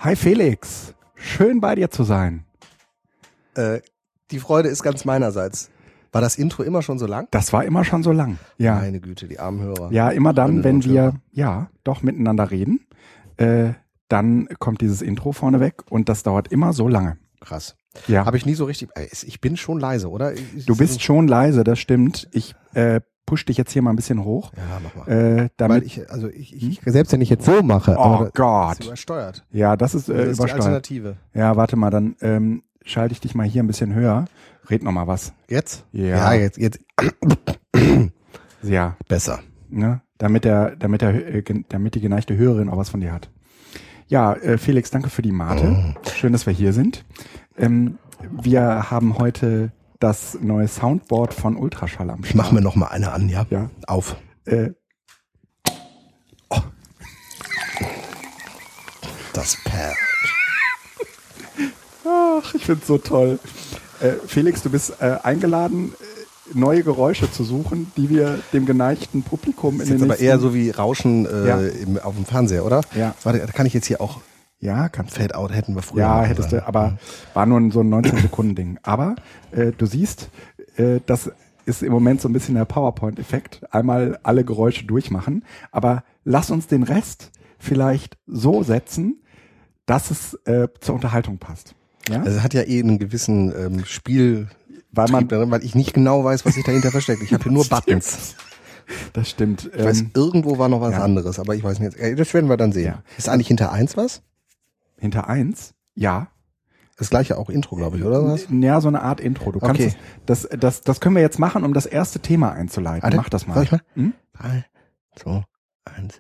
Hi Felix, schön bei dir zu sein. Die Freude ist ganz meinerseits. War das Intro immer schon so lang? Das war immer schon so lang. Ja. Meine Güte, die armen Hörer. Ja, immer dann, wenn wir Hörer. doch miteinander reden, dann kommt dieses Intro vorneweg und das dauert immer so lange. Krass. Ja. Habe ich nie so richtig. Ich bin schon leise, oder? Du bist schon leise, das stimmt. Ich push dich jetzt hier mal ein bisschen hoch. Ja, mach mal. Damit ich selbst wenn ich jetzt so mache, oh Gott. ist übersteuert. Ja, das ist Das ist die übersteuert. Alternative. Ja, warte mal, dann schalte ich dich mal hier ein bisschen höher. Red noch mal was. Jetzt? Ja. Jetzt. Ja. Besser. Ne? Damit die geneigte Hörerin auch was von dir hat. Ja, Felix, danke für die Mate. Schön, dass wir hier sind. Wir haben heute das neue Soundboard von Ultraschall am Start. Ich mache mir noch mal eine an, ja? Ja. Auf. Das Pad. Ach, ich find's so toll. Felix, du bist eingeladen, neue Geräusche zu suchen, die wir dem geneigten Publikum Das in ist den jetzt aber eher so wie Rauschen auf dem Fernseher, oder? Ja. Warte, da kann ich jetzt hier auch Ja, kannst du. Fade-out hätten wir früher. Ja, machen hättest sollen. du, aber war nur so ein 19-Sekunden-Ding. Aber du siehst, das ist im Moment so ein bisschen der PowerPoint-Effekt. Einmal alle Geräusche durchmachen, aber lass uns den Rest vielleicht so setzen, dass es zur Unterhaltung passt. Ja? Also es hat ja einen gewissen Spiel, Weil ich nicht genau weiß, was sich dahinter versteckt. Ich habe hier nur Buttons. Das stimmt. Ich weiß, irgendwo war noch was anderes, aber ich weiß nicht. Das werden wir dann sehen. Ja. Ist eigentlich hinter 1 was? Hinter 1? Ja. Das gleiche auch Intro, glaube ich, oder was? Ja, so eine Art Intro. Du kannst Okay. das können wir jetzt machen, um das erste Thema einzuleiten. Warte, Mach das mal. soll ich mal? Hm? 3, 2, 1.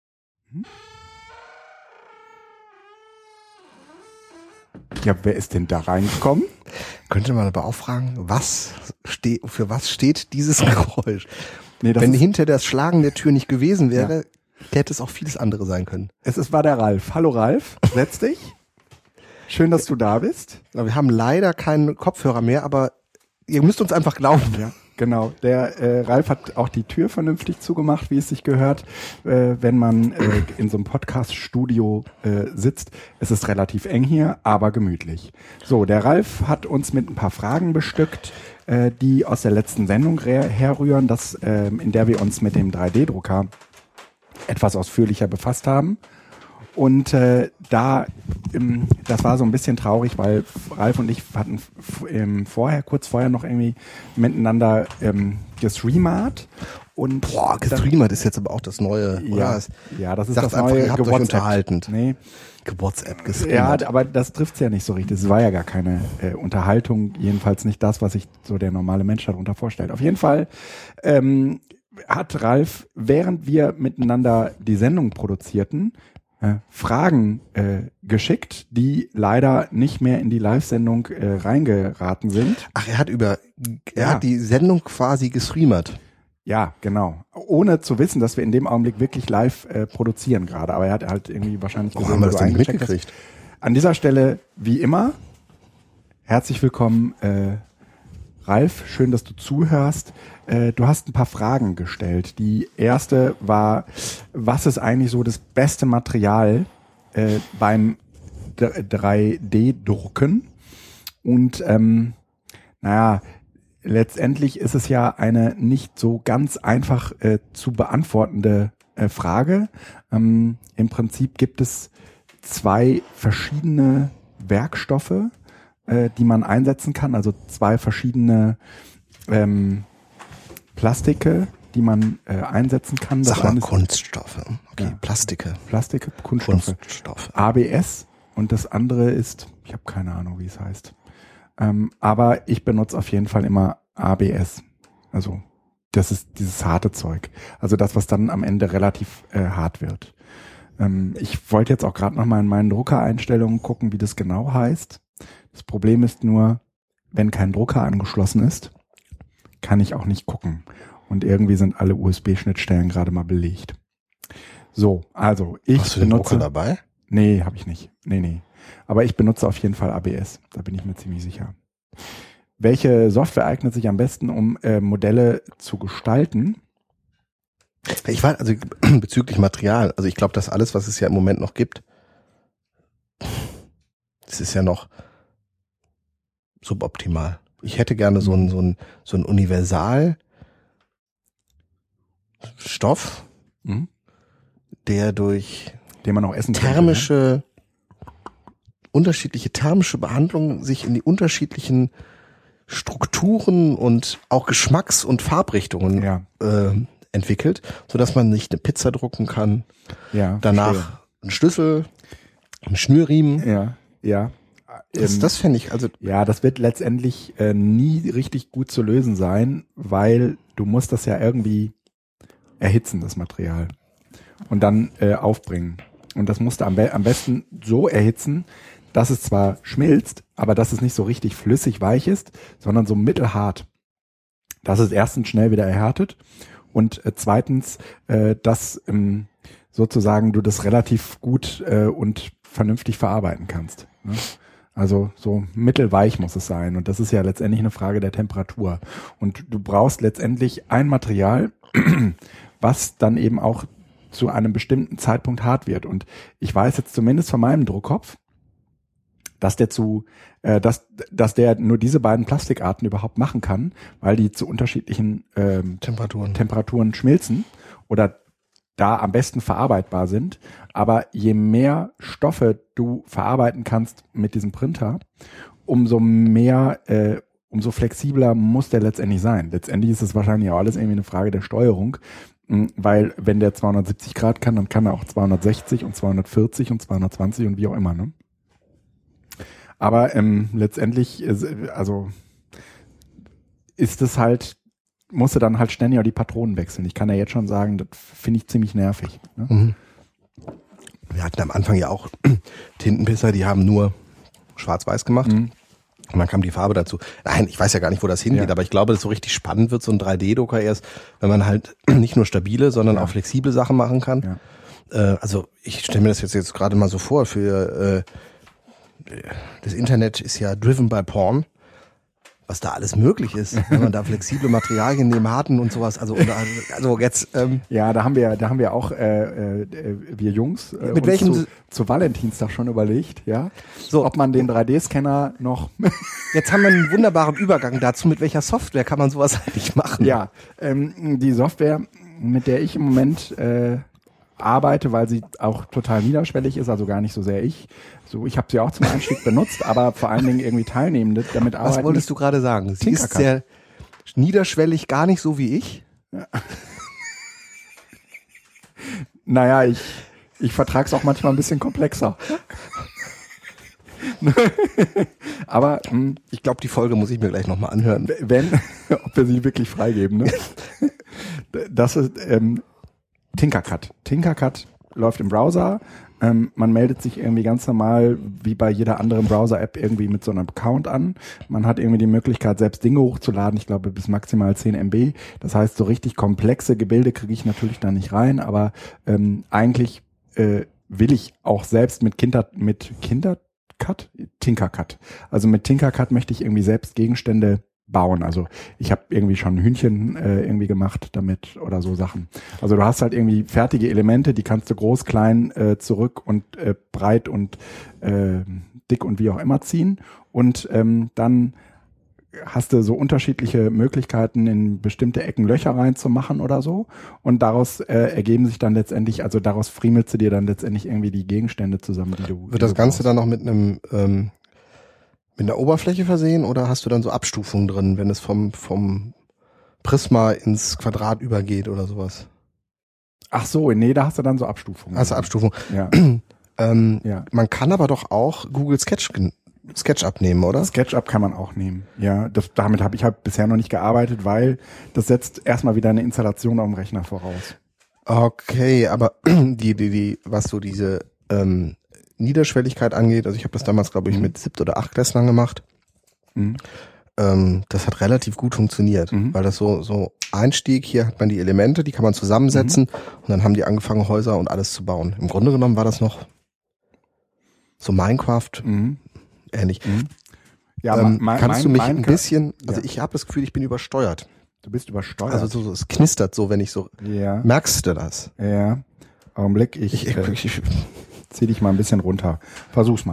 Ja, wer ist denn da reingekommen? Könnte man aber auch fragen, für was steht dieses Geräusch? Nee, Wenn hinter das Schlagen der Tür nicht gewesen wäre, hätte es auch vieles andere sein können. war der Ralf. Hallo Ralf, setz dich. Schön, dass du da bist. Aber wir haben leider keinen Kopfhörer mehr, aber ihr müsst uns einfach glauben. Ja, genau. Der Ralf hat auch die Tür vernünftig zugemacht, wie es sich gehört, wenn man in so einem Podcast-Studio sitzt. Es ist relativ eng hier, aber gemütlich. So, der Ralf hat uns mit ein paar Fragen bestückt, die aus der letzten Sendung herrühren, in der wir uns mit dem 3D-Drucker etwas ausführlicher befasst haben. Und das war so ein bisschen traurig, weil Ralf und ich hatten kurz vorher noch irgendwie miteinander gestreamt. Und Gestreamt ist jetzt aber auch das Neue. ja, Oder? ja, das ist Sagt das einfach, neue ihr habt euch unterhalten. Nee. WhatsApp Ja, gestreamt. aber das trifft's ja nicht so richtig. Es war ja gar keine Unterhaltung, jedenfalls nicht das, was sich so der normale Mensch darunter vorstellt. Auf jeden Fall hat Ralf, während wir miteinander die Sendung produzierten, Fragen geschickt, die leider nicht mehr in die Live-Sendung reingeraten sind. Ach, er hat die Sendung quasi gestreamt. Ja, genau. Ohne zu wissen, dass wir in dem Augenblick wirklich live produzieren gerade. Aber er hat halt irgendwie wahrscheinlich Wo haben wir das denn mitgekriegt? An dieser Stelle, wie immer, herzlich willkommen, Ralf. Schön, dass du zuhörst. Du hast ein paar Fragen gestellt. Die erste war, was ist eigentlich so das beste Material beim 3D-Drucken? Und letztendlich ist es ja eine nicht so ganz einfach zu beantwortende Frage. Im Prinzip gibt es 2 verschiedene Werkstoffe, die man einsetzen kann, also 2 verschiedene Plastike, die man einsetzen kann. Sag mal Kunststoffe. Okay, Ja. Plastike. Kunststoffe. ABS und das andere ist, ich habe keine Ahnung, wie es heißt. Aber ich benutze auf jeden Fall immer ABS. Also das ist dieses harte Zeug. Also das, was dann am Ende relativ hart wird. Ich wollte jetzt auch gerade noch mal in meinen Druckereinstellungen gucken, wie das genau heißt. Das Problem ist nur, wenn kein Drucker angeschlossen ist, kann ich auch nicht gucken. Und irgendwie sind alle USB-Schnittstellen gerade mal belegt. So, also ich Hast du den Drucker dabei? Nee, habe ich nicht. Nee. Aber ich benutze auf jeden Fall ABS. Da bin ich mir ziemlich sicher. Welche Software eignet sich am besten, um Modelle zu gestalten? Ich weiß, also bezüglich Material, also ich glaube, dass alles, was es ja im Moment noch gibt, das ist ja noch suboptimal. Ich hätte gerne so ein Universalstoff, der durch den man auch essen könnte, unterschiedliche thermische Behandlungen sich in die unterschiedlichen Strukturen und auch Geschmacks- und Farbrichtungen entwickelt, sodass man nicht eine Pizza drucken kann, danach einen Schlüssel, einen Schnürriemen. Ja. Das fände ich, also. Ja, das wird letztendlich nie richtig gut zu lösen sein, weil du musst das ja irgendwie erhitzen, das Material. Und dann aufbringen. Und das musst du am besten so erhitzen, dass es zwar schmilzt, aber dass es nicht so richtig flüssig weich ist, sondern so mittelhart. Dass es erstens schnell wieder erhärtet und zweitens, dass sozusagen du das relativ gut und vernünftig verarbeiten kannst. Ne? Also so mittelweich muss es sein und das ist ja letztendlich eine Frage der Temperatur. Und du brauchst letztendlich ein Material, was dann eben auch zu einem bestimmten Zeitpunkt hart wird. Und ich weiß jetzt zumindest von meinem Druckkopf, dass der dass der nur diese beiden Plastikarten überhaupt machen kann, weil die zu unterschiedlichen Temperaturen schmilzen oder da am besten verarbeitbar sind. Aber je mehr Stoffe du verarbeiten kannst mit diesem Printer, umso flexibler muss der letztendlich sein. Letztendlich ist es wahrscheinlich auch alles irgendwie eine Frage der Steuerung, weil wenn der 270 Grad kann, dann kann er auch 260 und 240 und 220 und wie auch immer, ne? Aber letztendlich, also ist es halt, musste dann halt ständig auch die Patronen wechseln. Ich kann ja jetzt schon sagen, das finde ich ziemlich nervig. Ne? Mhm. Wir hatten am Anfang ja auch Tintenpisser, die haben nur schwarz-weiß gemacht. Und dann kam die Farbe dazu. Nein, ich weiß ja gar nicht, wo das hingeht, aber ich glaube, dass so richtig spannend wird, so ein 3D-Drucker erst, wenn man halt nicht nur stabile, sondern auch flexible Sachen machen kann. Ja. Also ich stelle mir das jetzt gerade mal so vor, für das Internet ist ja driven by porn, was da alles möglich ist, wenn man da flexible Materialien nehmen, harten und sowas. Also jetzt. Ja, da haben wir auch wir Jungs mit welchem zu Valentinstag schon überlegt, ja, so ob man den 3D-Scanner noch. Jetzt haben wir einen wunderbaren Übergang dazu. Mit welcher Software kann man sowas eigentlich machen? Ja, die Software, mit der ich im Moment arbeite, weil sie auch total niederschwellig ist, also gar nicht so sehr ich. So, ich habe sie auch zum Einstieg benutzt, aber vor allen Dingen irgendwie Teilnehmende damit arbeiten. Was wolltest du gerade sagen? Sie ist sehr niederschwellig, gar nicht so wie ich? Ja. Naja, ich vertrag's auch manchmal ein bisschen komplexer. Aber ich glaube, die Folge muss ich mir gleich nochmal anhören. Ob wir sie wirklich freigeben. Ne? Das ist Tinkercad. Tinkercad läuft im Browser. Man meldet sich irgendwie ganz normal wie bei jeder anderen Browser-App irgendwie mit so einem Account an. Man hat irgendwie die Möglichkeit, selbst Dinge hochzuladen. Ich glaube, bis maximal 10 MB. Das heißt, so richtig komplexe Gebilde kriege ich natürlich da nicht rein. Aber eigentlich will ich auch selbst mit Tinkercad. Also mit Tinkercad möchte ich irgendwie selbst Gegenstände bauen. Also ich habe irgendwie schon ein Hühnchen irgendwie gemacht damit oder so Sachen. Also du hast halt irgendwie fertige Elemente, die kannst du groß, klein, zurück und breit und dick und wie auch immer ziehen. Und dann hast du so unterschiedliche Möglichkeiten, in bestimmte Ecken Löcher reinzumachen oder so. Und daraus ergeben sich dann letztendlich, also daraus friemelst du dir dann letztendlich irgendwie die Gegenstände zusammen, die du. Wird das Ganze dann noch mit einer Oberfläche versehen oder hast du dann so Abstufungen drin, wenn es vom Prisma ins Quadrat übergeht oder sowas? Ach so, nee, da hast du dann so Abstufungen. Also Abstufungen. Ja. Ja. Man kann aber doch auch Google SketchUp nehmen, oder? SketchUp kann man auch nehmen. Ja, damit habe ich halt bisher noch nicht gearbeitet, weil das setzt erstmal wieder eine Installation auf dem Rechner voraus. Okay, aber was so diese Niederschwelligkeit angeht, also ich habe das damals, glaube ich, mit 7. oder 8. Klässlern gemacht. Das hat relativ gut funktioniert, weil das so Einstieg, hier hat man die Elemente, die kann man zusammensetzen und dann haben die angefangen, Häuser und alles zu bauen. Im Grunde genommen war das noch so Minecraft ähnlich. Ja, kannst du mich ein bisschen, also ich habe das Gefühl, ich bin übersteuert. Du bist übersteuert. Also es knistert so, wenn ich so, merkst du das? Ja, Augenblick, ich zieh dich mal ein bisschen runter. Versuch's mal.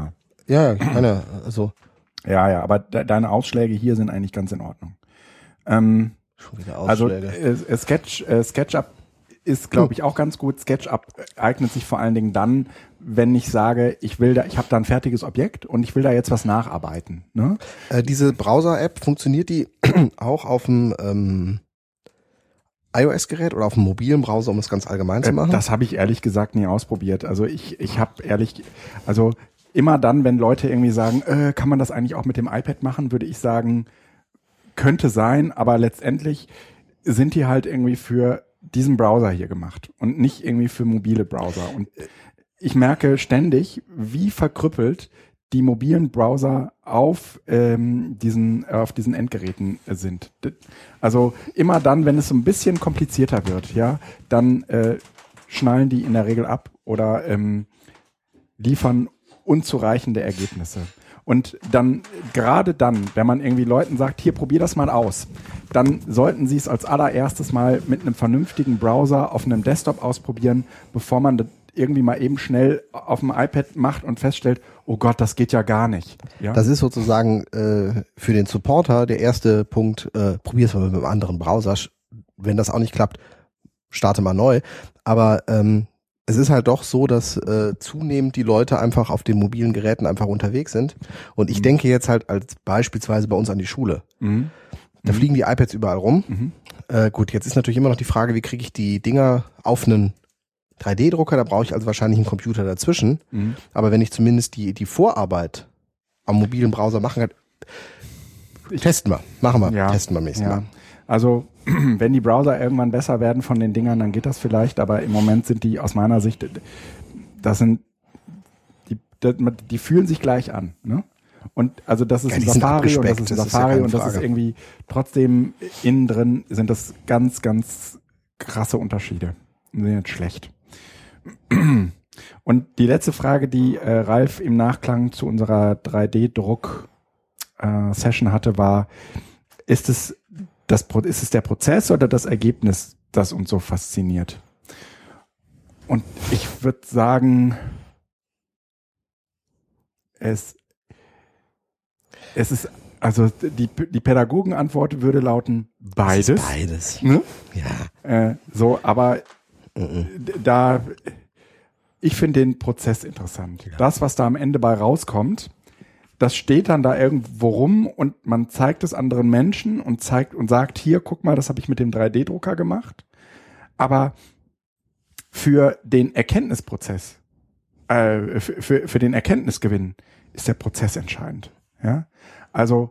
Ja, keine, also. Ja, aber deine Ausschläge hier sind eigentlich ganz in Ordnung. Schon wieder Ausschläge. Also SketchUp ist, glaube ich, auch ganz gut. SketchUp eignet sich vor allen Dingen dann, wenn ich sage, ich habe da ein fertiges Objekt und ich will da jetzt was nacharbeiten. Ne? Diese Browser-App, funktioniert die auch auf dem iOS-Gerät oder auf dem mobilen Browser, um es ganz allgemein zu machen? Das habe ich ehrlich gesagt nie ausprobiert. Also ich habe also immer dann, wenn Leute irgendwie sagen, kann man das eigentlich auch mit dem iPad machen, würde ich sagen, könnte sein, aber letztendlich sind die halt irgendwie für diesen Browser hier gemacht und nicht irgendwie für mobile Browser. Und ich merke ständig, wie verkrüppelt die mobilen Browser auf diesen Endgeräten sind. Also immer dann, wenn es so ein bisschen komplizierter wird, ja, dann schnallen die in der Regel ab oder liefern unzureichende Ergebnisse. Und dann, gerade dann, wenn man irgendwie Leuten sagt, hier, probier das mal aus, dann sollten sie es als allererstes mal mit einem vernünftigen Browser auf einem Desktop ausprobieren, bevor man das irgendwie mal eben schnell auf dem iPad macht und feststellt, oh Gott, das geht ja gar nicht. Ja? Das ist sozusagen für den Supporter der erste Punkt, probier es mal mit einem anderen Browser. Wenn das auch nicht klappt, starte mal neu. Aber es ist halt doch so, dass zunehmend die Leute einfach auf den mobilen Geräten einfach unterwegs sind. Und ich denke jetzt halt als beispielsweise bei uns an die Schule. Da fliegen die iPads überall rum. Gut, jetzt ist natürlich immer noch die Frage, wie kriege ich die Dinger auf einen 3D-Drucker? Da brauche ich also wahrscheinlich einen Computer dazwischen. Aber wenn ich zumindest die Vorarbeit am mobilen Browser machen kann, testen wir mäßig mal. Also wenn die Browser irgendwann besser werden von den Dingern, dann geht das vielleicht, aber im Moment sind die aus meiner Sicht, die fühlen sich gleich an, ne? Und also das ist ein Safari und das ist ein Safari und das ist irgendwie trotzdem innen drin sind das ganz, ganz krasse Unterschiede. Die sind nicht schlecht. Und die letzte Frage, die Ralf im Nachklang zu unserer 3D-Druck-Session hatte, war, ist es der Prozess oder das Ergebnis, das uns so fasziniert? Und ich würde sagen, es ist, also die Pädagogenantwort würde lauten, beides. Es ist beides. Ne? Ja. Aber ich finde den Prozess interessant. Ja. Das, was da am Ende bei rauskommt, das steht dann da irgendwo rum und man zeigt es anderen Menschen und sagt, hier, guck mal, das habe ich mit dem 3D-Drucker gemacht. Aber für den Erkenntnisprozess, für den Erkenntnisgewinn ist der Prozess entscheidend. Ja? Also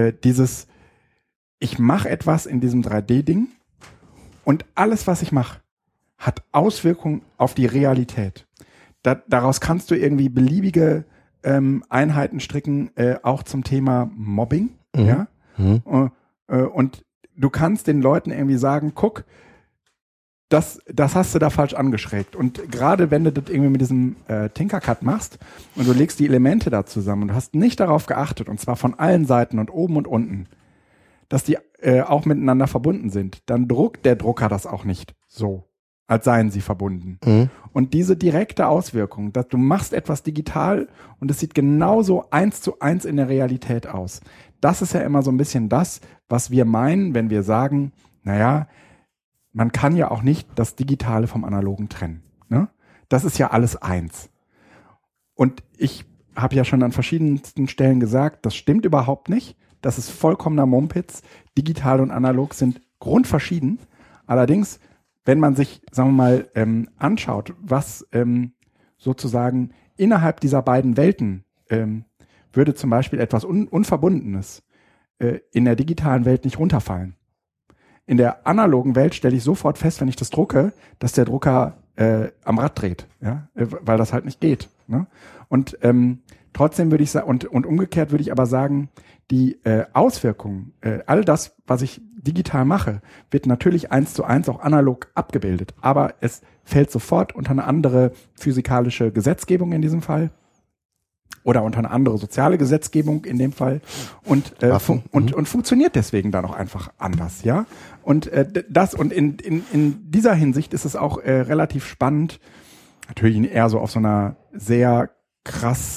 ich mache etwas in diesem 3D-Ding und alles, was ich mache, hat Auswirkungen auf die Realität. Daraus kannst du irgendwie beliebige Einheiten stricken, auch zum Thema Mobbing. Ja? Und du kannst den Leuten irgendwie sagen, guck, das hast du da falsch angeschrägt. Und gerade wenn du das irgendwie mit diesem Tinkercad machst und du legst die Elemente da zusammen und du hast nicht darauf geachtet, und zwar von allen Seiten und oben und unten, dass die auch miteinander verbunden sind, dann druckt der Drucker das auch nicht so, als seien sie verbunden. Und diese direkte Auswirkung, dass du machst etwas digital und es sieht genauso 1:1 in der Realität aus. Das ist ja immer so ein bisschen das, was wir meinen, wenn wir sagen, naja, man kann ja auch nicht das Digitale vom Analogen trennen. Ne? Das ist ja alles eins. Und ich habe ja schon an verschiedensten Stellen gesagt, das stimmt überhaupt nicht. Das ist vollkommener Mumpitz. Digital und analog sind grundverschieden. Allerdings, wenn man sich, sagen wir mal, anschaut, was sozusagen innerhalb dieser beiden Welten würde zum Beispiel etwas Unverbundenes in der digitalen Welt nicht runterfallen. In der analogen Welt stelle ich sofort fest, wenn ich das drucke, dass der Drucker am Rad dreht, ja, weil das halt nicht geht. Ne? Und trotzdem würde ich sagen, und umgekehrt würde ich aber sagen, die Auswirkungen, all das, was ich digital mache, wird natürlich 1:1 auch analog abgebildet. Aber es fällt sofort unter eine andere physikalische Gesetzgebung in diesem Fall oder unter eine andere soziale Gesetzgebung in dem Fall und funktioniert deswegen dann auch einfach anders, ja. Und in dieser Hinsicht ist es auch relativ spannend, natürlich eher so auf so einer sehr krass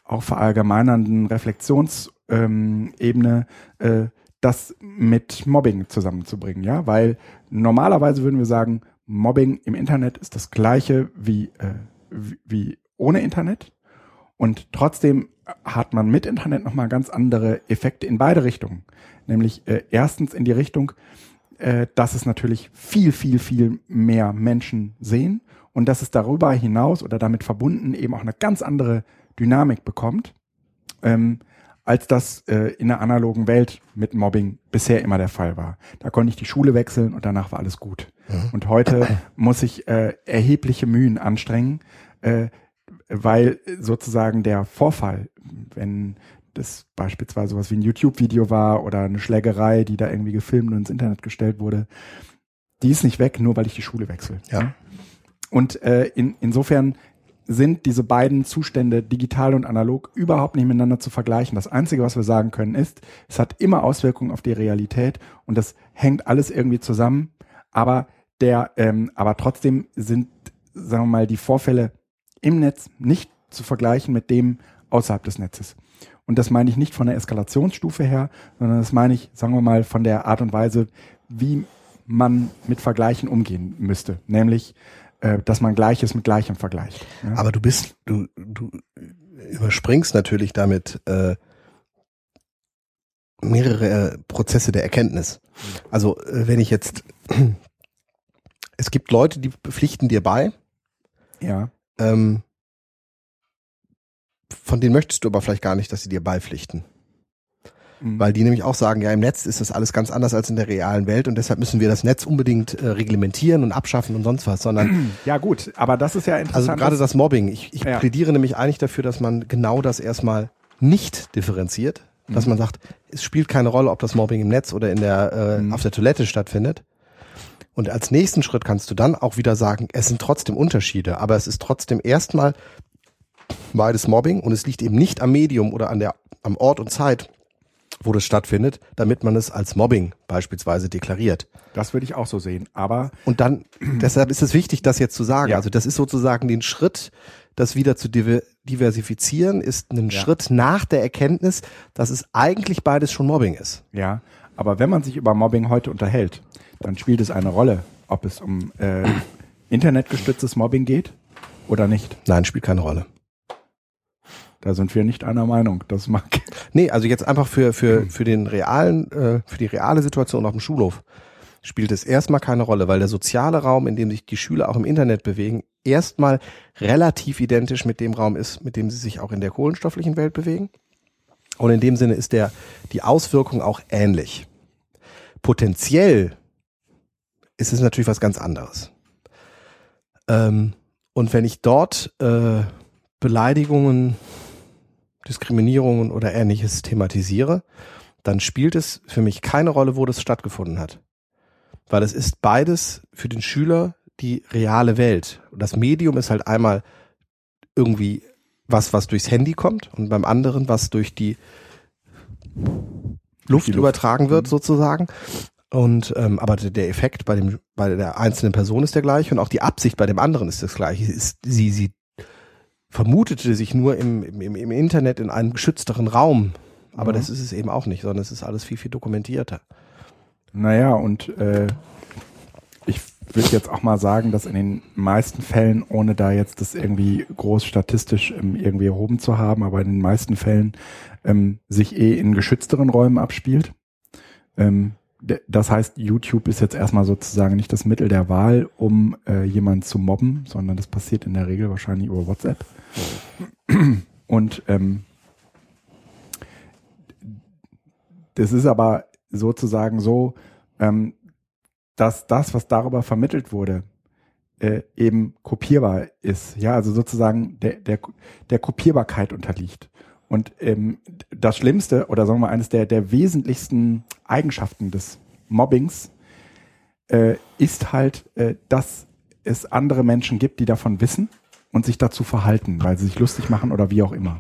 auch verallgemeinernden Reflexionsebene das mit Mobbing zusammenzubringen, ja, weil normalerweise würden wir sagen, Mobbing im Internet ist das gleiche wie ohne Internet und trotzdem hat man mit Internet nochmal ganz andere Effekte in beide Richtungen, nämlich erstens in die Richtung, dass es natürlich viel, viel, viel mehr Menschen sehen und dass es darüber hinaus oder damit verbunden eben auch eine ganz andere Dynamik bekommt, als das in der analogen Welt mit Mobbing bisher immer der Fall war. Da konnte ich die Schule wechseln und danach war alles gut. Mhm. Und heute muss ich erhebliche Mühen anstrengen, weil sozusagen der Vorfall, wenn das beispielsweise sowas wie ein YouTube-Video war oder eine Schlägerei, die da irgendwie gefilmt und ins Internet gestellt wurde, die ist nicht weg, nur weil ich die Schule wechsle. Ja. Und insofern sind diese beiden Zustände, digital und analog, überhaupt nicht miteinander zu vergleichen. Das Einzige, was wir sagen können, ist, es hat immer Auswirkungen auf die Realität und das hängt alles irgendwie zusammen. Aber trotzdem sind, sagen wir mal, die Vorfälle im Netz nicht zu vergleichen mit dem außerhalb des Netzes. Und das meine ich nicht von der Eskalationsstufe her, sondern das meine ich, sagen wir mal, von der Art und Weise, wie man mit Vergleichen umgehen müsste. Nämlich, dass man Gleiches mit Gleichem vergleicht. Ja? Aber du überspringst natürlich damit mehrere Prozesse der Erkenntnis. Also wenn ich jetzt, es gibt Leute, die pflichten dir bei. Ja. Von denen möchtest du aber vielleicht gar nicht, dass sie dir beipflichten. Weil die nämlich auch sagen, ja, im Netz ist das alles ganz anders als in der realen Welt und deshalb müssen wir das Netz unbedingt reglementieren und abschaffen und sonst was, sondern... Ja gut, aber das ist ja interessant. Also gerade das Mobbing. Ich plädiere nämlich eigentlich dafür, dass man genau das erstmal nicht differenziert, dass man sagt, es spielt keine Rolle, ob das Mobbing im Netz oder auf der Toilette stattfindet. Und als nächsten Schritt kannst du dann auch wieder sagen, es sind trotzdem Unterschiede, aber es ist trotzdem erstmal beides Mobbing und es liegt eben nicht am Medium oder am Ort und Zeit, wo das stattfindet, damit man es als Mobbing beispielsweise deklariert. Das würde ich auch so sehen, aber... Und dann, deshalb ist es wichtig, das jetzt zu sagen. Ja. Also das ist sozusagen den Schritt, das wieder zu diversifizieren, ist ein Schritt nach der Erkenntnis, dass es eigentlich beides schon Mobbing ist. Ja, aber wenn man sich über Mobbing heute unterhält, dann spielt es eine Rolle, ob es um internetgestütztes Mobbing geht oder nicht. Nein, spielt keine Rolle. Da sind wir nicht einer Meinung. Das mag. Nee, also jetzt einfach für die reale Situation auf dem Schulhof spielt es erstmal keine Rolle, weil der soziale Raum, in dem sich die Schüler auch im Internet bewegen, erstmal relativ identisch mit dem Raum ist, mit dem sie sich auch in der kohlenstofflichen Welt bewegen. Und in dem Sinne ist die Auswirkung auch ähnlich. Potenziell ist es natürlich was ganz anderes. Und wenn ich dort Beleidigungen, Diskriminierungen oder Ähnliches thematisiere, dann spielt es für mich keine Rolle, wo das stattgefunden hat. Weil es ist beides für den Schüler die reale Welt. Und das Medium ist halt einmal irgendwie was durchs Handy kommt und beim anderen, was durch die Luft übertragen wird sozusagen. Und aber der Effekt bei der einzelnen Person ist der gleiche und auch die Absicht bei dem anderen ist das gleiche. Sie vermutete sich nur im Internet in einem geschützteren Raum. Aber das ist es eben auch nicht, sondern es ist alles viel, viel dokumentierter. Naja, und ich würde jetzt auch mal sagen, dass in den meisten Fällen, ohne da jetzt das irgendwie groß statistisch irgendwie erhoben zu haben, aber in den meisten Fällen sich in geschützteren Räumen abspielt. Das heißt, YouTube ist jetzt erstmal sozusagen nicht das Mittel der Wahl, um jemanden zu mobben, sondern das passiert in der Regel wahrscheinlich über WhatsApp. Und das ist aber sozusagen so, dass das, was darüber vermittelt wurde, eben kopierbar ist. Ja, also sozusagen der Kopierbarkeit unterliegt. Und das Schlimmste oder sagen wir mal eines der wesentlichsten Eigenschaften des Mobbings ist halt, dass es andere Menschen gibt, die davon wissen und sich dazu verhalten, weil sie sich lustig machen oder wie auch immer.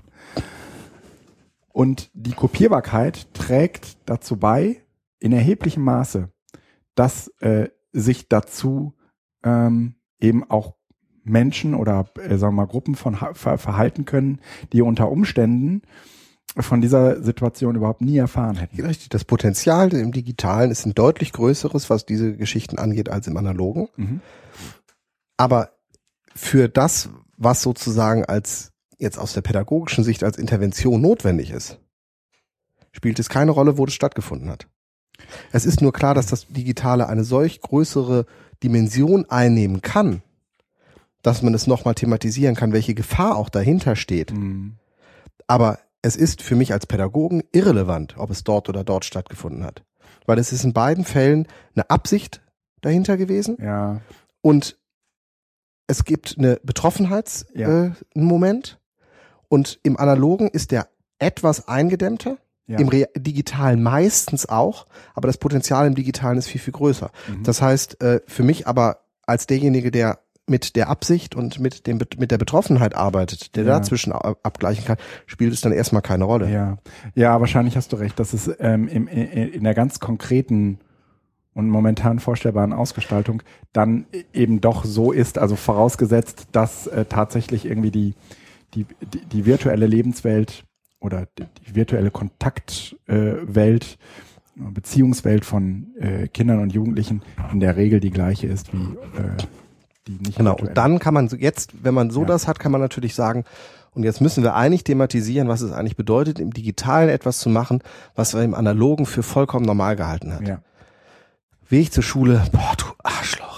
Und die Kopierbarkeit trägt dazu bei, in erheblichem Maße, dass sich dazu eben auch Menschen oder sagen wir mal Gruppen von verhalten können, die unter Umständen von dieser Situation überhaupt nie erfahren hätten. Richtig, das Potenzial im Digitalen ist ein deutlich größeres, was diese Geschichten angeht, als im Analogen. Aber für das, was sozusagen als jetzt aus der pädagogischen Sicht als Intervention notwendig ist, spielt es keine Rolle, wo das stattgefunden hat. Es ist nur klar, dass das Digitale eine solch größere Dimension einnehmen kann, dass man es nochmal thematisieren kann, welche Gefahr auch dahinter steht. Aber es ist für mich als Pädagogen irrelevant, ob es dort oder dort stattgefunden hat. Weil es ist in beiden Fällen eine Absicht dahinter gewesen. Ja. Und es gibt eine Betroffenheitsmoment. Und im Analogen ist der etwas eingedämmter. Ja. Im Digitalen meistens auch. Aber das Potenzial im Digitalen ist viel, viel größer. Das heißt, für mich aber als derjenige, der mit der Absicht und mit der Betroffenheit arbeitet, der dazwischen abgleichen kann, spielt es dann erstmal keine Rolle. Ja, wahrscheinlich hast du recht, dass es in der ganz konkreten und momentan vorstellbaren Ausgestaltung dann eben doch so ist, also vorausgesetzt, dass tatsächlich irgendwie die virtuelle Lebenswelt oder die virtuelle Kontaktwelt, Beziehungswelt von Kindern und Jugendlichen in der Regel die gleiche ist wie die nicht. Genau, und dann kann man jetzt, wenn man so das hat, kann man natürlich sagen, und jetzt müssen wir eigentlich thematisieren, was es eigentlich bedeutet, im Digitalen etwas zu machen, was wir im Analogen für vollkommen normal gehalten hat. Ja. Weg zur Schule, boah, du Arschloch.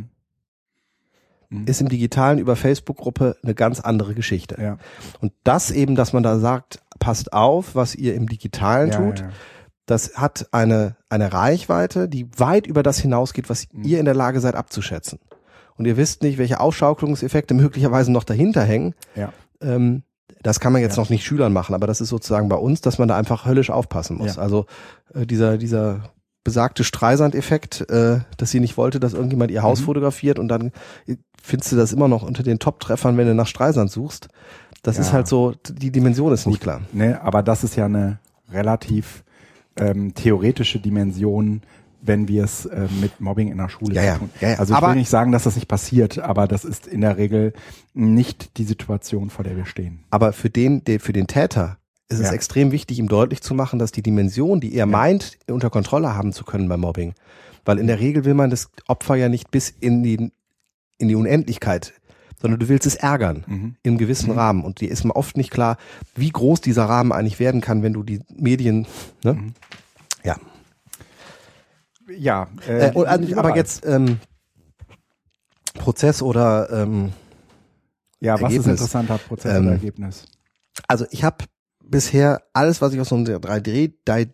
Ist im Digitalen über Facebook-Gruppe eine ganz andere Geschichte. Ja. Und das eben, dass man da sagt, passt auf, was ihr im Digitalen tut, das hat eine Reichweite, die weit über das hinausgeht, was ihr in der Lage seid abzuschätzen. Und ihr wisst nicht, welche Ausschaukelungseffekte möglicherweise noch dahinter hängen. Ja. Das kann man jetzt noch nicht Schülern machen, aber das ist sozusagen bei uns, dass man da einfach höllisch aufpassen muss. Ja. Also dieser besagte Streisand-Effekt, dass sie nicht wollte, dass irgendjemand ihr Haus fotografiert und dann findest du das immer noch unter den Top-Treffern, wenn du nach Streisand suchst. Das ist halt so, die Dimension ist nicht klar. Ne, aber das ist ja eine relativ theoretische Dimension, wenn wir es mit Mobbing in der Schule tun. Ja. Also ich will nicht sagen, dass das nicht passiert, aber das ist in der Regel nicht die Situation, vor der wir stehen. Aber für den Täter ist es extrem wichtig, ihm deutlich zu machen, dass die Dimension, die er meint, unter Kontrolle haben zu können beim Mobbing, weil in der Regel will man das Opfer ja nicht bis in die Unendlichkeit, sondern du willst es ärgern im gewissen Rahmen. Und dir ist mir oft nicht klar, wie groß dieser Rahmen eigentlich werden kann, wenn du die Medien, Ja. Aber jetzt Prozess oder was Ergebnis. ist interessanter, Prozess oder Ergebnis? Also ich habe bisher alles, was ich aus so einem 3D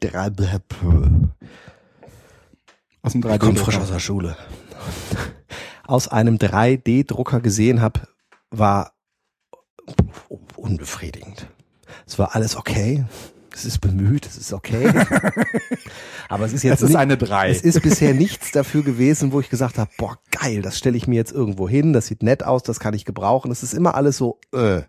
Aus dem 3D. Ich komme frisch aus der Schule. Aus einem 3D-Drucker gesehen habe, war unbefriedigend. Es war alles okay. Es ist bemüht, es ist okay. Aber es ist jetzt nicht, eine 3. Es ist bisher nichts dafür gewesen, wo ich gesagt habe, boah, geil, das stelle ich mir jetzt irgendwo hin, das sieht nett aus, das kann ich gebrauchen. Es ist immer alles so,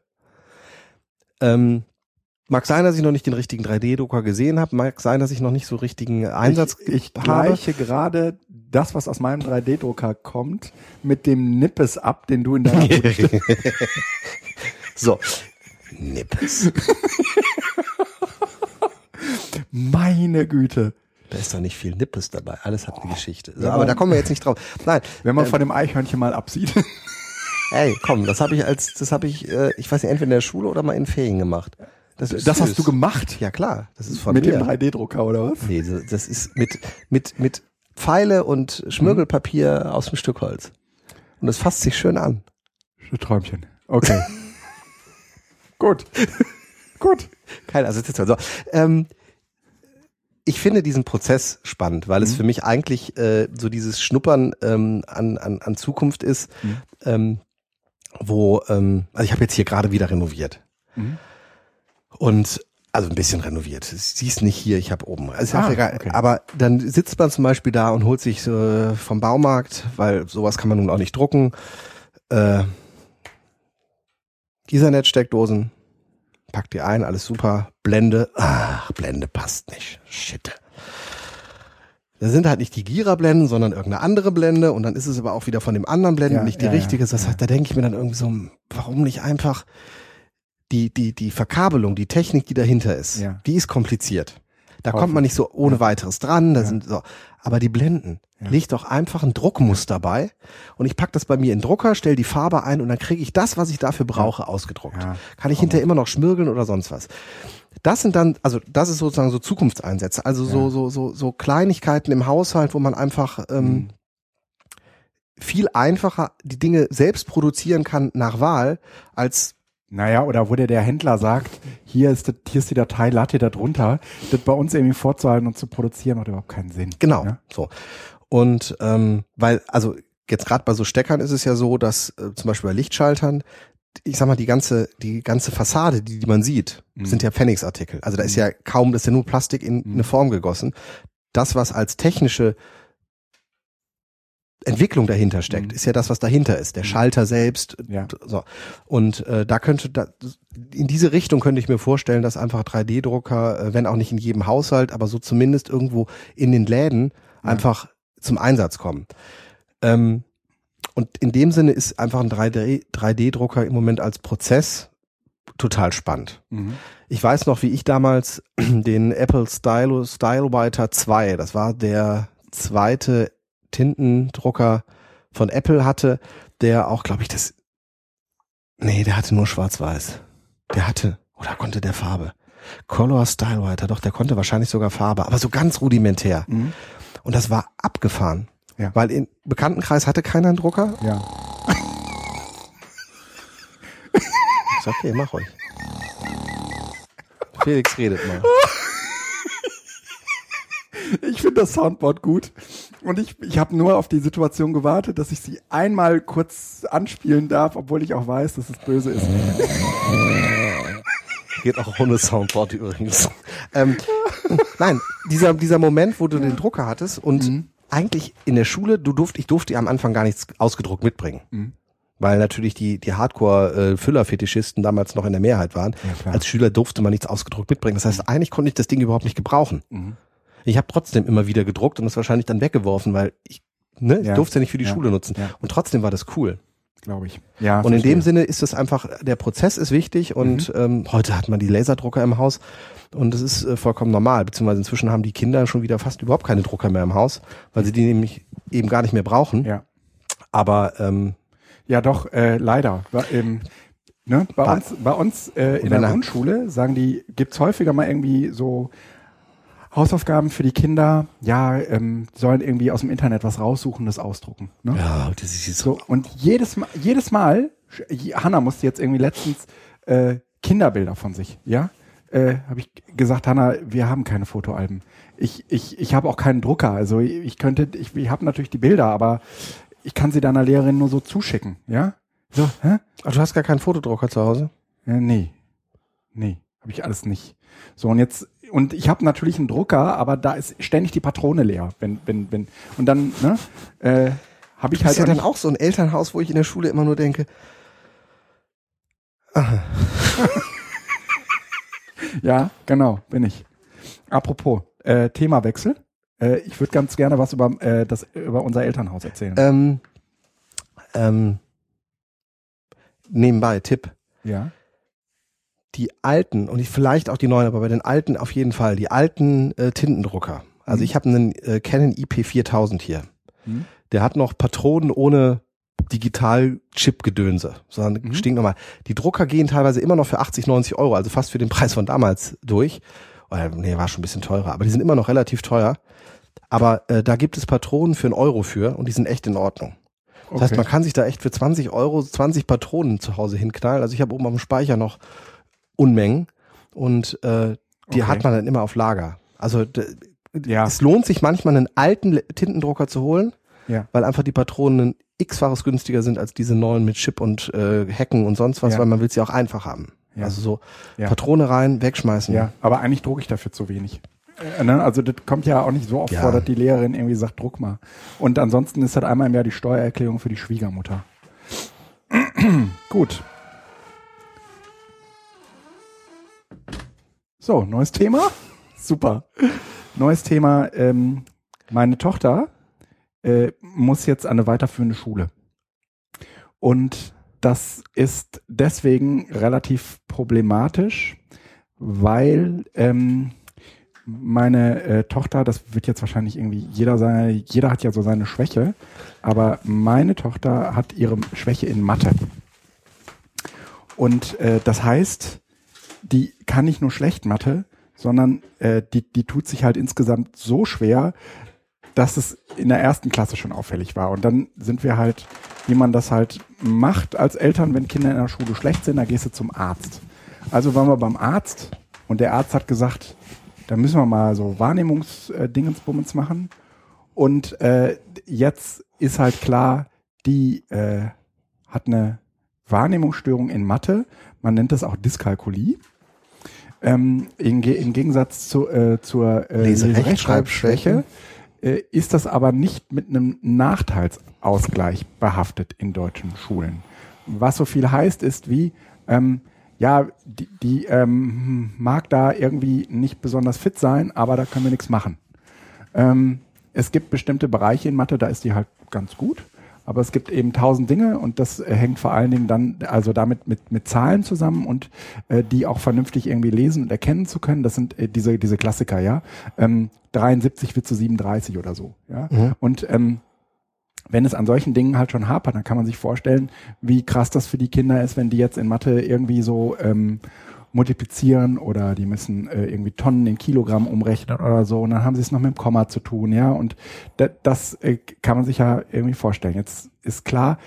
mag sein, dass ich noch nicht den richtigen 3D-Drucker gesehen habe, mag sein, dass ich noch nicht so richtigen Einsatz ich gleiche gerade das, was aus meinem 3D-Drucker kommt, mit dem Nippes ab, den du in deiner Bude So, Nippes. Meine Güte. Da ist doch nicht viel Nippes dabei. Alles hat eine Geschichte. So, aber da kommen wir jetzt nicht drauf. Nein. Wenn man von dem Eichhörnchen mal absieht. Ey, komm, das habe ich, ich weiß nicht, entweder in der Schule oder mal in Ferien gemacht. Das hast du gemacht? Ja, klar. Das ist von mit mir. Dem 3D-Drucker oder was? Nee, das ist mit Pfeile und Schmirgelpapier aus dem Stück Holz. Und das fasst sich schön an. Träumchen. Okay. Gut. Keine Assoziation. So, ich finde diesen Prozess spannend, weil es für mich eigentlich so dieses Schnuppern an Zukunft ist, wo, also ich habe jetzt hier gerade wieder renoviert. Und also ein bisschen renoviert. Siehst nicht hier, ich habe oben. Ist auch egal. Okay. Aber dann sitzt man zum Beispiel da und holt sich vom Baumarkt, weil sowas kann man nun auch nicht drucken, Ethernet-Steckdosen, packt die ein, alles super, Blende. Ach, Blende passt nicht. Shit. Da sind halt nicht die Gira-Blenden, sondern irgendeine andere Blende und dann ist es aber auch wieder von dem anderen Blenden nicht die richtige. Das heißt, da denke ich mir dann irgendwie so, warum nicht einfach die Verkabelung, die Technik, die dahinter ist, die ist kompliziert. Da kommt man nicht so ohne weiteres dran, da sind so, aber die Blenden, leg doch einfach ein Druckmuster bei und ich pack das bei mir in den Drucker, stell die Farbe ein und dann kriege ich das, was ich dafür brauche, ausgedruckt. Ja. Kann ich hinterher immer noch schmirgeln oder sonst was. Das sind dann, also das ist sozusagen so Zukunftseinsätze, also so Kleinigkeiten im Haushalt, wo man einfach viel einfacher die Dinge selbst produzieren kann nach Wahl als oder wo der Händler sagt, hier ist die Datei, lad dir da drunter. Das bei uns irgendwie vorzuhalten und zu produzieren macht überhaupt keinen Sinn. Genau, so. Und weil, also jetzt gerade bei so Steckern ist es ja so, dass zum Beispiel bei Lichtschaltern, ich sag mal, die ganze Fassade, die man sieht, sind ja Pfennigsartikel. Also da ist ja kaum, das ist ja nur Plastik in eine Form gegossen. Das, was als technische Entwicklung dahinter steckt, ist ja das, was dahinter ist. Der Schalter selbst. So. Und in diese Richtung könnte ich mir vorstellen, dass einfach 3D-Drucker, wenn auch nicht in jedem Haushalt, aber so zumindest irgendwo in den Läden einfach zum Einsatz kommen. Und in dem Sinne ist einfach ein 3D-Drucker im Moment als Prozess total spannend. Ich weiß noch, wie ich damals den Apple Stylewriter 2, das war der zweite Tintendrucker von Apple hatte, der auch, glaube ich, der hatte nur schwarz-weiß. Oder konnte der Farbe? Color Stylewriter, doch, der konnte wahrscheinlich sogar Farbe, aber so ganz rudimentär. Und das war abgefahren. Ja. Weil im Bekanntenkreis hatte keiner einen Drucker. Ja. Ist okay, mach ruhig. Felix redet mal. Ich finde das Soundboard gut und ich habe nur auf die Situation gewartet, dass ich sie einmal kurz anspielen darf, obwohl ich auch weiß, dass es böse ist. Geht auch ohne Soundboard übrigens. Nein, dieser Moment, wo du den Drucker hattest und eigentlich in der Schule, ich durfte ja am Anfang gar nichts ausgedruckt mitbringen. Weil natürlich die Hardcore-Füller-Fetischisten damals noch in der Mehrheit waren. Ja, als Schüler durfte man nichts ausgedruckt mitbringen. Das heißt, eigentlich konnte ich das Ding überhaupt nicht gebrauchen. Ich habe trotzdem immer wieder gedruckt und das wahrscheinlich dann weggeworfen, weil ich durfte ja nicht für die Schule nutzen. Ja. Und trotzdem war das cool. Glaube ich. Ja, und in dem Sinne ist es einfach, der Prozess ist wichtig und heute hat man die Laserdrucker im Haus und das ist vollkommen normal. Beziehungsweise inzwischen haben die Kinder schon wieder fast überhaupt keine Drucker mehr im Haus, weil sie die nämlich eben gar nicht mehr brauchen. Ja. Aber ja doch, leider. Bei uns in der Grundschule gibt's häufiger mal irgendwie so Hausaufgaben für die Kinder, sollen irgendwie aus dem Internet was raussuchen, das ausdrucken. Ne? Ja, das ist so. Und jedes Mal, Hanna musste jetzt irgendwie letztens Kinderbilder von sich, habe ich gesagt, Hanna, wir haben keine Fotoalben. Ich habe auch keinen Drucker, also ich habe natürlich die Bilder, aber ich kann sie deiner Lehrerin nur so zuschicken, ja? So, hä? Ach, du hast gar keinen Fotodrucker zu Hause? Nee, habe ich alles nicht. So, und ich habe natürlich einen Drucker, aber da ist ständig die Patrone leer, wenn und dann habe ich halt. Das ist ja dann auch so ein Elternhaus, wo ich in der Schule immer nur denke. Ja, genau, bin ich. Apropos Themawechsel. Ich würde ganz gerne was über unser Elternhaus erzählen. Nebenbei Tipp. Ja. Die alten und vielleicht auch die neuen, aber bei den alten auf jeden Fall, die alten Tintendrucker. Also ich habe einen Canon IP4000 hier. Der hat noch Patronen ohne Digital-Chip-Gedönse, sondern stinknormal. Die Drucker gehen teilweise immer noch für 80, 90 Euro, also fast für den Preis von damals durch. War schon ein bisschen teurer, aber die sind immer noch relativ teuer. Aber da gibt es Patronen für 1 Euro und die sind echt in Ordnung. Das heißt, man kann sich da echt für 20 Euro 20 Patronen zu Hause hinknallen. Also ich habe oben auf dem Speicher noch Unmengen und die hat man dann immer auf Lager. Also es lohnt sich manchmal einen alten Tintendrucker zu holen, weil einfach die Patronen ein x-faches günstiger sind als diese neuen mit Chip und Hacken und sonst was, weil man will sie auch einfach haben. Ja. Also so Patrone rein, wegschmeißen. Ja, aber eigentlich drucke ich dafür zu wenig. Also das kommt ja auch nicht so oft vor, dass die Lehrerin irgendwie sagt, druck mal. Und ansonsten ist das einmal im Jahr die Steuererklärung für die Schwiegermutter. Gut. So, neues Thema? Super. Neues Thema. Meine Tochter muss jetzt an eine weiterführende Schule. Und das ist deswegen relativ problematisch, weil meine Tochter, das wird jetzt wahrscheinlich irgendwie jeder hat ja so seine Schwäche, aber meine Tochter hat ihre Schwäche in Mathe. Und das heißt, die kann nicht nur schlecht Mathe, sondern die tut sich halt insgesamt so schwer, dass es in der ersten Klasse schon auffällig war. Und dann sind wir halt, wie man das halt macht als Eltern, wenn Kinder in der Schule schlecht sind, dann gehst du zum Arzt. Also waren wir beim Arzt und der Arzt hat gesagt, da müssen wir mal so Wahrnehmungsdingensbummens machen. Und jetzt ist halt klar, die hat eine Wahrnehmungsstörung in Mathe. Man nennt das auch Dyskalkulie. Im Gegensatz zur Leserechtschreibschwäche ist das aber nicht mit einem Nachteilsausgleich behaftet in deutschen Schulen. Was so viel heißt, ist wie, die mag da irgendwie nicht besonders fit sein, aber da können wir nichts machen. Es gibt bestimmte Bereiche in Mathe, da ist die halt ganz gut. Aber es gibt eben 1000 Dinge und das hängt vor allen Dingen dann also damit mit Zahlen zusammen und die auch vernünftig irgendwie lesen und erkennen zu können. Das sind diese Klassiker, ja. 73 wird zu 37 oder so, ja. Mhm. Und wenn es an solchen Dingen halt schon hapert, dann kann man sich vorstellen, wie krass das für die Kinder ist, wenn die jetzt in Mathe irgendwie so multiplizieren oder die müssen irgendwie Tonnen in Kilogramm umrechnen oder so und dann haben sie es noch mit dem Komma zu tun, ja, und das kann man sich ja irgendwie vorstellen. Jetzt ist klar,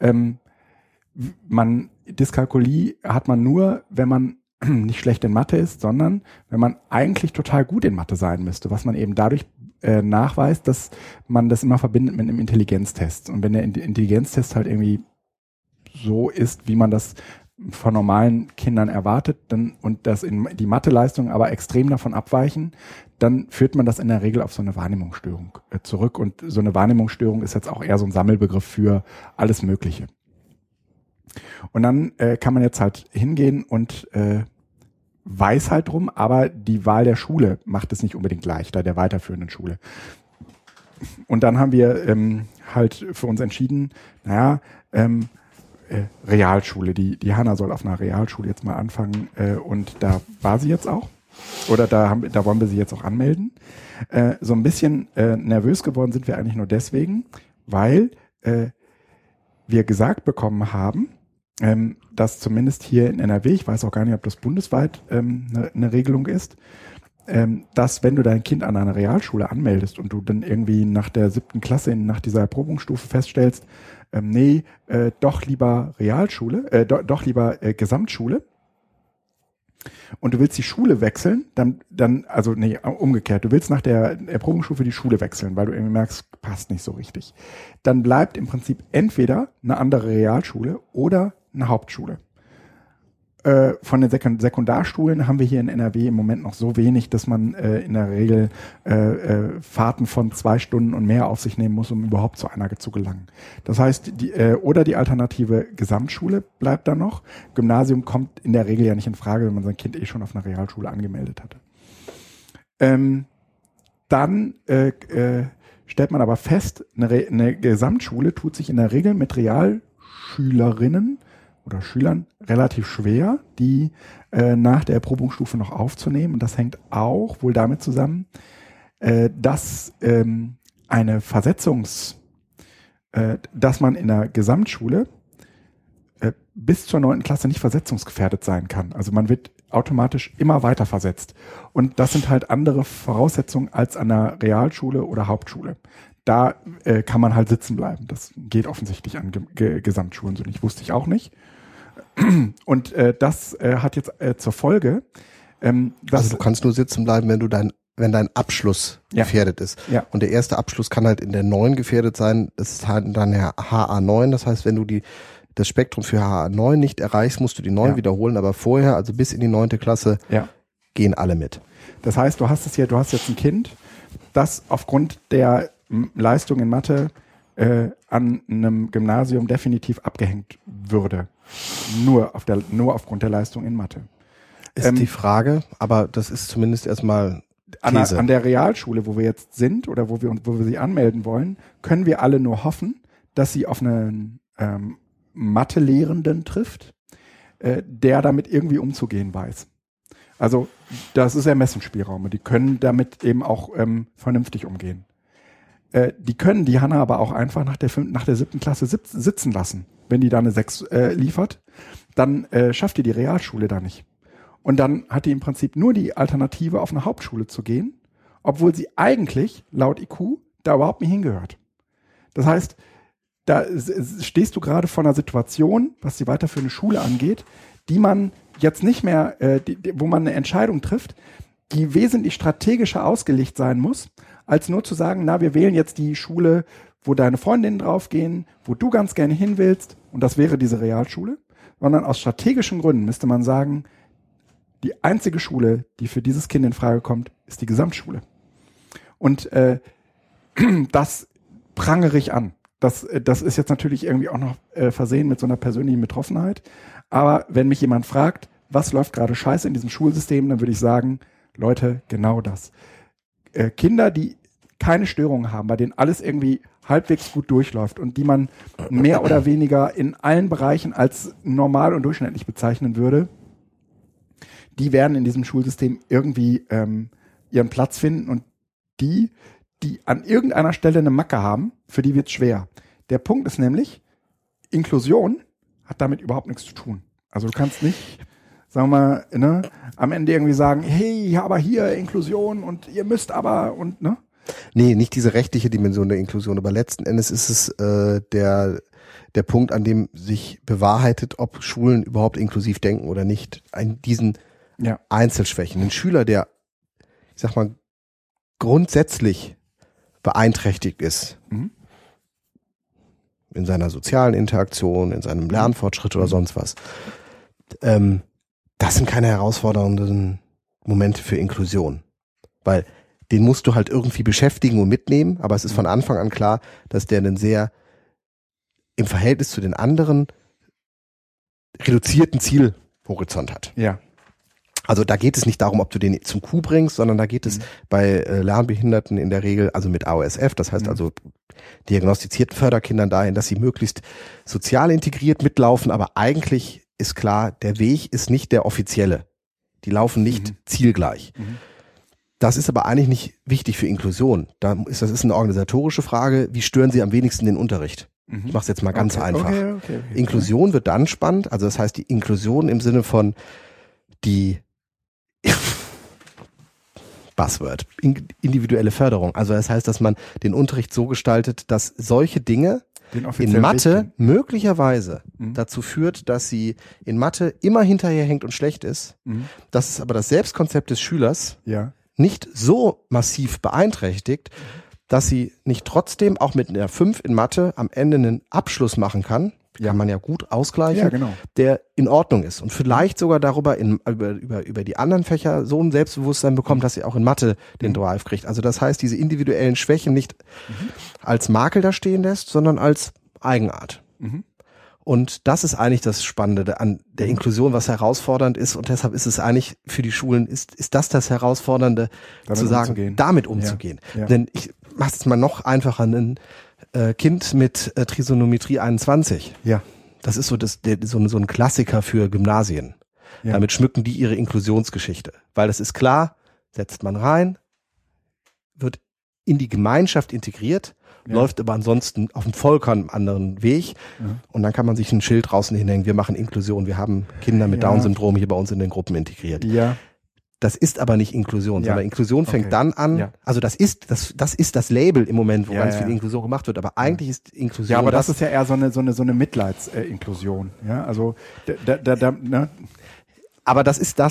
Dyskalkulie hat man nur, wenn man nicht schlecht in Mathe ist, sondern wenn man eigentlich total gut in Mathe sein müsste, was man eben dadurch nachweist, dass man das immer verbindet mit einem Intelligenztest. Und wenn der Intelligenztest halt irgendwie so ist, wie man das von normalen Kindern erwartet, dann und das in die Mathe-Leistungen aber extrem davon abweichen, dann führt man das in der Regel auf so eine Wahrnehmungsstörung zurück. Und so eine Wahrnehmungsstörung ist jetzt auch eher so ein Sammelbegriff für alles Mögliche. Und dann kann man jetzt halt hingehen und weiß halt drum, aber die Wahl der Schule macht es nicht unbedingt leichter, der weiterführenden Schule. Und dann haben wir halt für uns entschieden, Realschule. Die Hanna soll auf einer Realschule jetzt mal anfangen und da war sie jetzt auch. Oder da wollen wir sie jetzt auch anmelden. So ein bisschen nervös geworden sind wir eigentlich nur deswegen, weil wir gesagt bekommen haben, dass zumindest hier in NRW, ich weiß auch gar nicht, ob das bundesweit eine Regelung ist, dass wenn du dein Kind an einer Realschule anmeldest und du dann irgendwie nach der 7. Klasse, nach dieser Erprobungsstufe feststellst, doch lieber Realschule, doch lieber Gesamtschule und du willst die Schule wechseln, umgekehrt, du willst nach der Erprobungsstufe die Schule wechseln, weil du irgendwie merkst, passt nicht so richtig. Dann bleibt im Prinzip entweder eine andere Realschule oder eine Hauptschule. Von den Sekundarschulen haben wir hier in NRW im Moment noch so wenig, dass man in der Regel Fahrten von 2 Stunden und mehr auf sich nehmen muss, um überhaupt zu einer zu gelangen. Das heißt, die Alternative Gesamtschule bleibt da noch. Gymnasium kommt in der Regel ja nicht in Frage, wenn man sein Kind schon auf einer Realschule angemeldet hatte. Dann stellt man aber fest, eine Gesamtschule tut sich in der Regel mit Realschülerinnen oder Schülern relativ schwer, die nach der Erprobungsstufe noch aufzunehmen. Und das hängt auch wohl damit zusammen, dass eine dass man in der Gesamtschule bis zur 9. Klasse nicht versetzungsgefährdet sein kann. Also man wird automatisch immer weiter versetzt. Und das sind halt andere Voraussetzungen als an der Realschule oder Hauptschule. Da kann man halt sitzen bleiben. Das geht offensichtlich an Gesamtschulen so nicht. Wusste ich auch nicht. Und das hat jetzt zur Folge, dass... Also du kannst nur sitzen bleiben, wenn dein Abschluss gefährdet ist. Ja. Und der erste Abschluss kann halt in der 9 gefährdet sein. Das ist halt dann der HA9. Das heißt, wenn du das Spektrum für HA9 nicht erreichst, musst du die 9 wiederholen. Aber vorher, also bis in die 9. Klasse, gehen alle mit. Das heißt, du hast jetzt ein Kind, das aufgrund der Leistung in Mathe an einem Gymnasium definitiv abgehängt würde. Nur aufgrund der Leistung in Mathe. Ist die Frage, aber das ist zumindest erstmal an der Realschule, wo wir jetzt sind oder wo wir sie anmelden wollen, können wir alle nur hoffen, dass sie auf einen Mathe-Lehrenden trifft, der damit irgendwie umzugehen weiß. Also das ist Ermessensspielraum und die können damit eben auch vernünftig umgehen. Die können die Hanna aber auch einfach nach der 7. Klasse sitzen lassen. Wenn die da eine 6 liefert, dann schafft die Realschule da nicht. Und dann hat die im Prinzip nur die Alternative, auf eine Hauptschule zu gehen, obwohl sie eigentlich laut IQ da überhaupt nicht hingehört. Das heißt, da stehst du gerade vor einer Situation, was die weiterführende Schule angeht, die man jetzt nicht mehr, wo man eine Entscheidung trifft, die wesentlich strategischer ausgelegt sein muss, als nur zu sagen, na, wir wählen jetzt die Schule, wo deine Freundinnen draufgehen, wo du ganz gerne hin willst, und das wäre diese Realschule, sondern aus strategischen Gründen müsste man sagen, die einzige Schule, die für dieses Kind in Frage kommt, ist die Gesamtschule. Und das prangere ich an. Das ist jetzt natürlich irgendwie auch noch versehen mit so einer persönlichen Betroffenheit. Aber wenn mich jemand fragt, was läuft gerade scheiße in diesem Schulsystem, dann würde ich sagen, Leute, genau das. Kinder, die keine Störungen haben, bei denen alles irgendwie halbwegs gut durchläuft und die man mehr oder weniger in allen Bereichen als normal und durchschnittlich bezeichnen würde, die werden in diesem Schulsystem irgendwie ihren Platz finden, und die an irgendeiner Stelle eine Macke haben, für die wird es schwer. Der Punkt ist nämlich, Inklusion hat damit überhaupt nichts zu tun. Also du kannst nicht, sagen wir mal, am Ende irgendwie sagen, hey, aber hier Inklusion und ihr müsst aber und, ne? Nee, nicht diese rechtliche Dimension der Inklusion, aber letzten Endes ist es der Punkt, an dem sich bewahrheitet, ob Schulen überhaupt inklusiv denken oder nicht. Diesen Einzelschwächen. Ein Schüler, der, ich sag mal, grundsätzlich beeinträchtigt ist, in seiner sozialen Interaktion, in seinem Lernfortschritt oder sonst was, das sind keine herausfordernden Momente für Inklusion. Weil den musst du halt irgendwie beschäftigen und mitnehmen, aber es ist von Anfang an klar, dass der einen sehr im Verhältnis zu den anderen reduzierten Zielhorizont hat. Ja. Also da geht es nicht darum, ob du den zum Kuh bringst, sondern da geht es bei Lernbehinderten in der Regel, also mit AOSF, das heißt also diagnostizierten Förderkindern dahin, dass sie möglichst sozial integriert mitlaufen, aber eigentlich ist klar, der Weg ist nicht der offizielle. Die laufen nicht zielgleich. Das ist aber eigentlich nicht wichtig für Inklusion. Das ist eine organisatorische Frage, wie stören sie am wenigsten den Unterricht? Ich mache es jetzt mal ganz einfach. Okay. Inklusion wird dann spannend, also das heißt die Inklusion im Sinne von die Buzzword, individuelle Förderung. Also das heißt, dass man den Unterricht so gestaltet, dass solche Dinge in Mathe möglicherweise dazu führt, dass sie in Mathe immer hinterherhängt und schlecht ist, dass es aber das Selbstkonzept des Schülers nicht so massiv beeinträchtigt, dass sie nicht trotzdem auch mit einer 5 in Mathe am Ende einen Abschluss machen kann, kann man ja gut ausgleichen, der in Ordnung ist und vielleicht sogar darüber über die anderen Fächer so ein Selbstbewusstsein bekommt, dass sie auch in Mathe den Drive kriegt. Also das heißt, diese individuellen Schwächen nicht als Makel da stehen lässt, sondern als Eigenart. Und das ist eigentlich das Spannende an der Inklusion, was herausfordernd ist, und deshalb ist es eigentlich für die Schulen, ist das Herausfordernde, damit zu sagen, damit umzugehen. Ja. Denn ich mache es mal noch einfacher, ein Kind mit Trisonometrie 21. Ja. Das ist so ein Klassiker für Gymnasien. Ja. Damit schmücken die ihre Inklusionsgeschichte. Weil das ist klar, setzt man rein, wird in die Gemeinschaft integriert, läuft aber ansonsten auf einem vollkommen anderen Weg. Und dann kann man sich ein Schild draußen hinhängen, wir machen Inklusion, wir haben Kinder mit Down-Syndrom hier bei uns in den Gruppen integriert. Ja. Das ist aber nicht Inklusion, sondern Inklusion fängt dann an, also das ist das Label im Moment, wo ganz viel Inklusion gemacht wird, aber eigentlich ist Inklusion. Ja, aber das ist ja eher so eine Mitleids-Inklusion, ja, also ne? Aber das ist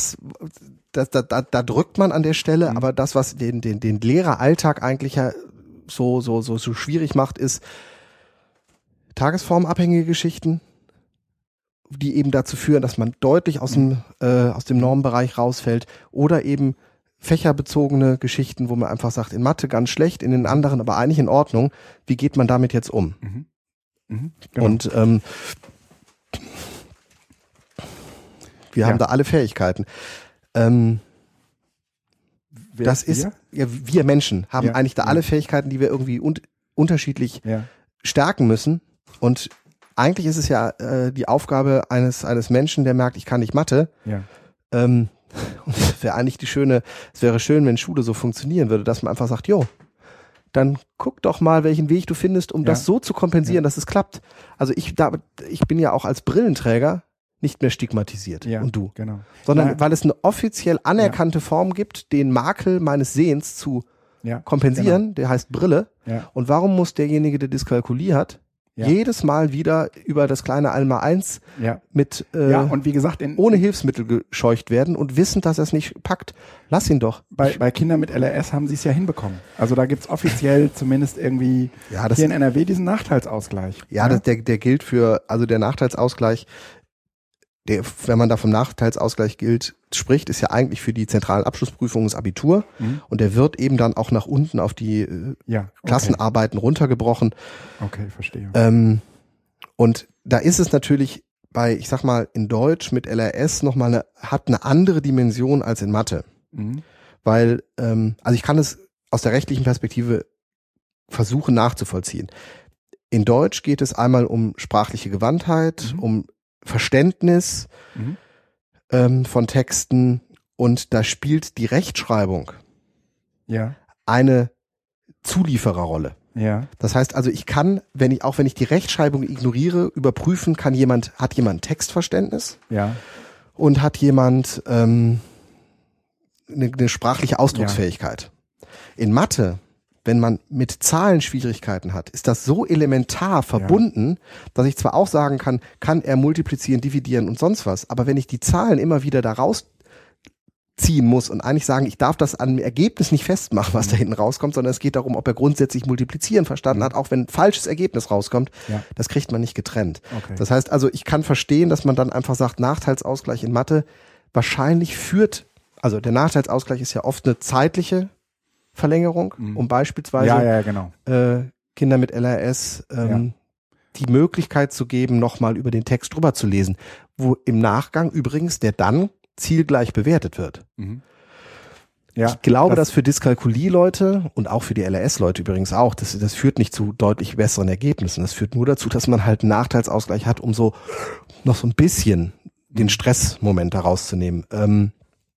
da drückt man an der Stelle, aber das, was den Lehreralltag eigentlich ja so schwierig macht, ist tagesformabhängige Geschichten, die eben dazu führen, dass man deutlich aus dem Normbereich rausfällt, oder eben fächerbezogene Geschichten, wo man einfach sagt, in Mathe ganz schlecht, in den anderen aber eigentlich in Ordnung. Wie geht man damit jetzt um? Genau. Und wir haben da alle Fähigkeiten. das ist, ja, wir Menschen haben eigentlich da alle Fähigkeiten, die wir irgendwie unterschiedlich stärken müssen. Und eigentlich ist es ja die Aufgabe eines Menschen, der merkt, ich kann nicht Mathe. Ja. Und es wäre eigentlich es wäre schön, wenn Schule so funktionieren würde, dass man einfach sagt, jo, dann guck doch mal, welchen Weg du findest, um das so zu kompensieren, dass es klappt. Also ich bin ja auch als Brillenträger nicht mehr stigmatisiert. Ja, und du. Genau. Sondern weil es eine offiziell anerkannte Form gibt, den Makel meines Sehens zu kompensieren, der heißt Brille. Ja. Und warum muss derjenige, der Dyskalkulie hat, jedes Mal wieder über das kleine 1x1 mit und wie gesagt, ohne Hilfsmittel gescheucht werden und wissend, dass er es nicht packt? Lass ihn doch. Bei Kindern mit LRS haben sie es ja hinbekommen. Also da gibt's offiziell zumindest irgendwie hier in NRW diesen Nachteilsausgleich. Ja, der gilt also der Nachteilsausgleich, wenn man da vom Nachteilsausgleich spricht, ist ja eigentlich für die zentralen Abschlussprüfungen das Abitur. Und der wird eben dann auch nach unten auf die Klassenarbeiten runtergebrochen. Okay, verstehe. Und da ist es natürlich ich sag mal, in Deutsch mit LRS hat eine andere Dimension als in Mathe. Weil, also ich kann es aus der rechtlichen Perspektive versuchen nachzuvollziehen. In Deutsch geht es einmal um sprachliche Gewandtheit, um Verständnis von Texten, und da spielt die Rechtschreibung eine Zuliefererrolle. Ja. Das heißt also, ich kann, wenn ich die Rechtschreibung ignoriere, überprüfen, hat jemand Textverständnis und hat jemand eine sprachliche Ausdrucksfähigkeit. In Mathe, wenn man mit Zahlen Schwierigkeiten hat, ist das so elementar verbunden, dass ich zwar auch sagen kann er multiplizieren, dividieren und sonst was, aber wenn ich die Zahlen immer wieder da rausziehen muss und eigentlich sagen, ich darf das an dem Ergebnis nicht festmachen, was da hinten rauskommt, sondern es geht darum, ob er grundsätzlich multiplizieren verstanden hat, auch wenn ein falsches Ergebnis rauskommt, das kriegt man nicht getrennt. Okay. Das heißt also, ich kann verstehen, dass man dann einfach sagt, Nachteilsausgleich in Mathe wahrscheinlich also der Nachteilsausgleich ist ja oft eine zeitliche Verlängerung, um beispielsweise Kinder mit LRS die Möglichkeit zu geben, nochmal über den Text drüber zu lesen, wo im Nachgang übrigens der dann zielgleich bewertet wird. Ich glaube, dass für Dyskalkulie-Leute und auch für die LRS-Leute übrigens auch, das führt nicht zu deutlich besseren Ergebnissen. Das führt nur dazu, dass man halt einen Nachteilsausgleich hat, um noch so ein bisschen den Stressmoment da rauszunehmen.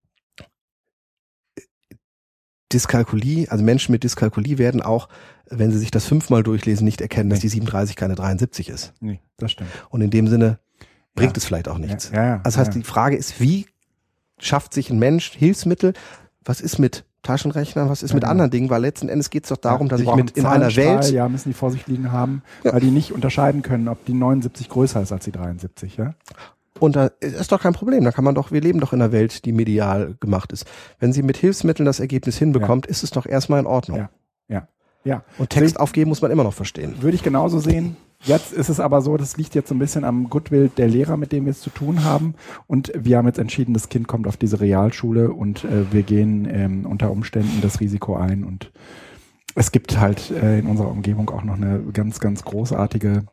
Dyskalkulie, also Menschen mit Dyskalkulie werden auch, wenn sie sich das 5-mal durchlesen, nicht erkennen, dass die 37 keine 73 ist. Nee, das stimmt. Und in dem Sinne bringt es vielleicht auch nichts. Also heißt, die Frage ist, wie schafft sich ein Mensch Hilfsmittel? Was ist mit Taschenrechnern? Was ist mit anderen Dingen? Weil letzten Endes geht es doch darum, dass ich in einer Welt... Ja, müssen die vor sich liegen haben, weil die nicht unterscheiden können, ob die 79 größer ist als die 73, ja? Und da ist doch kein Problem. Wir leben doch in einer Welt, die medial gemacht ist. Wenn sie mit Hilfsmitteln das Ergebnis hinbekommt, ist es doch erstmal in Ordnung. Ja. Und Text aufgeben muss man immer noch verstehen. Würde ich genauso sehen. Jetzt ist es aber so, das liegt jetzt so ein bisschen am Goodwill der Lehrer, mit dem wir es zu tun haben. Und wir haben jetzt entschieden, das Kind kommt auf diese Realschule und wir gehen unter Umständen das Risiko ein. Und es gibt halt in unserer Umgebung auch noch eine ganz, ganz großartige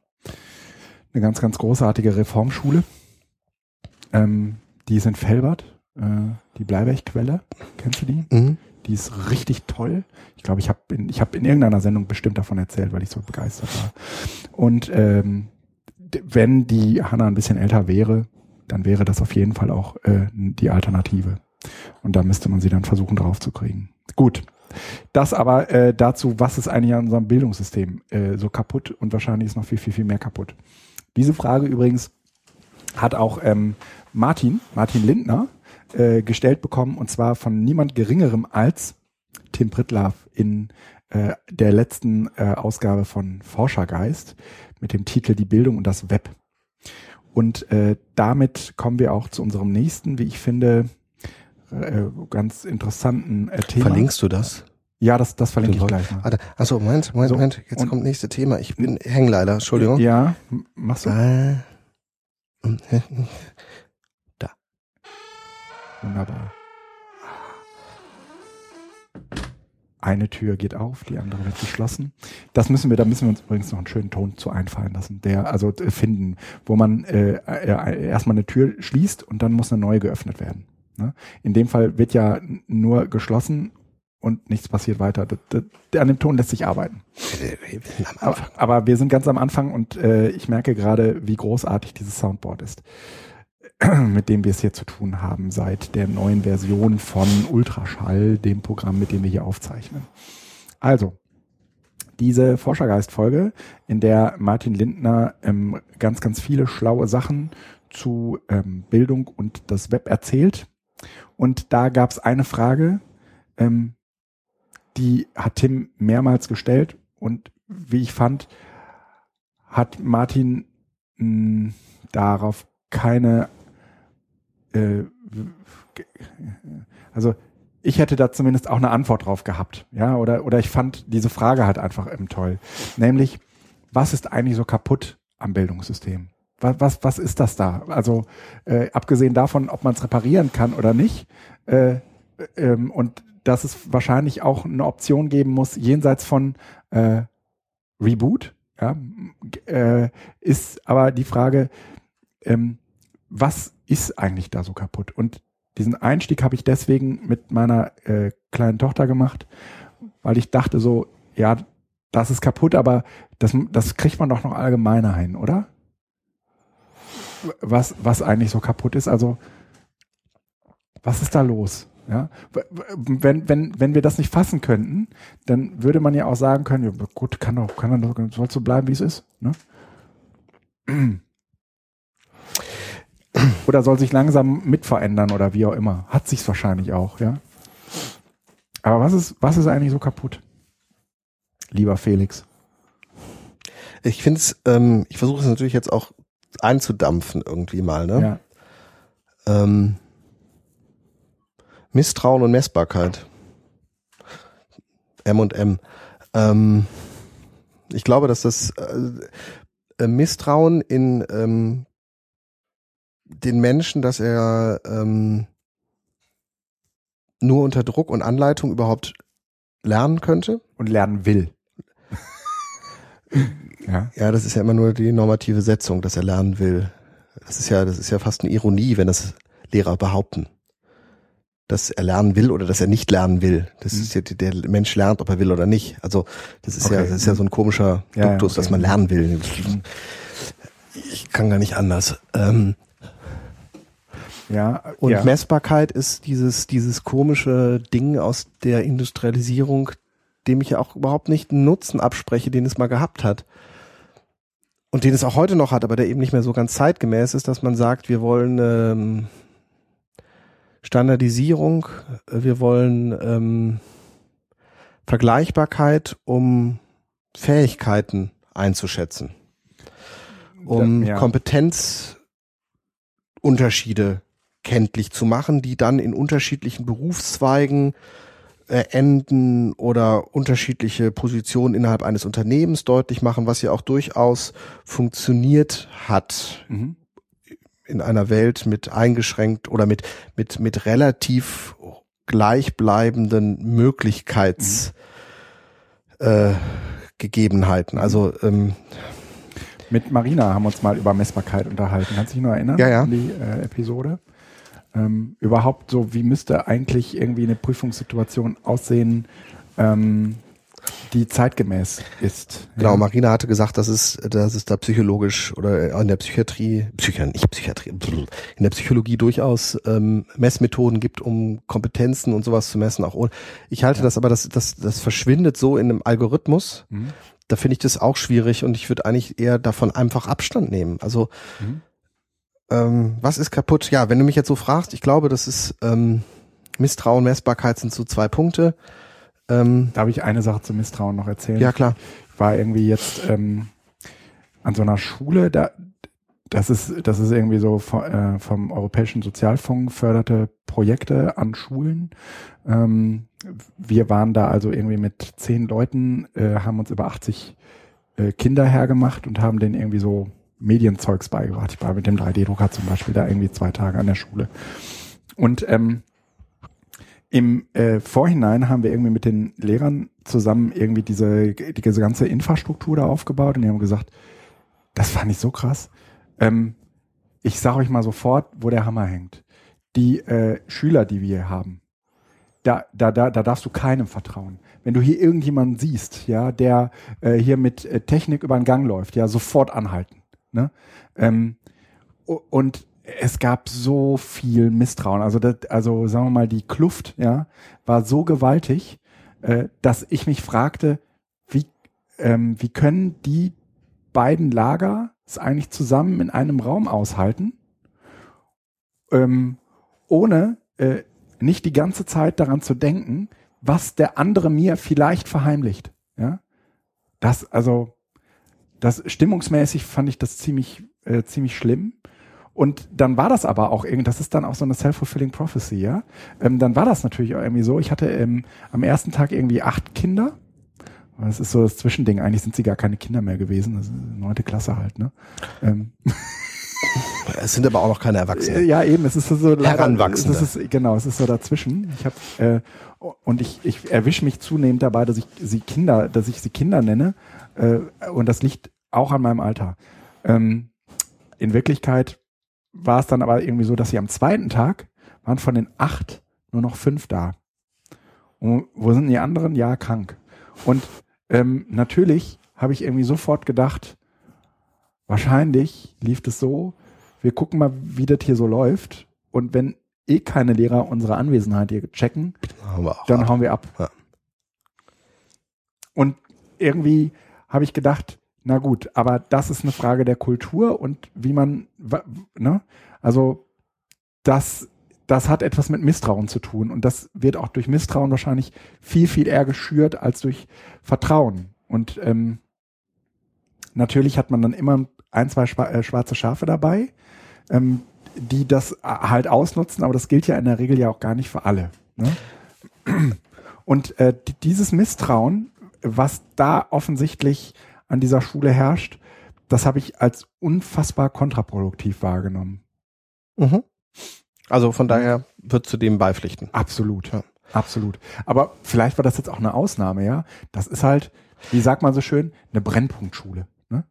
Reformschule. Die ist in Velbert, die Bleibergquelle. Kennst du die? Die ist richtig toll. Ich glaube, ich habe in irgendeiner Sendung bestimmt davon erzählt, weil ich so begeistert war. Und wenn die Hanna ein bisschen älter wäre, dann wäre das auf jeden Fall auch die Alternative. Und da müsste man sie dann versuchen drauf zu kriegen. Gut. Das aber dazu, was ist eigentlich an unserem Bildungssystem so kaputt, und wahrscheinlich ist noch viel, viel, viel mehr kaputt. Diese Frage übrigens hat auch Martin Lindner gestellt bekommen, und zwar von niemand Geringerem als Tim Pritlove in der letzten Ausgabe von Forschergeist mit dem Titel Die Bildung und das Web. Und damit kommen wir auch zu unserem nächsten, wie ich finde, ganz interessanten Thema. Verlinkst du das? Ja, das verlinke ich gleich mal. Achso, Moment. Jetzt kommt nächste Thema. Ich hänge leider, Entschuldigung. Ja, machst du? Da. Wunderbar. Eine Tür geht auf, die andere wird geschlossen. Da müssen wir uns übrigens noch einen schönen Ton zu einfallen lassen, finden, wo man erstmal eine Tür schließt und dann muss eine neue geöffnet werden. Ne? In dem Fall wird ja nur geschlossen und nichts passiert weiter. An dem Ton lässt sich arbeiten. Aber wir sind ganz am Anfang und ich merke gerade, wie großartig dieses Soundboard ist, mit dem wir es hier zu tun haben, seit der neuen Version von Ultraschall, dem Programm, mit dem wir hier aufzeichnen. Also, diese Forschergeist-Folge, in der Martin Lindner ganz, ganz viele schlaue Sachen zu Bildung und das Web erzählt. Und da gab es eine Frage, die hat Tim mehrmals gestellt und wie ich fand, hat Martin darauf keine, also ich hätte da zumindest auch eine Antwort drauf gehabt, ja, oder ich fand diese Frage halt einfach toll. Nämlich, was ist eigentlich so kaputt am Bildungssystem? Was ist das da? Also abgesehen davon, ob man es reparieren kann oder nicht, und dass es wahrscheinlich auch eine Option geben muss, jenseits von Reboot, ja, ist aber die Frage, was ist eigentlich da so kaputt? Und diesen Einstieg habe ich deswegen mit meiner kleinen Tochter gemacht, weil ich dachte so, ja, das ist kaputt, aber das kriegt man doch noch allgemeiner hin, oder? Was eigentlich so kaputt ist, also was ist da los? Ja, wenn wir das nicht fassen könnten, dann würde man ja auch sagen können, ja, gut, soll so bleiben, wie es ist, ne? Oder soll sich langsam mitverändern oder wie auch immer. Hat sich's wahrscheinlich auch, ja. Aber was ist eigentlich so kaputt? Lieber Felix. Ich finde es, ich versuche es natürlich jetzt auch einzudampfen irgendwie mal, ne? Ja. Misstrauen und Messbarkeit. M&M. Ich glaube, dass das Misstrauen in den Menschen, dass er nur unter Druck und Anleitung überhaupt lernen könnte. Und lernen will. Ja, das ist ja immer nur die normative Setzung, dass er lernen will. Das ist ja fast eine Ironie, wenn das Lehrer behaupten. Dass er lernen will oder dass er nicht lernen will. Das ist ja, der Mensch lernt, ob er will oder nicht. Also das ist ja so ein komischer Duktus, dass man lernen will. Ich kann gar nicht anders. Und Messbarkeit ist dieses komische Ding aus der Industrialisierung, dem ich ja auch überhaupt nicht einen Nutzen abspreche, den es mal gehabt hat. Und den es auch heute noch hat, aber der eben nicht mehr so ganz zeitgemäß ist, dass man sagt, wir wollen Standardisierung, wir wollen Vergleichbarkeit, um Fähigkeiten einzuschätzen, um Kompetenzunterschiede kenntlich zu machen, die dann in unterschiedlichen Berufszweigen enden oder unterschiedliche Positionen innerhalb eines Unternehmens deutlich machen, was ja auch durchaus funktioniert hat in einer Welt mit eingeschränkt oder mit relativ gleichbleibenden Möglichkeitsgegebenheiten. Also mit Marina haben wir uns mal über Messbarkeit unterhalten. Kannst du dich noch erinnern an die Episode? Überhaupt so, wie müsste eigentlich irgendwie eine Prüfungssituation aussehen, die zeitgemäß ist. Genau, Marina hatte gesagt, dass es da psychologisch oder in der Psychiatrie, in der Psychologie durchaus Messmethoden gibt, um Kompetenzen und sowas zu messen. Auch ich halte das aber, das verschwindet so in einem Algorithmus. Da finde ich das auch schwierig und ich würde eigentlich eher davon einfach Abstand nehmen. Also was ist kaputt? Ja, wenn du mich jetzt so fragst, ich glaube, das ist Misstrauen, Messbarkeit sind so 2 Punkte. Darf ich eine Sache zum Misstrauen noch erzählen? Ja, klar. Ich war irgendwie jetzt an so einer Schule, das ist irgendwie so vom Europäischen Sozialfonds förderte Projekte an Schulen. Wir waren da also irgendwie mit 10 Leuten, haben uns über 80 Kinder hergemacht und haben denen irgendwie so Medienzeugs beigebracht. Ich war mit dem 3D-Drucker zum Beispiel da irgendwie 2 Tage an der Schule. Und im Vorhinein haben wir irgendwie mit den Lehrern zusammen irgendwie diese ganze Infrastruktur da aufgebaut und die haben gesagt, das fand ich so krass. Ich sage euch mal sofort, wo der Hammer hängt. Die Schüler, die wir hier haben, da darfst du keinem vertrauen. Wenn du hier irgendjemanden siehst, ja, der hier mit Technik über den Gang läuft, ja, sofort anhalten. Ne? Und es gab so viel Misstrauen. Also sagen wir mal, die Kluft, ja, war so gewaltig, dass ich mich fragte, wie können die beiden Lager es eigentlich zusammen in einem Raum aushalten, ohne nicht die ganze Zeit daran zu denken, was der andere mir vielleicht verheimlicht. Ja, das stimmungsmäßig fand ich das ziemlich schlimm. Und dann war das aber auch irgendwie, das ist dann auch so eine self-fulfilling prophecy, ja. Dann war das natürlich auch irgendwie so. Ich hatte am ersten Tag irgendwie 8 Kinder. Das ist so das Zwischending. Eigentlich sind sie gar keine Kinder mehr gewesen. Das ist 9. Klasse halt, ne? Es sind aber auch noch keine Erwachsenen. Ja, eben. Es ist so Heranwachsende. Es ist so dazwischen. Ich erwische mich zunehmend dabei, dass ich sie Kinder nenne. Und das liegt auch an meinem Alter. In Wirklichkeit war es dann aber irgendwie so, dass sie am 2. Tag waren von den 8 nur noch 5 da. Und wo sind die anderen? Ja, krank. Und natürlich habe ich irgendwie sofort gedacht, wahrscheinlich lief es so, wir gucken mal, wie das hier so läuft. Und wenn keine Lehrer unsere Anwesenheit hier checken, dann hauen wir ab. Ja. Und irgendwie habe ich gedacht, na gut, aber das ist eine Frage der Kultur und wie man, ne? Also das hat etwas mit Misstrauen zu tun und das wird auch durch Misstrauen wahrscheinlich viel, viel eher geschürt als durch Vertrauen. Und natürlich hat man dann immer 1, 2 schwarze Schafe dabei, die das halt ausnutzen, aber das gilt ja in der Regel ja auch gar nicht für alle. Ne? Und dieses Misstrauen, was da offensichtlich an dieser Schule herrscht, das habe ich als unfassbar kontraproduktiv wahrgenommen. Mhm. Also von daher würdest du dem beipflichten. Absolut, ja. Absolut. Aber vielleicht war das jetzt auch eine Ausnahme, ja. Das ist halt, wie sagt man so schön, eine Brennpunktschule. Ne?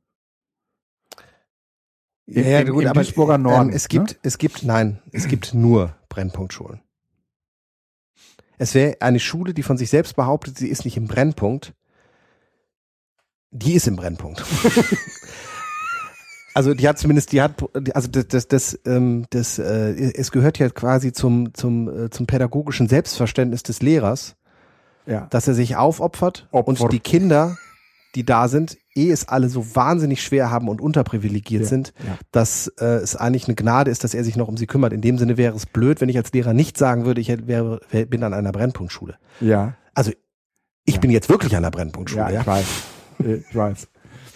Im Duisburger Norden. Es gibt nur Brennpunktschulen. Es wäre eine Schule, die von sich selbst behauptet, sie ist nicht im Brennpunkt. Die ist im Brennpunkt. Also es gehört ja quasi zum pädagogischen Selbstverständnis des Lehrers, ja, dass er sich aufopfert und die Kinder, die da sind, es alle so wahnsinnig schwer haben und unterprivilegiert sind, dass es eigentlich eine Gnade ist, dass er sich noch um sie kümmert. In dem Sinne wäre es blöd, wenn ich als Lehrer nicht sagen würde, ich bin an einer Brennpunktschule. Ja. Also ich bin jetzt wirklich an einer Brennpunktschule. Ja, ich weiß.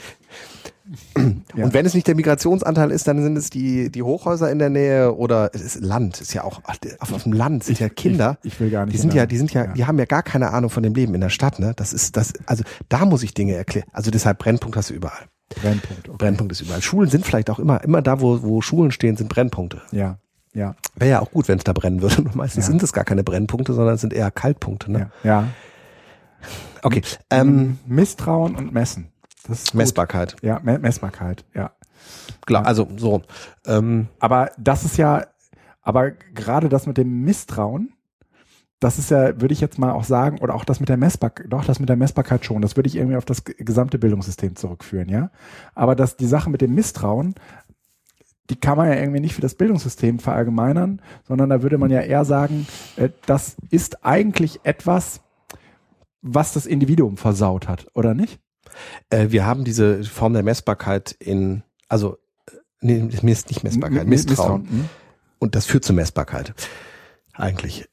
Und wenn es nicht der Migrationsanteil ist, dann sind es die Hochhäuser in der Nähe oder es ist Land, ist ja auch auf dem Land sind ja Kinder. Ich will gar nicht. Die haben ja gar keine Ahnung von dem Leben in der Stadt, ne? Also da muss ich Dinge erklären. Also deshalb Brennpunkt hast du überall. Brennpunkt. Okay. Brennpunkt ist überall. Schulen sind vielleicht auch immer da, wo Schulen stehen, sind Brennpunkte. Ja. Ja. Wäre ja auch gut, wenn es da brennen würde. Und meistens sind es gar keine Brennpunkte, sondern es sind eher Kaltpunkte, ne? Ja. Okay. Misstrauen und Messen. Das ist Messbarkeit. Ja, Messbarkeit, ja. Klar, also so. Aber das ist ja, gerade das mit dem Misstrauen, das ist ja, würde ich jetzt mal auch sagen, oder auch das mit der Messbarkeit schon, das würde ich irgendwie auf das gesamte Bildungssystem zurückführen, ja. Aber die Sache mit dem Misstrauen, die kann man ja irgendwie nicht für das Bildungssystem verallgemeinern, sondern da würde man ja eher sagen, das ist eigentlich etwas, was das Individuum versaut hat, oder nicht? Wir haben diese Form der Messbarkeit nicht Messbarkeit, Misstrauen. Und das führt zur Messbarkeit. Eigentlich.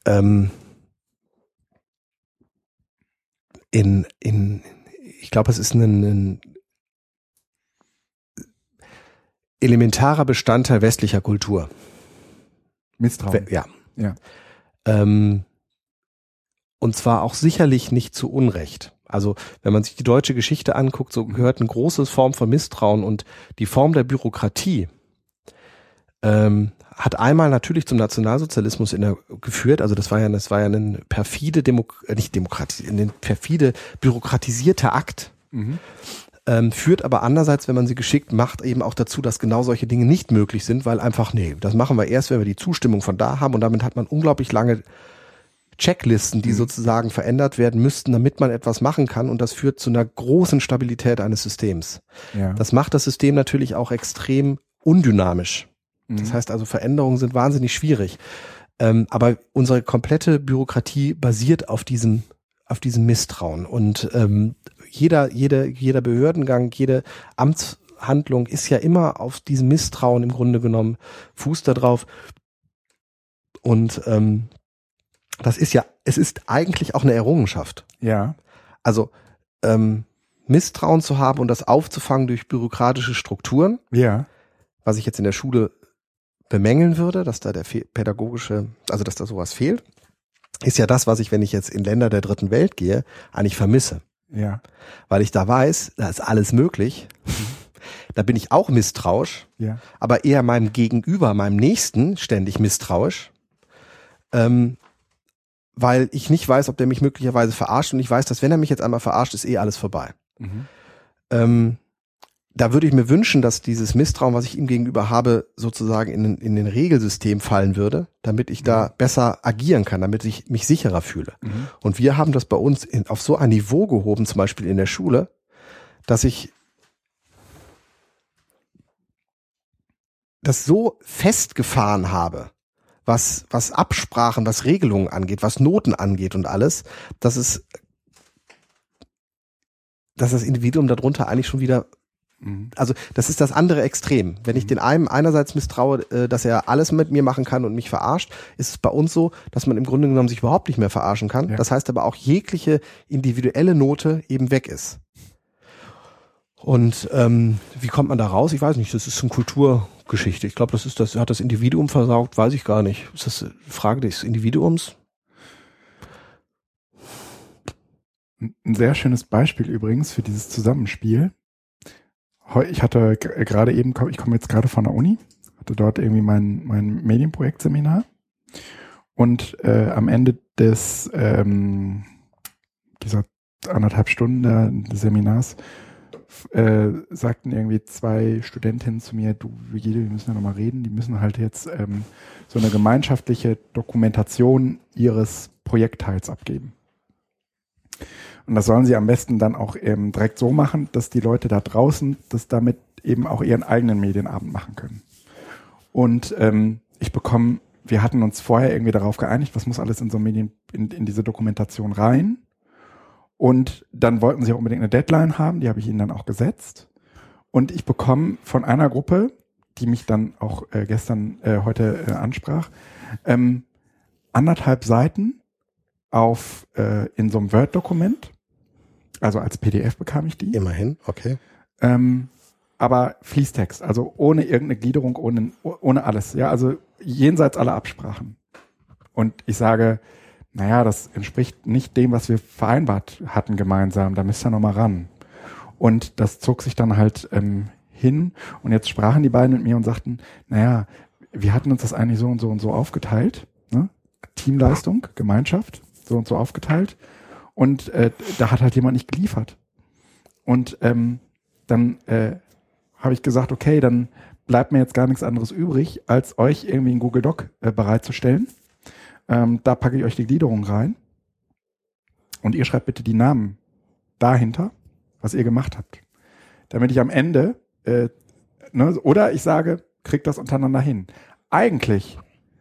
Ich glaube, es ist ein elementarer Bestandteil westlicher Kultur. Misstrauen. Ja. Ja. Und zwar auch sicherlich nicht zu Unrecht. Also wenn man sich die deutsche Geschichte anguckt, so gehört eine große Form von Misstrauen und die Form der Bürokratie hat einmal natürlich zum Nationalsozialismus geführt. Also das war ja ein perfide perfide bürokratisierter Akt. Führt aber andererseits, wenn man sie geschickt macht, eben auch dazu, dass genau solche Dinge nicht möglich sind, weil einfach, das machen wir erst, wenn wir die Zustimmung von da haben und damit hat man unglaublich lange Checklisten, die sozusagen verändert werden müssten, damit man etwas machen kann. Und das führt zu einer großen Stabilität eines Systems. Ja. Das macht das System natürlich auch extrem undynamisch. Das heißt also, Veränderungen sind wahnsinnig schwierig. Aber unsere komplette Bürokratie basiert auf diesem Misstrauen. Und jeder Behördengang, jede Amtshandlung ist ja immer auf diesem Misstrauen im Grunde genommen, fußt da drauf. Und es ist eigentlich auch eine Errungenschaft. Ja. Also Misstrauen zu haben und das aufzufangen durch bürokratische Strukturen. Ja. Was ich jetzt in der Schule bemängeln würde, dass da dass da sowas fehlt, ist ja das, was ich, wenn ich jetzt in Länder der dritten Welt gehe, eigentlich vermisse. Ja. Weil ich da weiß, da ist alles möglich. Da bin ich auch misstrauisch, Ja. aber eher meinem Gegenüber, meinem Nächsten ständig misstrauisch, weil ich nicht weiß, ob der mich möglicherweise verarscht, und ich weiß, dass wenn er mich jetzt einmal verarscht, ist alles vorbei. Da würde ich mir wünschen, dass dieses Misstrauen, was ich ihm gegenüber habe, sozusagen in den Regelsystem fallen würde, damit ich da besser agieren kann, damit ich mich sicherer fühle. Und wir haben das bei uns auf so ein Niveau gehoben, zum Beispiel in der Schule, dass ich das so festgefahren habe, was Absprachen, was Regelungen angeht, was Noten angeht und alles, dass das Individuum darunter eigentlich schon wieder, also das ist das andere Extrem. Wenn ich den einen einerseits misstraue, dass er alles mit mir machen kann und mich verarscht, ist es bei uns so, dass man im Grunde genommen sich überhaupt nicht mehr verarschen kann. Ja. Das heißt aber auch, jegliche individuelle Note eben weg ist. Und wie kommt man da raus? Ich weiß nicht, das ist eine Kulturgeschichte. Ich glaube, hat das Individuum versaugt, weiß ich gar nicht. Ist das eine Frage des Individuums? Ein sehr schönes Beispiel übrigens für dieses Zusammenspiel. Ich hatte gerade eben, ich komme jetzt gerade von der Uni, hatte dort irgendwie mein Medienprojektseminar, und am Ende dieser 1,5 Stunden des Seminars sagten irgendwie 2 Studentinnen zu mir, du Vigil, wir müssen ja nochmal reden, die müssen halt jetzt so eine gemeinschaftliche Dokumentation ihres Projektteils abgeben. Und das sollen sie am besten dann auch direkt so machen, dass die Leute da draußen das damit eben auch ihren eigenen Medienabend machen können. Und wir hatten uns vorher irgendwie darauf geeinigt, was muss alles in so Medien, in diese Dokumentation rein. Und dann wollten sie auch unbedingt eine Deadline haben, die habe ich ihnen dann auch gesetzt. Und ich bekomme von einer Gruppe, die mich dann auch heute ansprach, 1,5 Seiten in so einem Word-Dokument, also als PDF bekam ich die. Immerhin, okay. Aber Fließtext, also ohne irgendeine Gliederung, ohne alles. Ja, also jenseits aller Absprachen. Und ich sage, naja, das entspricht nicht dem, was wir vereinbart hatten gemeinsam. Da müsst ihr noch mal ran. Und das zog sich dann halt hin. Und jetzt sprachen die beiden mit mir und sagten, naja, wir hatten uns das eigentlich so und so und so aufgeteilt. Ne? Teamleistung, Gemeinschaft, so und so aufgeteilt. Und da hat halt jemand nicht geliefert. Und dann habe ich gesagt, okay, dann bleibt mir jetzt gar nichts anderes übrig, als euch irgendwie einen Google Doc bereitzustellen. Da packe ich euch die Gliederung rein. Und ihr schreibt bitte die Namen dahinter, was ihr gemacht habt. Damit ich am Ende, oder ich sage, kriegt das untereinander hin. Eigentlich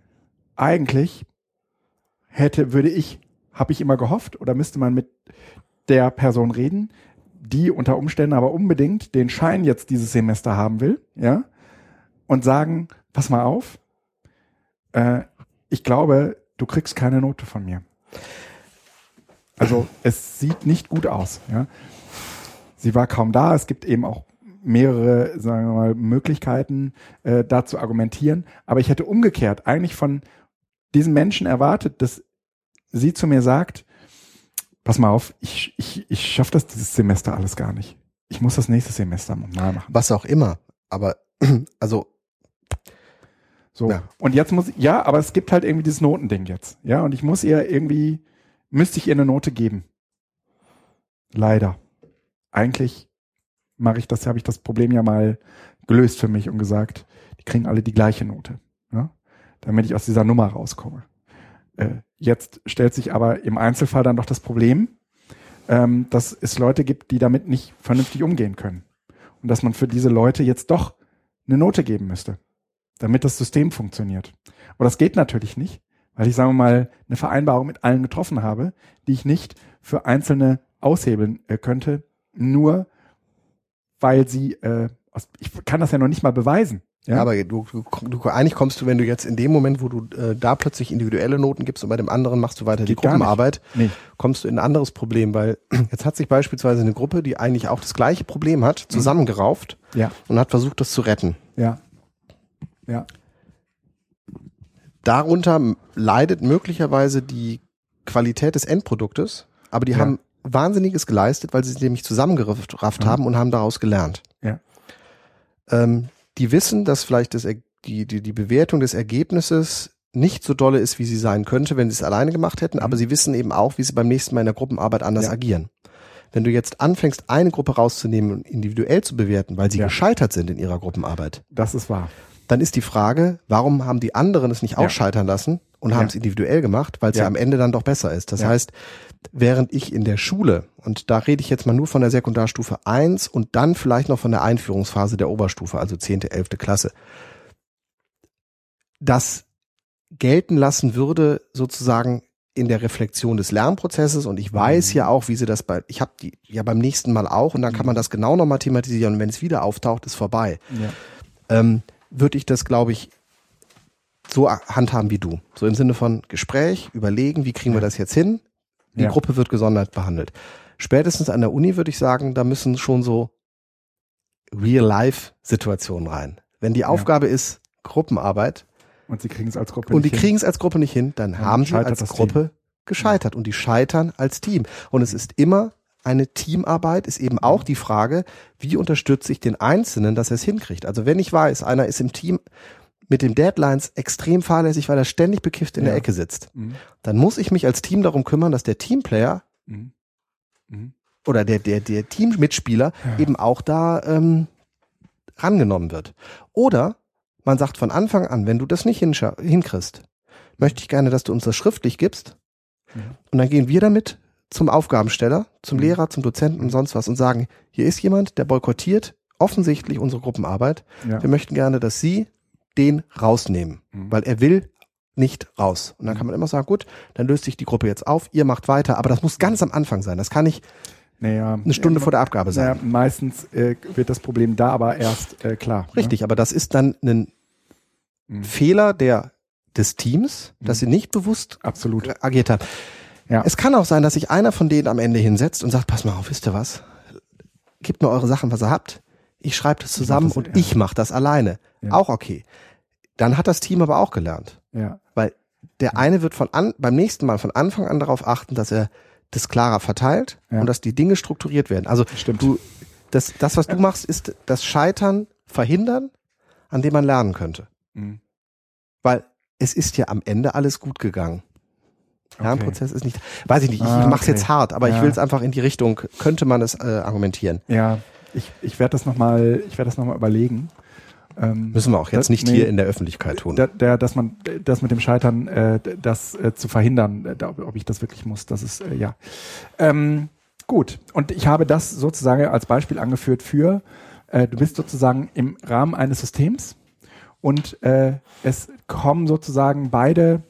habe ich immer gehofft, oder müsste man mit der Person reden, die unter Umständen aber unbedingt den Schein jetzt dieses Semester haben will, ja, und sagen, pass mal auf, ich glaube, du kriegst keine Note von mir. Also es sieht nicht gut aus, ja. Sie war kaum da, es gibt eben auch mehrere, sagen wir mal, Möglichkeiten, da zu argumentieren, aber ich hätte umgekehrt eigentlich von diesen Menschen erwartet, dass sie zu mir sagt, pass mal auf, ich schaffe das dieses Semester alles gar nicht. Ich muss das nächste Semester mal machen. Was auch immer, aber also so. Ja. Und jetzt aber es gibt halt irgendwie dieses Notending jetzt. Ja, und müsste ich ihr eine Note geben. Leider. Eigentlich habe ich das Problem ja mal gelöst für mich und gesagt, die kriegen alle die gleiche Note. Ja? Damit ich aus dieser Nummer rauskomme. Jetzt stellt sich aber im Einzelfall dann doch das Problem, dass es Leute gibt, die damit nicht vernünftig umgehen können. Und dass man für diese Leute jetzt doch eine Note geben müsste, damit das System funktioniert. Aber das geht natürlich nicht, weil ich, sagen wir mal, eine Vereinbarung mit allen getroffen habe, die ich nicht für Einzelne aushebeln könnte, nur weil sie, ich kann das ja noch nicht mal beweisen. Ja, aber du eigentlich kommst du, wenn du jetzt in dem Moment, wo du da plötzlich individuelle Noten gibst und bei dem anderen machst du weiter die Gruppenarbeit, kommst du in ein anderes Problem, weil jetzt hat sich beispielsweise eine Gruppe, die eigentlich auch das gleiche Problem hat, zusammengerauft und hat versucht, das zu retten. Ja. Darunter leidet möglicherweise die Qualität des Endproduktes, aber die haben Wahnsinniges geleistet, weil sie sich nämlich zusammengerafft haben und haben daraus gelernt. Ja. Die wissen, dass vielleicht die Bewertung des Ergebnisses nicht so dolle ist, wie sie sein könnte, wenn sie es alleine gemacht hätten, aber sie wissen eben auch, wie sie beim nächsten Mal in der Gruppenarbeit anders agieren. Wenn du jetzt anfängst, eine Gruppe rauszunehmen und individuell zu bewerten, weil sie gescheitert sind in ihrer Gruppenarbeit. Das ist wahr. Dann ist die Frage, warum haben die anderen es nicht auch scheitern lassen und haben es individuell gemacht, weil es ja am Ende dann doch besser ist. Das heißt, während ich in der Schule, und da rede ich jetzt mal nur von der Sekundarstufe 1 und dann vielleicht noch von der Einführungsphase der Oberstufe, also 10., 11. Klasse, das gelten lassen würde sozusagen in der Reflexion des Lernprozesses, und ich weiß ja auch, wie sie das ich habe die ja beim nächsten Mal auch, und dann kann man das genau nochmal thematisieren, und wenn es wieder auftaucht, ist vorbei. Würde ich das, glaube ich, so handhaben wie du. So im Sinne von Gespräch, überlegen, wie kriegen wir das jetzt hin? Die Gruppe wird gesondert behandelt. Spätestens an der Uni würde ich sagen, da müssen schon so Real-Life-Situationen rein. Wenn die Aufgabe ist Gruppenarbeit und sie kriegen es als Gruppe und die kriegen es als Gruppe nicht hin, dann haben sie als Gruppe gescheitert und die scheitern als Team. Und es ist immer eine Teamarbeit, ist eben auch die Frage, wie unterstütze ich den Einzelnen, dass er es hinkriegt. Also wenn ich weiß, einer ist im Team mit den Deadlines extrem fahrlässig, weil er ständig bekifft in der Ecke sitzt, dann muss ich mich als Team darum kümmern, dass der Teamplayer oder der Teammitspieler eben auch da rangenommen wird. Oder man sagt von Anfang an, wenn du das nicht hinkriegst, möchte ich gerne, dass du uns das schriftlich gibst, und dann gehen wir damit zum Aufgabensteller, zum Lehrer, zum Dozenten und sonst was und sagen, hier ist jemand, der boykottiert offensichtlich unsere Gruppenarbeit. Wir möchten gerne, dass Sie den rausnehmen, weil er will nicht raus. Und dann kann man immer sagen, gut, dann löst sich die Gruppe jetzt auf, ihr macht weiter, aber das muss ganz am Anfang sein. Das kann nicht eine Stunde vor der Abgabe sein. Meistens wird das Problem da aber erst klar. Richtig, aber das ist dann ein Fehler des Teams, dass sie nicht bewusst agiert haben. Ja. Es kann auch sein, dass sich einer von denen am Ende hinsetzt und sagt, pass mal auf, wisst ihr was? Gebt mir eure Sachen, was ihr habt. Ich schreibe das zusammen und ich mache das alleine. Ja. Auch okay. Dann hat das Team aber auch gelernt. Ja. Weil der eine wird beim nächsten Mal von Anfang an darauf achten, dass er das klarer verteilt und dass die Dinge strukturiert werden. Also das, was du machst, ist das Scheitern verhindern, an dem man lernen könnte. Weil es ist ja am Ende alles gut gegangen. Lernprozess ist nicht, weiß ich nicht, ich mache es jetzt hart, aber ich will es einfach in die Richtung, könnte man es argumentieren. Ja, ich werde das nochmal überlegen. Müssen wir auch jetzt nicht hier in der Öffentlichkeit tun. Dass man das mit dem Scheitern, das zu verhindern, ob ich das wirklich muss, das ist, gut. Und ich habe das sozusagen als Beispiel angeführt für, du bist sozusagen im Rahmen eines Systems und es kommen sozusagen beide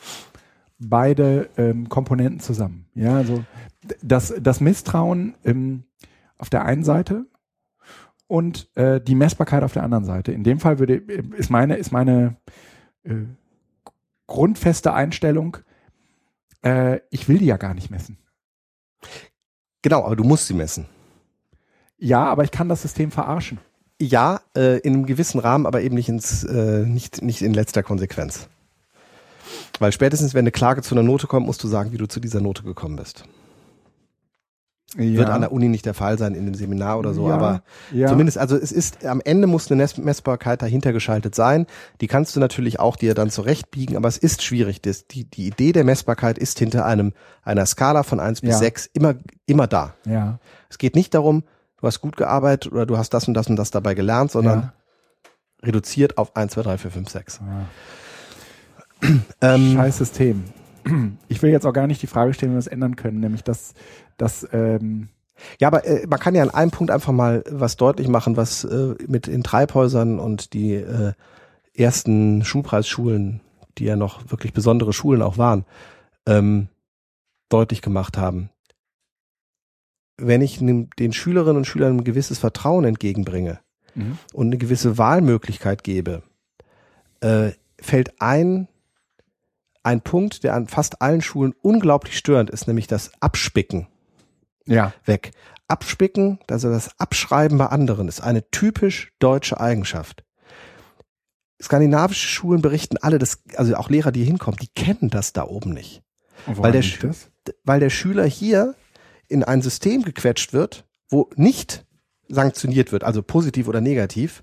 Komponenten zusammen. Ja, also das Misstrauen auf der einen Seite und die Messbarkeit auf der anderen Seite. In dem Fall ist meine grundfeste Einstellung, ich will die ja gar nicht messen. Genau, aber du musst sie messen. Ja, aber ich kann das System verarschen. Ja, in einem gewissen Rahmen, aber eben nicht in letzter Konsequenz. Weil spätestens, wenn eine Klage zu einer Note kommt, musst du sagen, wie du zu dieser Note gekommen bist. Ja. Wird an der Uni nicht der Fall sein, in dem Seminar oder so, aber zumindest, also es ist, am Ende muss eine Messbarkeit dahinter geschaltet sein. Die kannst du natürlich auch dir dann zurechtbiegen, aber es ist schwierig. Die Idee der Messbarkeit ist hinter einer Skala von 1 bis 6 immer da. Ja. Es geht nicht darum, du hast gut gearbeitet oder du hast das und das und das dabei gelernt, sondern reduziert auf 1, 2, 3, 4, 5, 6. Scheiß System. Ich will jetzt auch gar nicht die Frage stellen, wie wir es ändern können, nämlich dass ja, aber man kann ja an einem Punkt einfach mal was deutlich machen, was mit den Treibhäusern und die ersten Schulpreisschulen, die ja noch wirklich besondere Schulen auch waren, deutlich gemacht haben. Wenn ich den Schülerinnen und Schülern ein gewisses Vertrauen entgegenbringe und eine gewisse Wahlmöglichkeit gebe, fällt ein Punkt, der an fast allen Schulen unglaublich störend ist, nämlich das Abspicken. Ja. Weg. Abspicken, also das Abschreiben bei anderen, ist eine typisch deutsche Eigenschaft. Skandinavische Schulen berichten alle, also auch Lehrer, die hier hinkommen, die kennen das da oben nicht. Weil der Schüler hier in ein System gequetscht wird, wo nicht sanktioniert wird, also positiv oder negativ,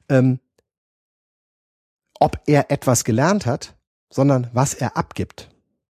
ob er etwas gelernt hat, sondern was er abgibt.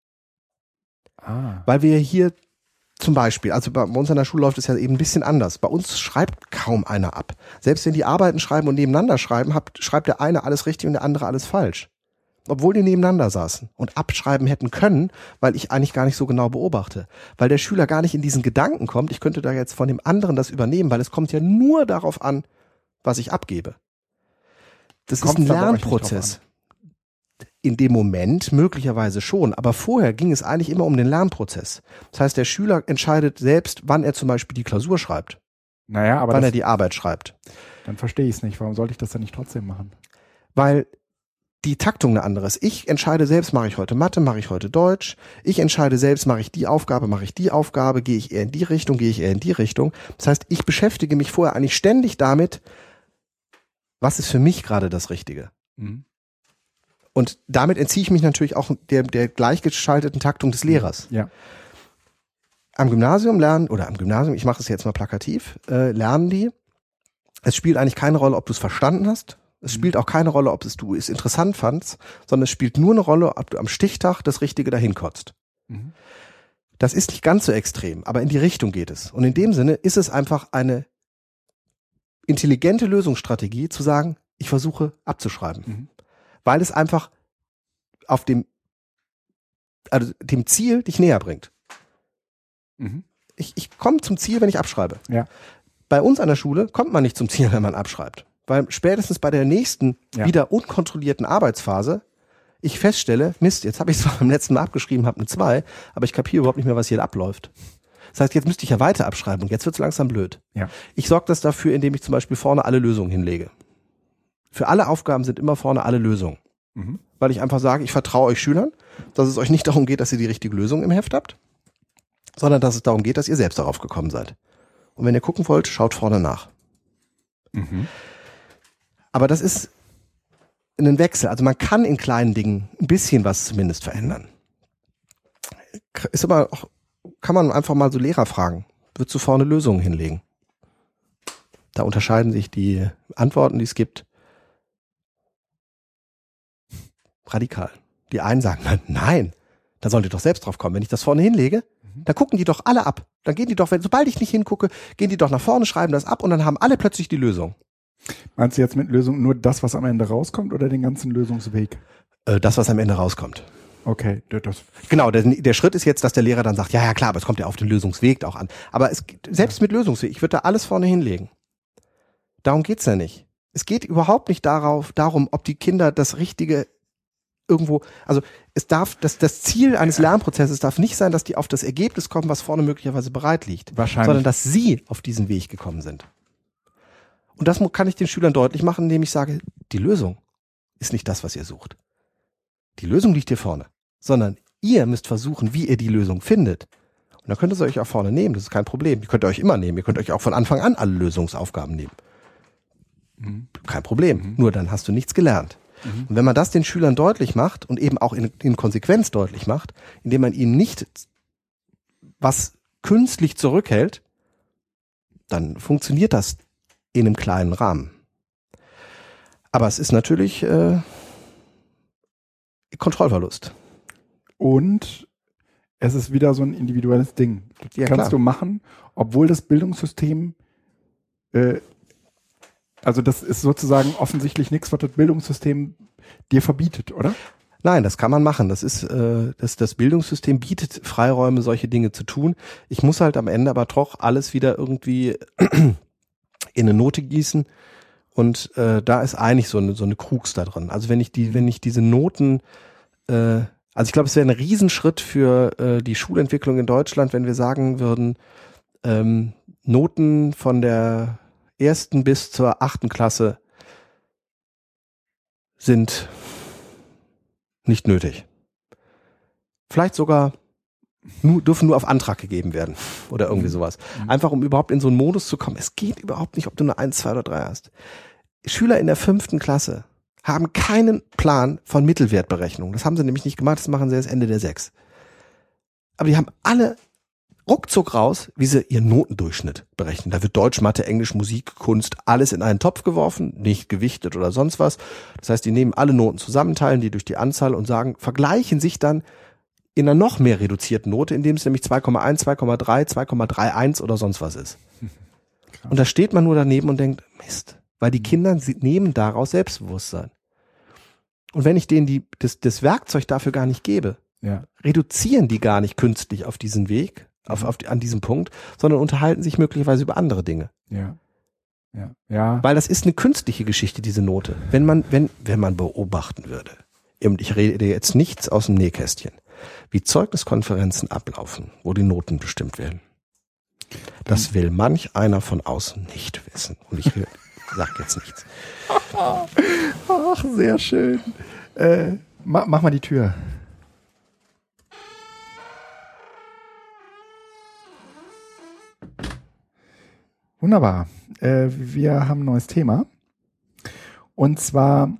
Weil wir hier zum Beispiel, also bei uns an der Schule läuft es ja eben ein bisschen anders. Bei uns schreibt kaum einer ab. Selbst wenn die Arbeiten schreiben und nebeneinander schreiben, schreibt der eine alles richtig und der andere alles falsch. Obwohl die nebeneinander saßen und abschreiben hätten können, weil ich eigentlich gar nicht so genau beobachte. Weil der Schüler gar nicht in diesen Gedanken kommt, ich könnte da jetzt von dem anderen das übernehmen, weil es kommt ja nur darauf an, was ich abgebe. Das ist ein Lernprozess. In dem Moment möglicherweise schon, aber vorher ging es eigentlich immer um den Lernprozess. Das heißt, der Schüler entscheidet selbst, wann er zum Beispiel die Klausur schreibt. Naja, aber wann er die Arbeit schreibt. Dann verstehe ich es nicht. Warum sollte ich das dann nicht trotzdem machen? Weil die Taktung eine andere ist. Ich entscheide selbst, mache ich heute Mathe, mache ich heute Deutsch. Ich entscheide selbst, mache ich die Aufgabe, gehe ich eher in die Richtung, gehe ich eher in die Richtung. Das heißt, ich beschäftige mich vorher eigentlich ständig damit, was ist für mich gerade das Richtige. Und damit entziehe ich mich natürlich auch der gleichgeschalteten Taktung des Lehrers. Ja. Am Gymnasium, ich mache es jetzt mal plakativ, lernen die, es spielt eigentlich keine Rolle, ob du es verstanden hast. Es spielt auch keine Rolle, ob du es interessant fandst, sondern es spielt nur eine Rolle, ob du am Stichtag das Richtige dahin kotzt. Das ist nicht ganz so extrem, aber in die Richtung geht es. Und in dem Sinne ist es einfach eine intelligente Lösungsstrategie, zu sagen, ich versuche abzuschreiben. Weil es einfach auf dem Ziel dich näher bringt. Ich komme zum Ziel, wenn ich abschreibe. Ja. Bei uns an der Schule kommt man nicht zum Ziel, wenn man abschreibt. Weil spätestens bei der nächsten wieder unkontrollierten Arbeitsphase ich feststelle, Mist, jetzt habe ich zwar beim letzten Mal abgeschrieben, habe eine 2, aber ich kapiere überhaupt nicht mehr, was hier abläuft. Das heißt, jetzt müsste ich ja weiter abschreiben und jetzt wird es langsam blöd. Ja. Ich sorge das dafür, indem ich zum Beispiel vorne alle Lösungen hinlege. Für alle Aufgaben sind immer vorne alle Lösungen. Weil ich einfach sage, ich vertraue euch Schülern, dass es euch nicht darum geht, dass ihr die richtige Lösung im Heft habt, sondern dass es darum geht, dass ihr selbst darauf gekommen seid. Und wenn ihr gucken wollt, schaut vorne nach. Aber das ist ein Wechsel. Also man kann in kleinen Dingen ein bisschen was zumindest verändern. Ist aber auch, kann man einfach mal so Lehrer fragen. Würdest du vorne Lösungen hinlegen? Da unterscheiden sich die Antworten, die es gibt, radikal. Die einen sagen, nein, da sollt ihr doch selbst drauf kommen. Wenn ich das vorne hinlege, dann gucken die doch alle ab. Dann gehen die doch, sobald ich nicht hingucke, gehen die doch nach vorne, schreiben das ab und dann haben alle plötzlich die Lösung. Meinst du jetzt mit Lösung nur das, was am Ende rauskommt oder den ganzen Lösungsweg? Das, was am Ende rauskommt. Okay. Genau, der Schritt ist jetzt, dass der Lehrer dann sagt, ja klar, aber es kommt ja auf den Lösungsweg auch an. Aber selbst mit Lösungsweg, ich würde da alles vorne hinlegen. Darum geht's ja nicht. Es geht überhaupt nicht darum, ob die Kinder das Richtige irgendwo, also das Ziel eines Lernprozesses darf nicht sein, dass die auf das Ergebnis kommen, was vorne möglicherweise bereit liegt. Wahrscheinlich. Sondern dass sie auf diesen Weg gekommen sind. Und das kann ich den Schülern deutlich machen, indem ich sage, die Lösung ist nicht das, was ihr sucht. Die Lösung liegt hier vorne. Sondern ihr müsst versuchen, wie ihr die Lösung findet. Und dann könnt ihr euch auch vorne nehmen, das ist kein Problem. Ihr könnt euch immer nehmen, ihr könnt euch auch von Anfang an alle Lösungsaufgaben nehmen. Kein Problem, nur dann hast du nichts gelernt. Und wenn man das den Schülern deutlich macht und eben auch in Konsequenz deutlich macht, indem man ihnen nicht was künstlich zurückhält, dann funktioniert das in einem kleinen Rahmen. Aber es ist natürlich Kontrollverlust. Und es ist wieder so ein individuelles Ding. Das kannst du machen, obwohl das Bildungssystem also das ist sozusagen offensichtlich nichts, was das Bildungssystem dir verbietet, oder? Nein, das kann man machen. Das ist, das Bildungssystem bietet Freiräume, solche Dinge zu tun. Ich muss halt am Ende aber doch alles wieder irgendwie in eine Note gießen. Und da ist eigentlich so eine Krux da drin. Also wenn ich diese Noten, also ich glaube, es wäre ein Riesenschritt für die Schulentwicklung in Deutschland, wenn wir sagen würden, Noten von der 1. bis zur 8. Klasse sind nicht nötig. Vielleicht sogar dürfen nur auf Antrag gegeben werden oder irgendwie sowas. Einfach um überhaupt in so einen Modus zu kommen. Es geht überhaupt nicht, ob du eine 1, 2 oder 3 hast. Schüler in der 5. Klasse haben keinen Plan von Mittelwertberechnung. Das haben sie nämlich nicht gemacht, das machen sie erst Ende der 6. Aber die haben alle ruckzuck raus, wie sie ihren Notendurchschnitt berechnen. Da wird Deutsch, Mathe, Englisch, Musik, Kunst, alles in einen Topf geworfen, nicht gewichtet oder sonst was. Das heißt, die nehmen alle Noten zusammen, teilen die durch die Anzahl und vergleichen sich dann in einer noch mehr reduzierten Note, indem es nämlich 2,1, 2,3, 2,31 oder sonst was ist. Krass. Und da steht man nur daneben und denkt, Mist, weil die Kinder nehmen daraus Selbstbewusstsein. Und wenn ich denen das Werkzeug dafür gar nicht gebe, reduzieren die gar nicht künstlich auf diesen Weg, an diesem Punkt, sondern unterhalten sich möglicherweise über andere Dinge. Ja. Weil das ist eine künstliche Geschichte, diese Note. Wenn man beobachten würde, und ich rede jetzt nichts aus dem Nähkästchen, wie Zeugniskonferenzen ablaufen, wo die Noten bestimmt werden. Das will manch einer von außen nicht wissen. Und ich sag jetzt nichts. Ach, sehr schön. Mach mal die Tür. Wunderbar. Wir haben ein neues Thema. Und zwar,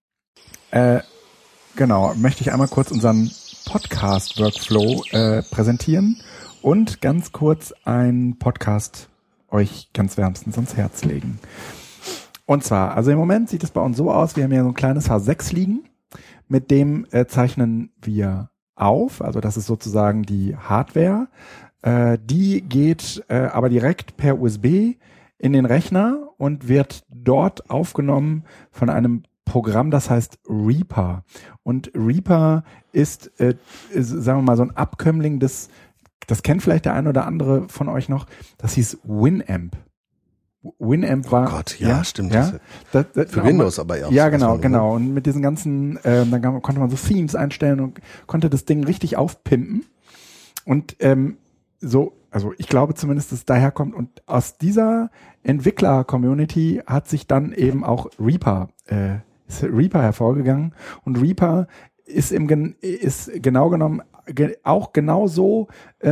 möchte ich einmal kurz unseren Podcast-Workflow präsentieren und ganz kurz einen Podcast euch ganz wärmstens ans Herz legen. Und zwar, also im Moment sieht es bei uns so aus, wir haben hier so ein kleines H6 liegen, mit dem zeichnen wir auf, also das ist sozusagen die Hardware. Die geht aber direkt per USB in den Rechner und wird dort aufgenommen von einem Programm, das heißt Reaper. Und Reaper ist, sagen wir mal, so ein Abkömmling das kennt vielleicht der eine oder andere von euch noch, das hieß Winamp. Winamp war... Oh Gott, ja, stimmt. Ja, für Windows aber ja auch. Ja, genau. Und mit diesen ganzen, dann konnte man so Themes einstellen und konnte das Ding richtig aufpimpen. Und also ich glaube zumindest, dass es daher kommt. Und aus dieser Entwickler-Community hat sich dann eben auch Reaper hervorgegangen. Und Reaper ist genau genommen auch genauso,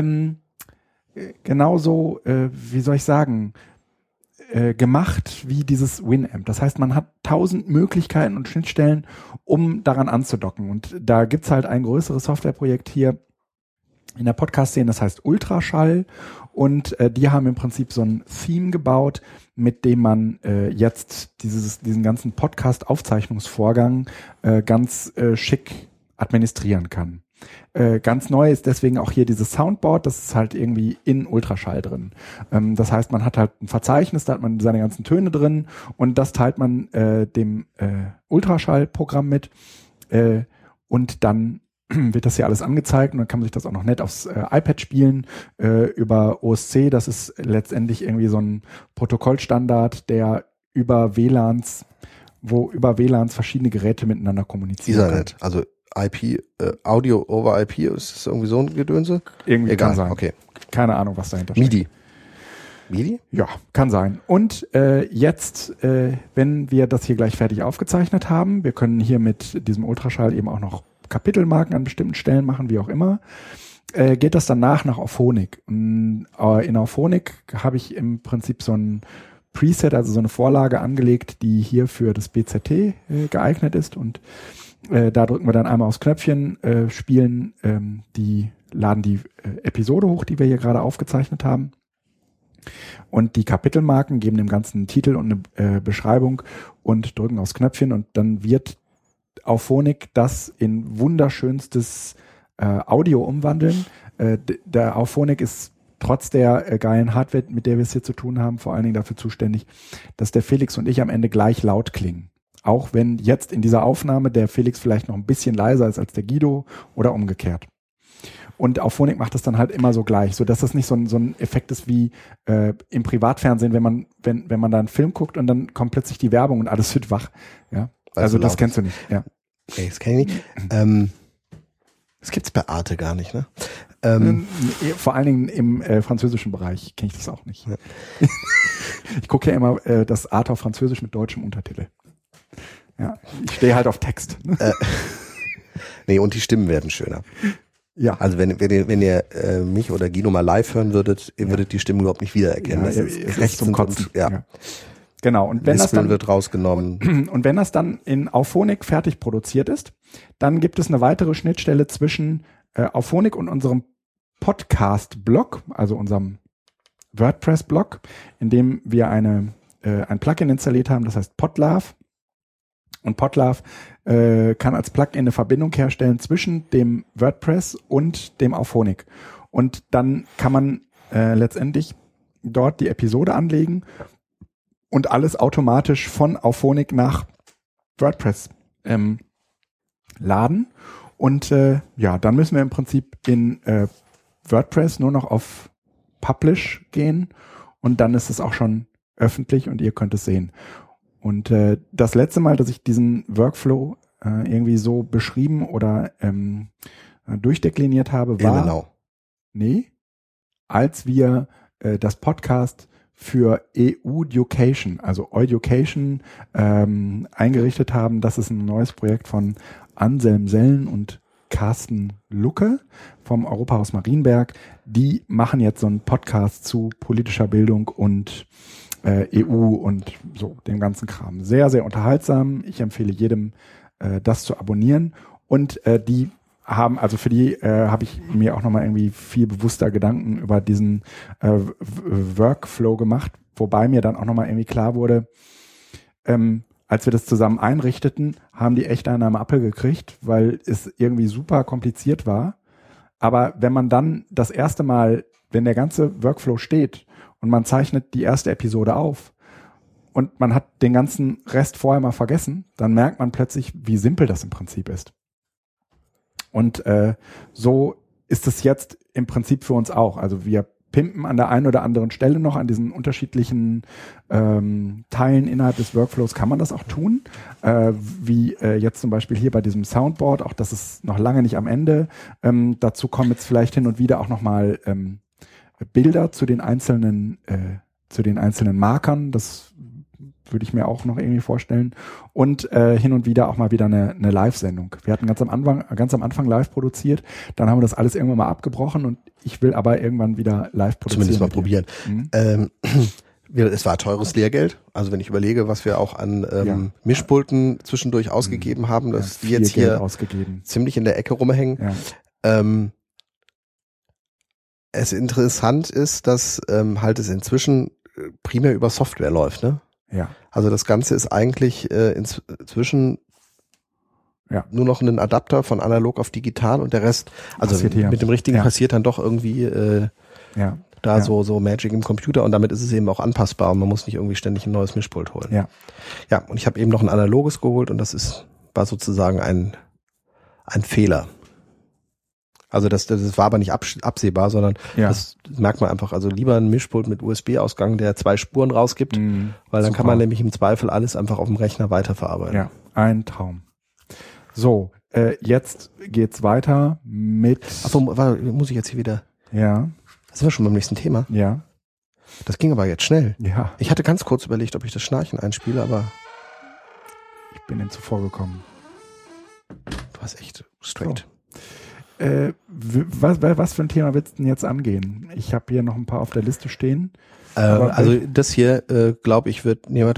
wie soll ich sagen, gemacht wie dieses Winamp. Das heißt, man hat 1000 Möglichkeiten und Schnittstellen, um daran anzudocken. Und da gibt's halt ein größeres Softwareprojekt hier in der Podcast-Szene, das heißt Ultraschall. Und die haben im Prinzip so ein Theme gebaut, mit dem man jetzt diesen ganzen Podcast-Aufzeichnungsvorgang ganz schick administrieren kann. Ganz neu ist deswegen auch hier dieses Soundboard, das ist halt irgendwie in Ultraschall drin. Das heißt, man hat halt ein Verzeichnis, da hat man seine ganzen Töne drin und das teilt man dem Ultraschallprogramm mit und dann wird das hier alles angezeigt und dann kann man sich das auch noch nett aufs iPad spielen über OSC. Das ist letztendlich irgendwie so ein Protokollstandard, der über WLANs verschiedene Geräte miteinander kommunizieren Ethernet, also IP, Audio over IP, ist das irgendwie so ein Gedönse? Irgendwie egal, kann sein. Okay. Keine Ahnung, was dahinter steht. MIDI? Ja, kann sein. Und jetzt, wenn wir das hier gleich fertig aufgezeichnet haben, wir können hier mit diesem Ultraschall eben auch noch Kapitelmarken an bestimmten Stellen machen, wie auch immer, geht das danach nach Auphonic. Und, in Auphonic habe ich im Prinzip so ein Preset, also so eine Vorlage angelegt, die hier für das BZT geeignet ist und da drücken wir dann einmal aufs Knöpfchen, laden die Episode hoch, die wir hier gerade aufgezeichnet haben. Und die Kapitelmarken geben dem Ganzen einen Titel und eine Beschreibung und drücken aufs Knöpfchen und dann wird Auphonic das in wunderschönstes Audio umwandeln. Der Auphonic ist trotz der geilen Hardware, mit der wir es hier zu tun haben, vor allen Dingen dafür zuständig, dass der Felix und ich am Ende gleich laut klingen. Auch wenn jetzt in dieser Aufnahme der Felix vielleicht noch ein bisschen leiser ist als der Guido oder umgekehrt. Und Auphonic macht das dann halt immer so gleich, sodass das nicht so ein Effekt ist wie im Privatfernsehen, wenn man da einen Film guckt und dann kommt plötzlich die Werbung und alles wird wach. Ja? Also das kennst du nicht. Ja. Okay, das kenn ich nicht. Das gibt's bei Arte gar nicht, ne? Vor allen Dingen im französischen Bereich kenne ich das auch nicht. Ja. Ich gucke ja immer das Arte auf Französisch mit deutschem Untertitel. Ja, ich stehe halt auf Text. Nee, und die Stimmen werden schöner. Ja. Also wenn ihr mich oder Guido mal live hören würdet, ihr würdet die Stimmen überhaupt nicht wiedererkennen. Ja, das ist recht zum Kotzen. Ja. Genau. Und wenn das dann wird rausgenommen. Und wenn das dann in Auphonic fertig produziert ist, dann gibt es eine weitere Schnittstelle zwischen Auphonic und unserem Podcast-Blog, also unserem WordPress-Blog, in dem wir ein Plugin installiert haben, das heißt Podlove. Und Podlove kann als Plugin eine Verbindung herstellen zwischen dem WordPress und dem Auphonic. Und dann kann man letztendlich dort die Episode anlegen und alles automatisch von Auphonic nach WordPress laden. Und dann müssen wir im Prinzip in WordPress nur noch auf Publish gehen und dann ist es auch schon öffentlich und ihr könnt es sehen. Und das letzte Mal, dass ich diesen Workflow irgendwie so beschrieben oder durchdekliniert habe, war als wir das Podcast für EU-Education, also Education, eingerichtet haben. Das ist ein neues Projekt von Anselm Sellen und Carsten Lucke vom Europahaus Marienberg. Die machen jetzt so einen Podcast zu politischer Bildung und EU und so dem ganzen Kram. Sehr, sehr unterhaltsam. Ich empfehle jedem, das zu abonnieren. Und die haben, also für die habe ich mir auch nochmal irgendwie viel bewusster Gedanken über diesen Workflow gemacht, wobei mir dann auch nochmal irgendwie klar wurde, als wir das zusammen einrichteten, haben die echt einen am Appel gekriegt, weil es irgendwie super kompliziert war. Aber wenn man dann das erste Mal, wenn der ganze Workflow steht und man zeichnet die erste Episode auf und man hat den ganzen Rest vorher mal vergessen, dann merkt man plötzlich, wie simpel das im Prinzip ist. Und so ist es jetzt im Prinzip für uns auch. Also wir pimpen an der einen oder anderen Stelle noch an diesen unterschiedlichen Teilen innerhalb des Workflows kann man das auch tun, wie jetzt zum Beispiel hier bei diesem Soundboard, auch das ist noch lange nicht am Ende. Dazu kommen jetzt vielleicht hin und wieder auch nochmal Bilder zu den einzelnen Markern, das würde ich mir auch noch irgendwie vorstellen. Und hin und wieder auch mal wieder eine Live-Sendung. Wir hatten ganz am Anfang live produziert, dann haben wir das alles irgendwann mal abgebrochen und ich will aber irgendwann wieder live produzieren. Zumindest mal probieren. Es war teures Lehrgeld. Also wenn ich überlege, was wir auch an Mischpulten zwischendurch ausgegeben haben, dass die jetzt hier ziemlich in der Ecke rumhängen. Ja. Es interessant ist, dass halt es inzwischen primär über Software läuft, ne? Ja. Also das Ganze ist eigentlich inzwischen nur noch ein Adapter von analog auf digital und der Rest, also mit dem richtigen passiert dann doch irgendwie so Magic im Computer und damit ist es eben auch anpassbar und man muss nicht irgendwie ständig ein neues Mischpult holen. Ja. Ja, und ich habe eben noch ein analoges geholt und war sozusagen ein Fehler. Also das war aber nicht absehbar, sondern das merkt man einfach. Also lieber ein Mischpult mit USB-Ausgang, der 2 Spuren rausgibt, weil dann kann man nämlich im Zweifel alles einfach auf dem Rechner weiterverarbeiten. Ja, ein Traum. So, jetzt geht's weiter mit... Achso, muss ich jetzt hier wieder... Ja. Das sind wir schon beim nächsten Thema. Ja. Das ging aber jetzt schnell. Ja. Ich hatte ganz kurz überlegt, ob ich das Schnarchen einspiele, aber... Ich bin dem zuvor gekommen. Du hast echt straight. So. Was für ein Thema willst du denn jetzt angehen? Ich habe hier noch ein paar auf der Liste stehen. Also das hier, glaube ich, wird... Nee,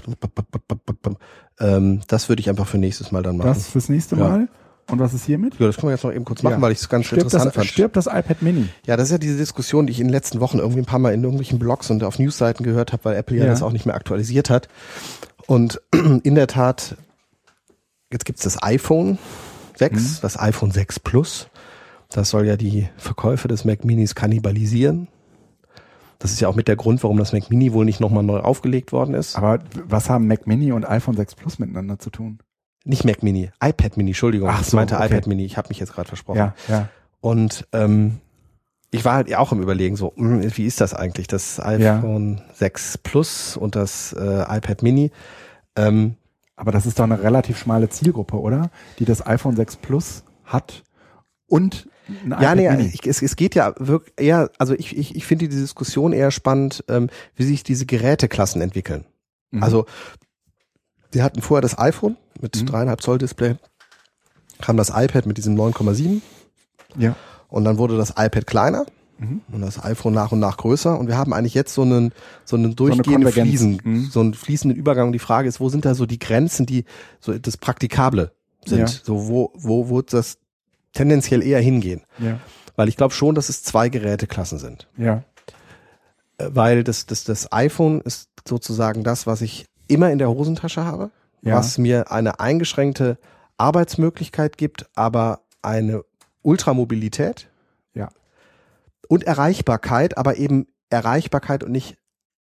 das würde ich einfach für nächstes Mal dann machen. Das fürs nächste Mal? Und was ist hiermit? Ja, das können wir jetzt noch eben kurz machen, weil ich es ganz interessant fand. Stirbt das iPad Mini? Ja, das ist ja diese Diskussion, die ich in den letzten Wochen irgendwie ein paar Mal in irgendwelchen Blogs und auf Newsseiten gehört habe, weil Apple ja das auch nicht mehr aktualisiert hat. Und in der Tat, jetzt gibt's das iPhone 6, das iPhone 6 Plus. Das soll ja die Verkäufe des Mac Minis kannibalisieren. Das ist ja auch mit der Grund, warum das Mac Mini wohl nicht nochmal neu aufgelegt worden ist. Aber was haben Mac Mini und iPhone 6 Plus miteinander zu tun? Nicht Mac Mini, iPad Mini, Entschuldigung. Ach so, ich meinte okay. iPad Mini, ich habe mich jetzt gerade versprochen. Ja. Und ich war halt auch im Überlegen, so, wie ist das eigentlich, das iPhone 6 Plus und das iPad Mini. Aber das ist doch eine relativ schmale Zielgruppe, oder? Die das iPhone 6 Plus hat und ein iPad Mini. Es geht ja wirklich eher, also ich finde die Diskussion eher spannend, wie sich diese Geräteklassen entwickeln. Also wir hatten vorher das iPhone mit 3,5 Zoll Display, kam das iPad mit diesem 9,7 und dann wurde das iPad kleiner und das iPhone nach und nach größer und wir haben eigentlich jetzt so einen durchgehenden so einen fließenden Übergang. Die Frage ist, wo sind da so die Grenzen, die so das Praktikable sind? So wo das tendenziell eher hingehen? Ja. Weil ich glaube schon, dass es 2 Geräteklassen sind. Ja. Weil das iPhone ist sozusagen das, was ich immer in der Hosentasche habe, was mir eine eingeschränkte Arbeitsmöglichkeit gibt, aber eine Ultramobilität. Und Erreichbarkeit, aber eben Erreichbarkeit und nicht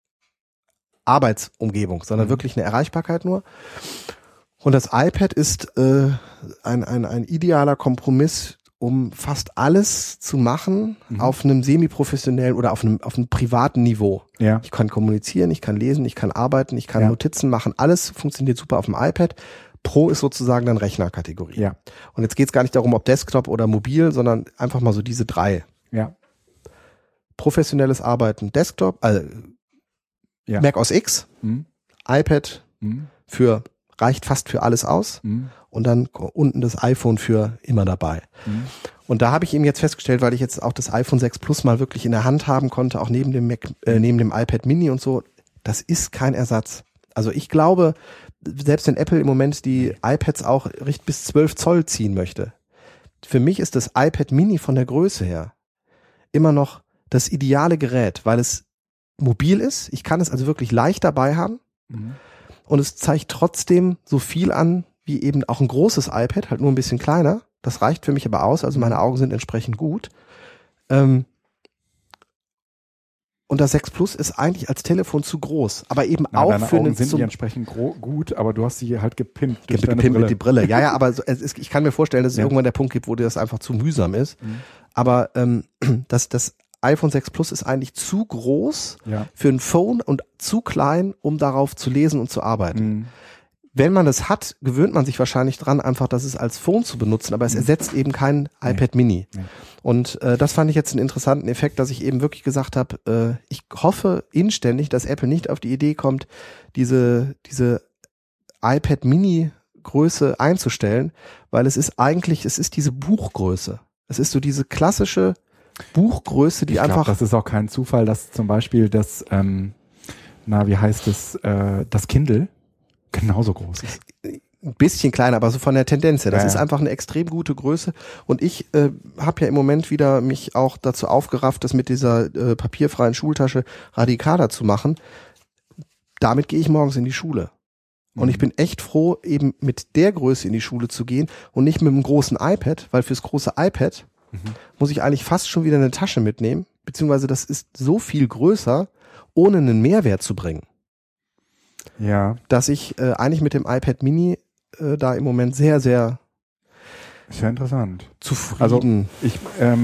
Arbeitsumgebung, sondern wirklich eine Erreichbarkeit nur. Und das iPad ist ein idealer Kompromiss, um fast alles zu machen auf einem semi-professionellen oder auf einem privaten Niveau. Ja. Ich kann kommunizieren, ich kann lesen, ich kann arbeiten, ich kann Notizen machen. Alles funktioniert super auf dem iPad. Pro ist sozusagen dann Rechnerkategorie. Ja. Und jetzt geht es gar nicht darum, ob Desktop oder mobil, sondern einfach mal so diese 3. Ja. Professionelles Arbeiten, Desktop, Mac OS X, iPad reicht fast für alles aus und dann unten das iPhone für immer dabei. Und da habe ich eben jetzt festgestellt, weil ich jetzt auch das iPhone 6 Plus mal wirklich in der Hand haben konnte, auch neben dem iPad Mini und so, das ist kein Ersatz. Also ich glaube, selbst wenn Apple im Moment die iPads auch bis 12 Zoll ziehen möchte, für mich ist das iPad Mini von der Größe her immer noch das ideale Gerät, weil es mobil ist. Ich kann es also wirklich leicht dabei haben. Und es zeigt trotzdem so viel an, wie eben auch ein großes iPad, halt nur ein bisschen kleiner. Das reicht für mich aber aus, also meine Augen sind entsprechend gut. Und das 6 Plus ist eigentlich als Telefon zu groß, aber eben auch deine für Augen sind die entsprechend gut, aber du hast sie halt gepimpt durch deine Brille. Mit die Brille. Ja, aber ich kann mir vorstellen, dass es irgendwann der Punkt gibt, wo dir das einfach zu mühsam ist. Aber das iPhone 6 Plus ist eigentlich zu groß für ein Phone und zu klein, um darauf zu lesen und zu arbeiten. Wenn man das hat, gewöhnt man sich wahrscheinlich dran, einfach das ist als Phone zu benutzen, aber es ersetzt eben kein iPad Mini. Und das fand ich jetzt einen interessanten Effekt, dass ich eben wirklich gesagt habe, ich hoffe inständig, dass Apple nicht auf die Idee kommt, diese iPad Mini Größe einzustellen, weil es ist diese Buchgröße. Es ist so diese klassische Buchgröße, die einfach... Das ist auch kein Zufall, dass zum Beispiel das, das Kindle genauso groß ist. Ein bisschen kleiner, aber so von der Tendenz her. Das ist einfach eine extrem gute Größe. Und ich habe ja im Moment wieder mich auch dazu aufgerafft, das mit dieser papierfreien Schultasche radikaler zu machen. Damit gehe ich morgens in die Schule. Und ich bin echt froh, eben mit der Größe in die Schule zu gehen und nicht mit einem großen iPad, weil fürs große iPad muss ich eigentlich fast schon wieder eine Tasche mitnehmen, beziehungsweise das ist so viel größer, ohne einen Mehrwert zu bringen. Ja. Dass ich eigentlich mit dem iPad Mini da im Moment sehr, sehr interessant. Zufrieden. Also ich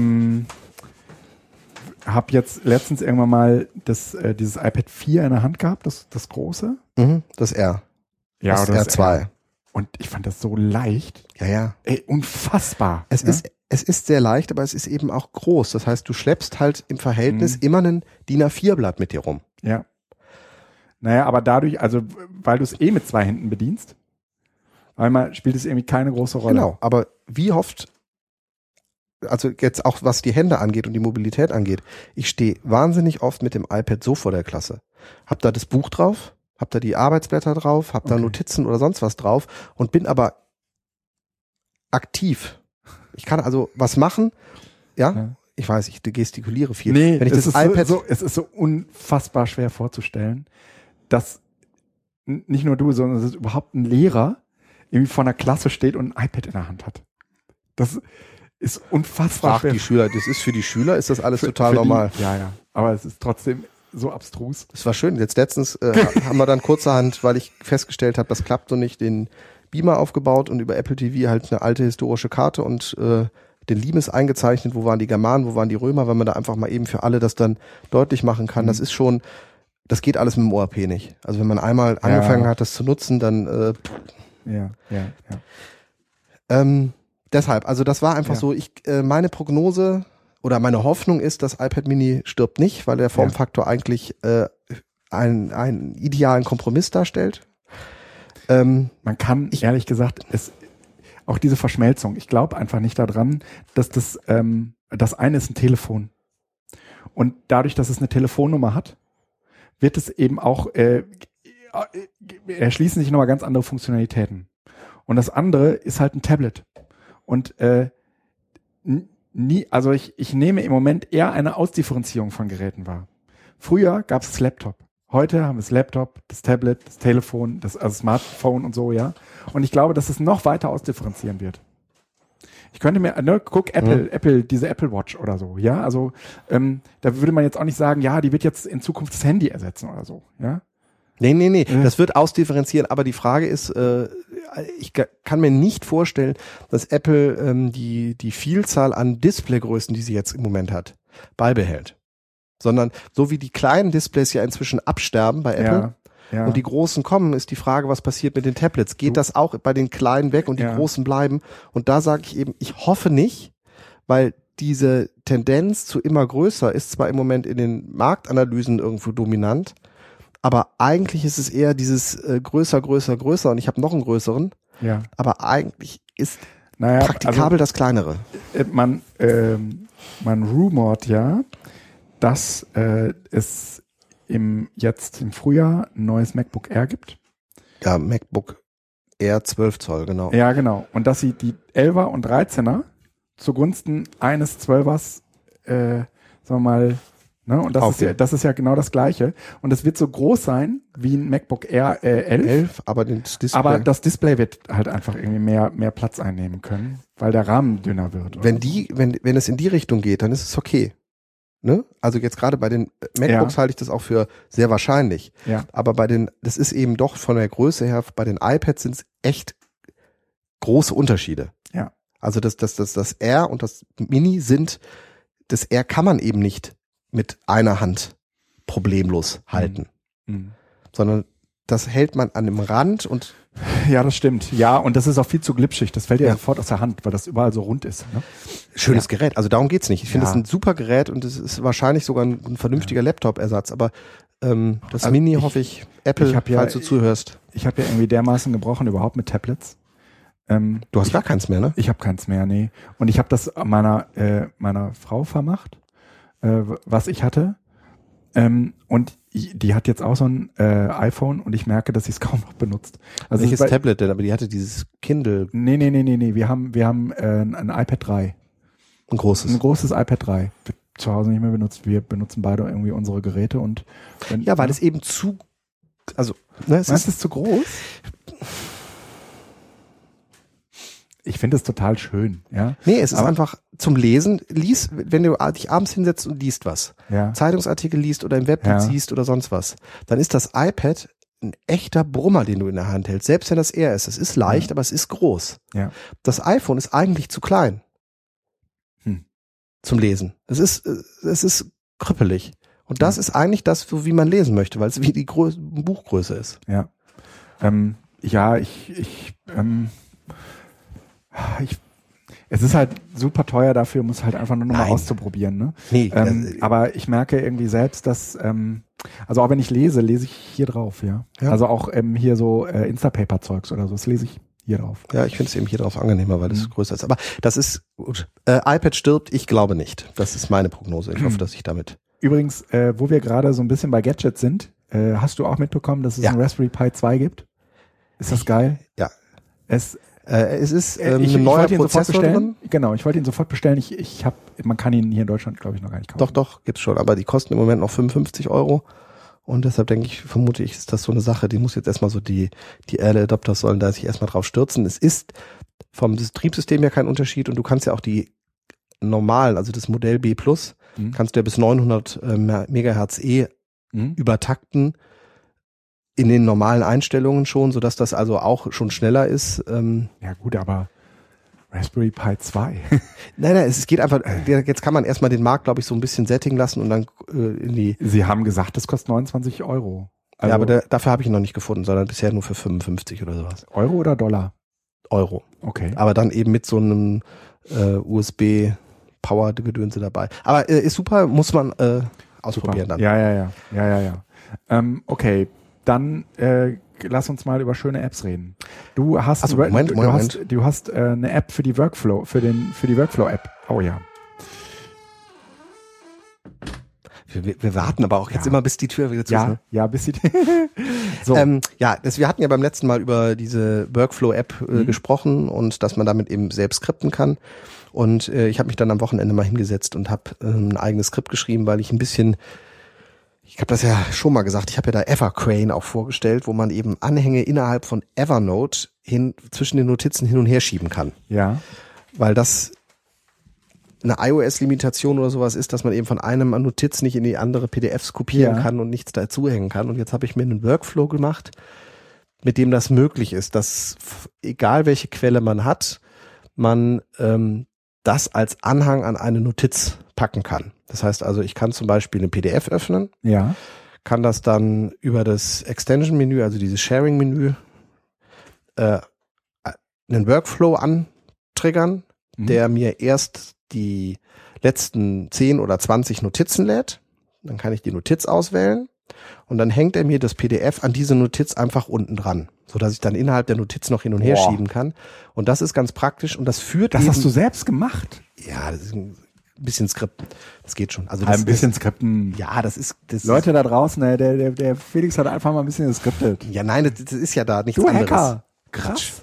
habe jetzt letztens irgendwann mal dieses iPad 4 in der Hand gehabt, das große. Das R. Ja, das R2. R. Und ich fand das so leicht. Ja. Ey, unfassbar. Es ist sehr leicht, aber es ist eben auch groß. Das heißt, du schleppst halt im Verhältnis immer ein DIN A4-Blatt mit dir rum. Ja. Naja, aber dadurch, also weil du es mit 2 Händen bedienst, einmal spielt es irgendwie keine große Rolle. Genau, aber wie oft, also jetzt auch was die Hände angeht und die Mobilität angeht, ich stehe wahnsinnig oft mit dem iPad so vor der Klasse. Hab da das Buch drauf, hab da die Arbeitsblätter drauf, hab da Notizen oder sonst was drauf und bin aber aktiv. Ich kann also was machen, ja. Ich weiß, ich gestikuliere viel. Nee, wenn ich das iPad es ist so unfassbar schwer vorzustellen, dass nicht nur du, sondern dass überhaupt ein Lehrer irgendwie vor einer Klasse steht und ein iPad in der Hand hat. Das ist unfassbar schwer. Die Schüler, das ist für die Schüler, ist das alles total normal. Ja, aber es ist trotzdem so abstrus. Das war schön. Jetzt letztens haben wir dann kurzerhand, weil ich festgestellt habe, das klappt so nicht, den Beamer aufgebaut und über Apple TV halt eine alte historische Karte und den Limes eingezeichnet, wo waren die Germanen, wo waren die Römer, weil man da einfach mal eben für alle das dann deutlich machen kann. Das ist schon, das geht alles mit dem ORP nicht. Also wenn man einmal angefangen hat, das zu nutzen, dann deshalb, also das war einfach so, meine Prognose oder meine Hoffnung ist, das iPad Mini stirbt nicht, weil der Formfaktor eigentlich einen idealen Kompromiss darstellt. Man kann, ehrlich gesagt, auch diese Verschmelzung, ich glaube einfach nicht daran, dass das eine ist ein Telefon. Und dadurch, dass es eine Telefonnummer hat, wird es eben auch, erschließen sich nochmal ganz andere Funktionalitäten. Und das andere ist halt ein Tablet. Und also ich nehme im Moment eher eine Ausdifferenzierung von Geräten wahr. Früher gab es das Laptop. Heute haben wir das Laptop, das Tablet, das Telefon, das Smartphone und so, ja. Und ich glaube, dass es noch weiter ausdifferenzieren wird. Ich könnte mir, guck, Apple, diese Apple Watch oder so, ja. Also da würde man jetzt auch nicht sagen, ja, die wird jetzt in Zukunft das Handy ersetzen oder so, ja. Nee. Das wird ausdifferenzieren, aber die Frage ist, ich kann mir nicht vorstellen, dass Apple die Vielzahl an Displaygrößen, die sie jetzt im Moment hat, beibehält. Sondern so wie die kleinen Displays ja inzwischen absterben bei Apple und die großen kommen, ist die Frage, was passiert mit den Tablets? Geht das auch bei den kleinen weg und die großen bleiben? Und da sage ich eben, ich hoffe nicht, weil diese Tendenz zu immer größer ist zwar im Moment in den Marktanalysen irgendwo dominant, aber eigentlich ist es eher dieses größer und ich habe noch einen größeren. Ja. Aber eigentlich ist praktikabel das kleinere. Man rumort dass es jetzt im Frühjahr ein neues MacBook Air gibt. Ja, MacBook Air 12 Zoll, genau. Ja, genau. Und dass sie die 11er und 13er zugunsten eines 12ers, sagen wir mal, ne, und das ist ja genau das Gleiche. Und es wird so groß sein wie ein MacBook Air 11, aber das Display wird halt einfach irgendwie mehr Platz einnehmen können, weil der Rahmen dünner wird. Wenn es in die Richtung geht, dann ist es okay. Ne? Also jetzt gerade bei den MacBooks halte ich das auch für sehr wahrscheinlich. Ja. Aber das ist eben doch von der Größe her, bei den iPads sind es echt große Unterschiede. Ja. Also das R und das Mini das R kann man eben nicht mit einer Hand problemlos halten. Sondern das hält man an dem Rand und ja, das stimmt. Ja, und das ist auch viel zu glitschig. Das fällt ja sofort aus der Hand, weil das überall so rund ist. Ne? Schönes Gerät. Also darum geht's nicht. Ich finde es ein super Gerät und es ist wahrscheinlich sogar ein vernünftiger Laptop-Ersatz. Aber das Mini hoffe ich, Apple, falls du zuhörst. Ich habe ja irgendwie dermaßen gebrochen überhaupt mit Tablets. Du hast gar keins mehr, ne? Ich habe keins mehr, nee. Und ich habe das meiner Frau vermacht, was ich hatte. Und die hat jetzt auch so ein iPhone und ich merke, dass sie es kaum noch benutzt. Also welches Tablet denn? Aber die hatte dieses Kindle. Nee. Wir haben ein iPad 3. Ein großes iPad 3. Wird zu Hause nicht mehr benutzt. Wir benutzen beide irgendwie unsere Geräte und weil es eben zu, also meinst du, es ist zu groß? Ich finde es total schön, ja. Nee, es ist einfach zum Lesen. Wenn du dich abends hinsetzt und liest was, Zeitungsartikel liest oder im Web siehst oder sonst was, dann ist das iPad ein echter Brummer, den du in der Hand hältst. Selbst wenn das Air ist. Es ist leicht, aber es ist groß. Ja. Das iPhone ist eigentlich zu klein zum Lesen. Es ist krüppelig. Und das ist eigentlich das, so wie man lesen möchte, weil es wie die Buchgröße ist. Ja. Es ist halt super teuer dafür, um es halt einfach nur noch mal auszuprobieren. Ne? Nee, aber ich merke irgendwie selbst, dass, also auch wenn ich lese ich hier drauf, ja. Also auch hier so Instapaper-Zeugs oder so, das lese ich hier drauf. Ja, ich finde es eben hier drauf angenehmer, weil es größer ist. Aber das ist gut. iPad stirbt, ich glaube nicht. Das ist meine Prognose. Ich hoffe, dass ich damit... Übrigens, wo wir gerade so ein bisschen bei Gadgets sind, hast du auch mitbekommen, dass es ein Raspberry Pi 2 gibt? Ist das geil? Ja. Es ist ein neuer Prozessor drin. Genau, ich wollte ihn sofort bestellen. Man kann ihn hier in Deutschland, glaube ich, noch gar nicht kaufen. Doch, gibt's schon. Aber die kosten im Moment noch 55 €. Und deshalb vermute ich, ist das so eine Sache, die muss jetzt erstmal so die Early Adopters sollen da sich erstmal drauf stürzen. Es ist vom Betriebssystem ja kein Unterschied und du kannst ja auch die normalen, also das Modell B+, kannst du ja bis 900 Megahertz übertakten in den normalen Einstellungen schon, sodass das also auch schon schneller ist. Ja gut, aber Raspberry Pi 2. Nein, es geht einfach, jetzt kann man erstmal den Markt, glaube ich, so ein bisschen settingen lassen und dann in die... Sie haben gesagt, das kostet 29 Euro. Also ja, aber dafür habe ich ihn noch nicht gefunden, sondern bisher nur für 55 oder sowas. Euro oder Dollar? Euro. Okay. Aber dann eben mit so einem USB-Power-Gedönse dabei. Aber ist super, muss man ausprobieren super. dann. Ja. Okay, dann lass uns mal über schöne Apps reden. Du hast Moment. Du hast eine App für die Workflow, für die Workflow-App. Oh ja. Wir warten aber auch jetzt immer, bis die Tür wieder zu ist. Ja, bis die so. Wir hatten ja beim letzten Mal über diese Workflow-App gesprochen und dass man damit eben selbst skripten kann. Und ich habe mich dann am Wochenende mal hingesetzt und habe ein eigenes Skript geschrieben, weil ich ein bisschen, ich habe das ja schon mal gesagt, ich habe ja da Evercrane auch vorgestellt, wo man eben Anhänge innerhalb von Evernote zwischen den Notizen hin und her schieben kann. Ja. Weil das eine iOS-Limitation oder sowas ist, dass man eben von einem Notiz nicht in die andere PDFs kopieren kann und nichts dazuhängen kann. Und jetzt habe ich mir einen Workflow gemacht, mit dem das möglich ist, dass egal welche Quelle man hat, man das als Anhang an eine Notiz packen kann. Das heißt also, ich kann zum Beispiel eine PDF öffnen, kann das dann über das Extension-Menü, also dieses Sharing-Menü, einen Workflow antriggern, der mir erst die letzten 10 oder 20 Notizen lädt. Dann kann ich die Notiz auswählen und dann hängt er mir das PDF an diese Notiz einfach unten dran, sodass ich dann innerhalb der Notiz noch hin und her schieben kann. Und das ist ganz praktisch und das führt Das hast du selbst gemacht? Ja, das ist ein bisschen Skripten. Das geht schon. Also ein bisschen Skripten. Ja, das ist Leute da draußen, der Felix hat einfach mal ein bisschen geskriptet. Ja, nein, das ist ja da nichts du anderes. Hacker. Krass.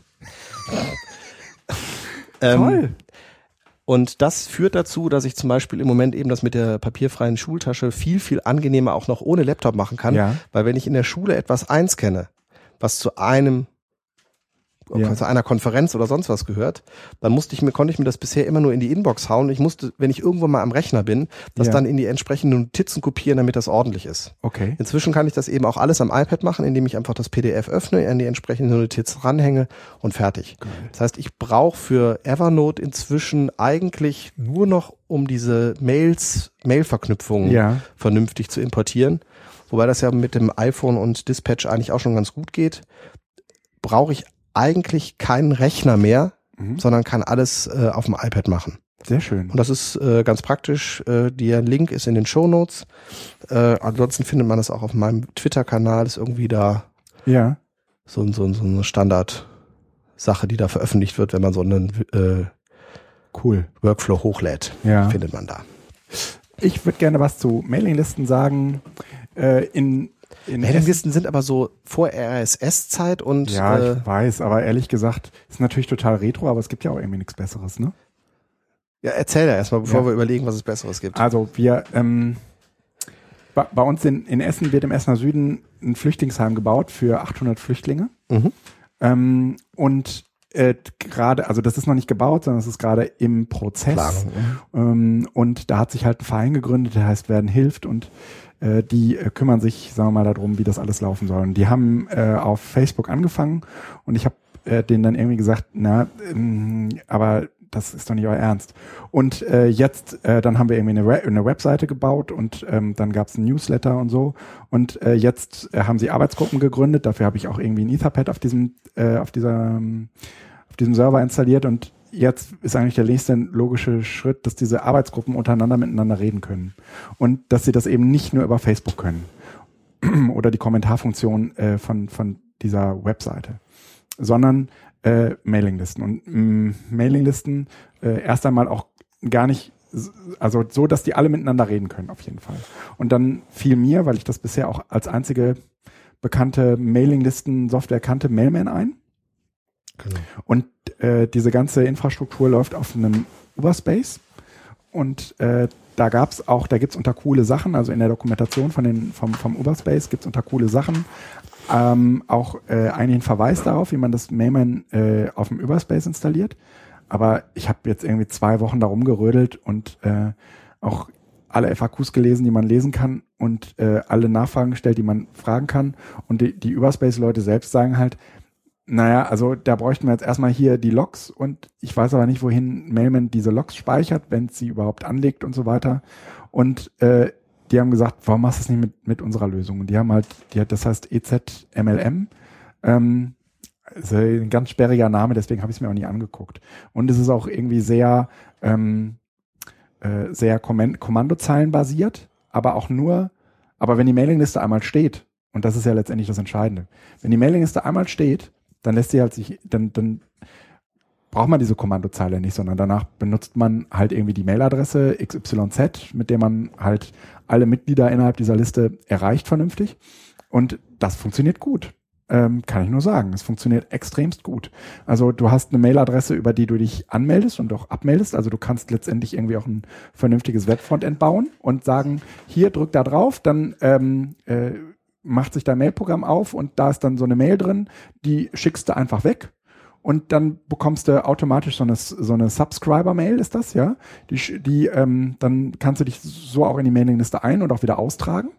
Toll. Und das führt dazu, dass ich zum Beispiel im Moment eben das mit der papierfreien Schultasche viel, viel angenehmer auch noch ohne Laptop machen kann. Weil wenn ich in der Schule etwas einscanne, was zu einer Konferenz oder sonst was gehört, dann konnte ich mir das bisher immer nur in die Inbox hauen. Ich musste, wenn ich irgendwo mal am Rechner bin, das dann in die entsprechenden Notizen kopieren, damit das ordentlich ist. Okay. Inzwischen kann ich das eben auch alles am iPad machen, indem ich einfach das PDF öffne, an die entsprechende Notiz ranhänge und fertig. Geil. Das heißt, ich brauche für Evernote inzwischen eigentlich nur noch, um diese Mail-Verknüpfungen vernünftig zu importieren, wobei das ja mit dem iPhone und Dispatch eigentlich auch schon ganz gut geht, brauche ich eigentlich keinen Rechner mehr, sondern kann alles auf dem iPad machen. Sehr schön. Und das ist ganz praktisch. Der Link ist in den Shownotes. Ansonsten findet man das auch auf meinem Twitter-Kanal. Ist irgendwie da so eine Standard-Sache, die da veröffentlicht wird, wenn man so einen Workflow hochlädt. Findet man da. Ich würde gerne was zu Mailinglisten sagen. Mailinglisten sind aber so vor RSS-Zeit und... Ja, ich weiß, aber ehrlich gesagt, ist natürlich total retro, aber es gibt ja auch irgendwie nichts Besseres, ne? Ja, erzähl ja erstmal, bevor wir überlegen, was es Besseres gibt. Also wir, bei uns in Essen wird im Essener Süden ein Flüchtlingsheim gebaut für 800 Flüchtlinge. Und gerade, also das ist noch nicht gebaut, sondern es ist gerade im Prozess. Und da hat sich halt ein Verein gegründet, der heißt Werden hilft und die kümmern sich, sagen wir mal, darum, wie das alles laufen soll. Und die haben auf Facebook angefangen und ich habe denen dann irgendwie gesagt, aber das ist doch nicht euer Ernst. Und jetzt, dann haben wir irgendwie eine Webseite gebaut und dann gab es einen Newsletter und so. Und jetzt haben sie Arbeitsgruppen gegründet. Dafür habe ich auch irgendwie ein Etherpad auf diesem Server installiert. Und jetzt ist eigentlich der nächste logische Schritt, dass diese Arbeitsgruppen untereinander miteinander reden können. Und dass sie das eben nicht nur über Facebook können. Oder die Kommentarfunktion von dieser Webseite. Sondern Mailinglisten. Und Mailinglisten erst einmal auch gar nicht, also so, dass die alle miteinander reden können, auf jeden Fall. Und dann fiel mir, weil ich das bisher auch als einzige bekannte Mailinglisten-Software kannte, Mailman ein. Genau. Und diese ganze Infrastruktur läuft auf einem Uberspace. Und da gibt's unter coole Sachen, also in der Dokumentation vom Uberspace gibt's unter coole Sachen auch eigentlich einen Verweis darauf, wie man das Mailman auf dem Uberspace installiert. Aber ich habe jetzt irgendwie 2 Wochen da rumgerödelt und auch alle FAQs gelesen, die man lesen kann und alle Nachfragen gestellt, die man fragen kann. Und die Überspace-Leute selbst sagen halt, naja, also da bräuchten wir jetzt erstmal hier die Logs und ich weiß aber nicht, wohin Mailman diese Logs speichert, wenn es sie überhaupt anlegt und so weiter. Und die haben gesagt, warum machst du es nicht mit unserer Lösung? Und die haben halt, das heißt EZMLM, ist ein ganz sperriger Name, deswegen habe ich es mir auch nie angeguckt. Und es ist auch irgendwie sehr Kommandozeilen basiert, aber wenn die Mailingliste einmal steht, und das ist ja letztendlich das Entscheidende, wenn die Mailingliste einmal steht, dann lässt sie halt dann braucht man diese Kommandozeile nicht, sondern danach benutzt man halt irgendwie die Mailadresse XYZ, mit der man halt alle Mitglieder innerhalb dieser Liste erreicht vernünftig. Und das funktioniert gut. Kann ich nur sagen. Es funktioniert extremst gut. Also du hast eine Mailadresse, über die du dich anmeldest und auch abmeldest. Also du kannst letztendlich irgendwie auch ein vernünftiges Webfrontend bauen und sagen, hier drück da drauf, dann macht sich dein Mailprogramm auf und da ist dann so eine Mail drin, die schickst du einfach weg. Und dann bekommst du automatisch so eine Subscriber-Mail, ist das, ja? Dann kannst du dich so auch in die Mailingliste ein- und auch wieder austragen.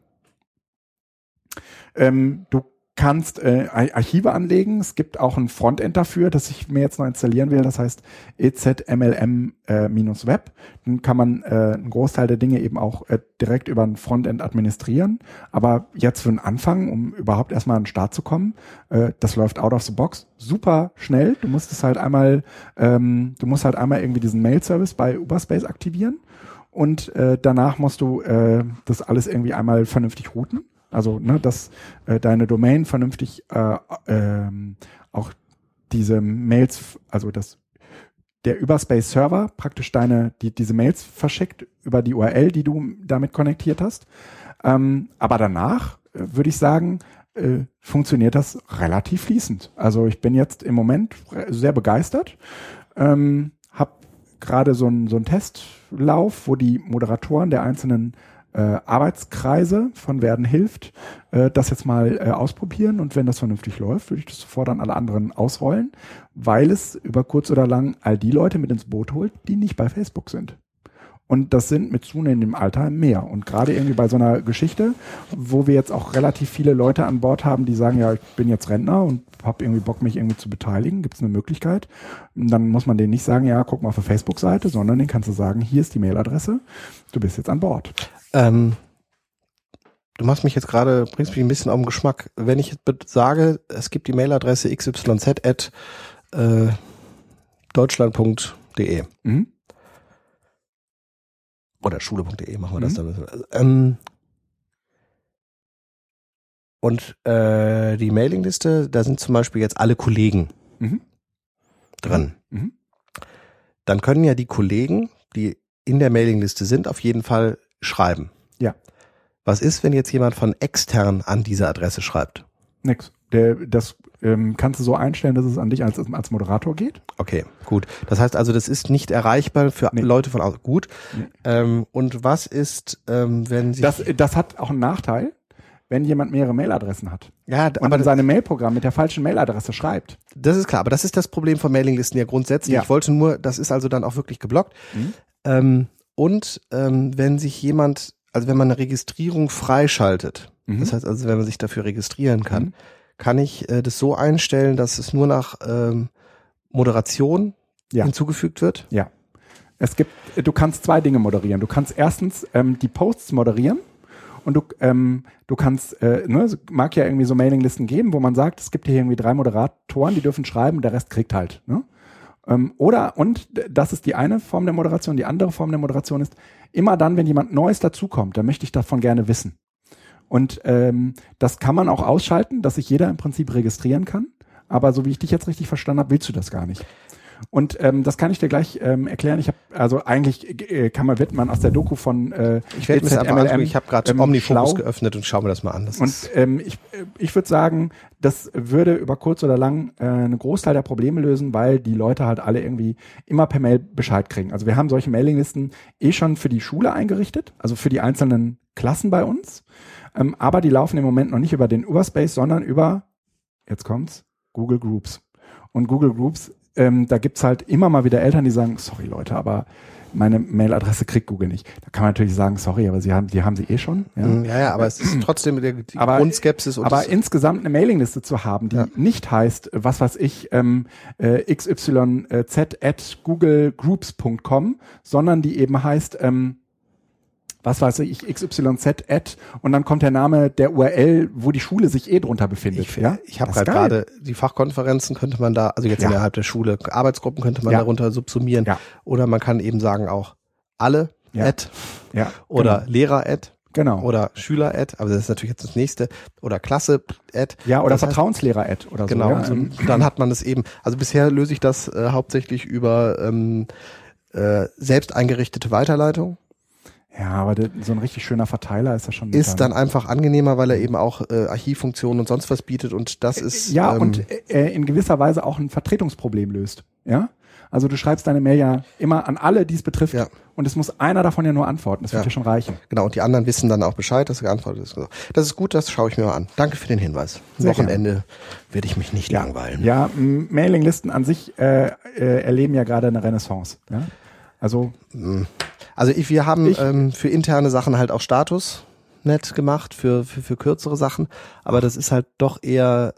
Du kannst Archive anlegen. Es gibt auch ein Frontend dafür, das ich mir jetzt noch installieren will. Das heißt EZMLM-Web. Dann kann man einen Großteil der Dinge eben auch direkt über ein Frontend administrieren. Aber jetzt für den Anfang, um überhaupt erstmal an den Start zu kommen, das läuft out of the box super schnell. Du musst halt einmal irgendwie diesen Mail-Service bei Uberspace aktivieren und danach musst du das alles irgendwie einmal vernünftig routen. Also, dass deine Domain vernünftig auch diese Mails, also der Überspace-Server praktisch diese Mails verschickt über die URL, die du damit konnektiert hast. Aber danach würde ich sagen, funktioniert das relativ fließend. Also ich bin jetzt im Moment sehr begeistert. Habe gerade so einen Testlauf, wo die Moderatoren der einzelnen Arbeitskreise von Werden hilft, das jetzt mal ausprobieren und wenn das vernünftig läuft, würde ich das sofort an alle anderen ausrollen, weil es über kurz oder lang all die Leute mit ins Boot holt, die nicht bei Facebook sind. Und das sind mit zunehmendem Alter mehr. Und gerade irgendwie bei so einer Geschichte, wo wir jetzt auch relativ viele Leute an Bord haben, die sagen, ja, ich bin jetzt Rentner und habe irgendwie Bock, mich irgendwie zu beteiligen, gibt es eine Möglichkeit. Und dann muss man denen nicht sagen, ja, guck mal auf der Facebook-Seite, sondern denen kannst du sagen, hier ist die Mailadresse, du bist jetzt an Bord. Du bringst mich ein bisschen auf den Geschmack. Wenn ich jetzt sage, es gibt die Mailadresse xyz@deutschland.de oder schule.de, machen wir das dann. Und die Mailingliste, da sind zum Beispiel jetzt alle Kollegen drin. Dann können ja die Kollegen, die in der Mailingliste sind, auf jeden Fall schreiben. Ja. Was ist, wenn jetzt jemand von extern an diese Adresse schreibt? Nix. Das kannst du so einstellen, dass es an dich als Moderator geht. Okay, gut. Das heißt also, das ist nicht erreichbar für Leute von außen. Gut. Nee. Und was ist, wenn sich... Das hat auch einen Nachteil, wenn jemand mehrere Mailadressen hat. Ja, und aber seine Mailprogramm mit der falschen Mailadresse schreibt. Das ist klar, aber das ist das Problem von Mailinglisten ja grundsätzlich. Ja. Ich wollte nur, das ist also dann auch wirklich geblockt. Wenn sich jemand, also wenn man eine Registrierung freischaltet, das heißt also, wenn man sich dafür registrieren kann, kann ich das so einstellen, dass es nur nach Moderation hinzugefügt wird? Ja. Du kannst zwei Dinge moderieren. Du kannst erstens die Posts moderieren und du kannst, es mag ja irgendwie so Mailinglisten geben, wo man sagt, es gibt hier irgendwie 3 Moderatoren, die dürfen schreiben, der Rest kriegt halt, ne? Und das ist die eine Form der Moderation. Die andere Form der Moderation ist, immer dann, wenn jemand Neues dazukommt, dann möchte ich davon gerne wissen. Und das kann man auch ausschalten, dass sich jeder im Prinzip registrieren kann. Aber so wie ich dich jetzt richtig verstanden habe, willst du das gar nicht. Und das kann ich dir gleich erklären. Wird man aus der Doku von ich werde mir einfach angucken. Ich habe gerade Omnifocus geöffnet und schaue mir das mal an. Ich würde sagen, das würde über kurz oder lang einen Großteil der Probleme lösen, weil die Leute halt alle irgendwie immer per Mail Bescheid kriegen. Also wir haben solche Mailinglisten schon für die Schule eingerichtet, also für die einzelnen Klassen bei uns. Aber die laufen im Moment noch nicht über den Uberspace, sondern über, jetzt kommt's, Google Groups. Und Google Groups, da gibt's halt immer mal wieder Eltern, die sagen, sorry Leute, aber meine Mailadresse kriegt Google nicht. Da kann man natürlich sagen, sorry, aber die haben sie eh schon. Ja, aber es ist trotzdem die Grundskepsis. Aber insgesamt eine Mailingliste zu haben, die nicht heißt, was weiß ich, xyz@googlegroups.com, sondern die eben heißt, was weiß ich, xyz@ und dann kommt der Name der URL, wo die Schule sich drunter befindet. Ich habe gerade die Fachkonferenzen könnte man da, also jetzt innerhalb der Schule, Arbeitsgruppen könnte man darunter subsumieren. Ja. Oder man kann eben sagen auch alle oder Lehrer oder Schüler aber das ist natürlich jetzt das nächste, oder Klasse Ja, oder Vertrauenslehrer oder so. Genau, dann hat man es eben, also bisher löse ich das hauptsächlich über selbst eingerichtete Weiterleitung. Ja, aber so ein richtig schöner Verteiler ist ja schon. Ist dann einfach angenehmer, weil er eben auch Archivfunktionen und sonst was bietet und das ist. Ja, und in gewisser Weise auch ein Vertretungsproblem löst. Ja? Also du schreibst deine Mail ja immer an alle, die es betrifft und es muss einer davon ja nur antworten. Das wird ja schon reichen. Genau, und die anderen wissen dann auch Bescheid, dass geantwortet ist. Das ist gut, das schaue ich mir mal an. Danke für den Hinweis. Sehr Wochenende werde ich mich nicht langweilen. Ja, Mailinglisten an sich erleben ja gerade eine Renaissance. Ja? Also wir haben für interne Sachen halt auch Statusnet gemacht, für kürzere Sachen, aber das ist halt doch eher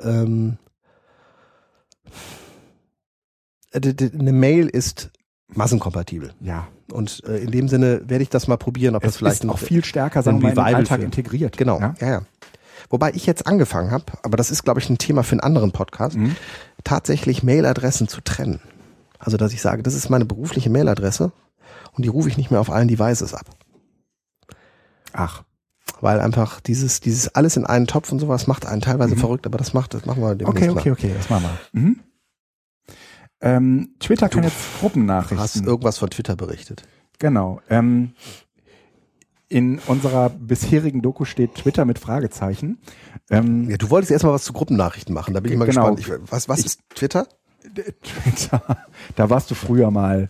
eine Mail ist massenkompatibel. Ja. Und in dem Sinne werde ich das mal probieren, ob das vielleicht auch viel stärker, sagen wir mal, in den Alltag integriert. Genau, ja. Wobei ich jetzt angefangen habe, aber das ist, glaube ich, ein Thema für einen anderen Podcast, tatsächlich Mailadressen zu trennen. Also, dass ich sage, das ist meine berufliche Mailadresse und die rufe ich nicht mehr auf allen Devices ab. Ach. Weil einfach dieses alles in einen Topf und sowas macht einen teilweise verrückt, aber das machen wir demnächst mal. Okay, das machen wir. Twitter kann jetzt Gruppennachrichten. Du hast irgendwas von Twitter berichtet. Genau. In unserer bisherigen Doku steht Twitter mit Fragezeichen. Du wolltest erstmal was zu Gruppennachrichten machen, da bin ich mal gespannt. Was ist Twitter? Twitter, da warst du früher mal.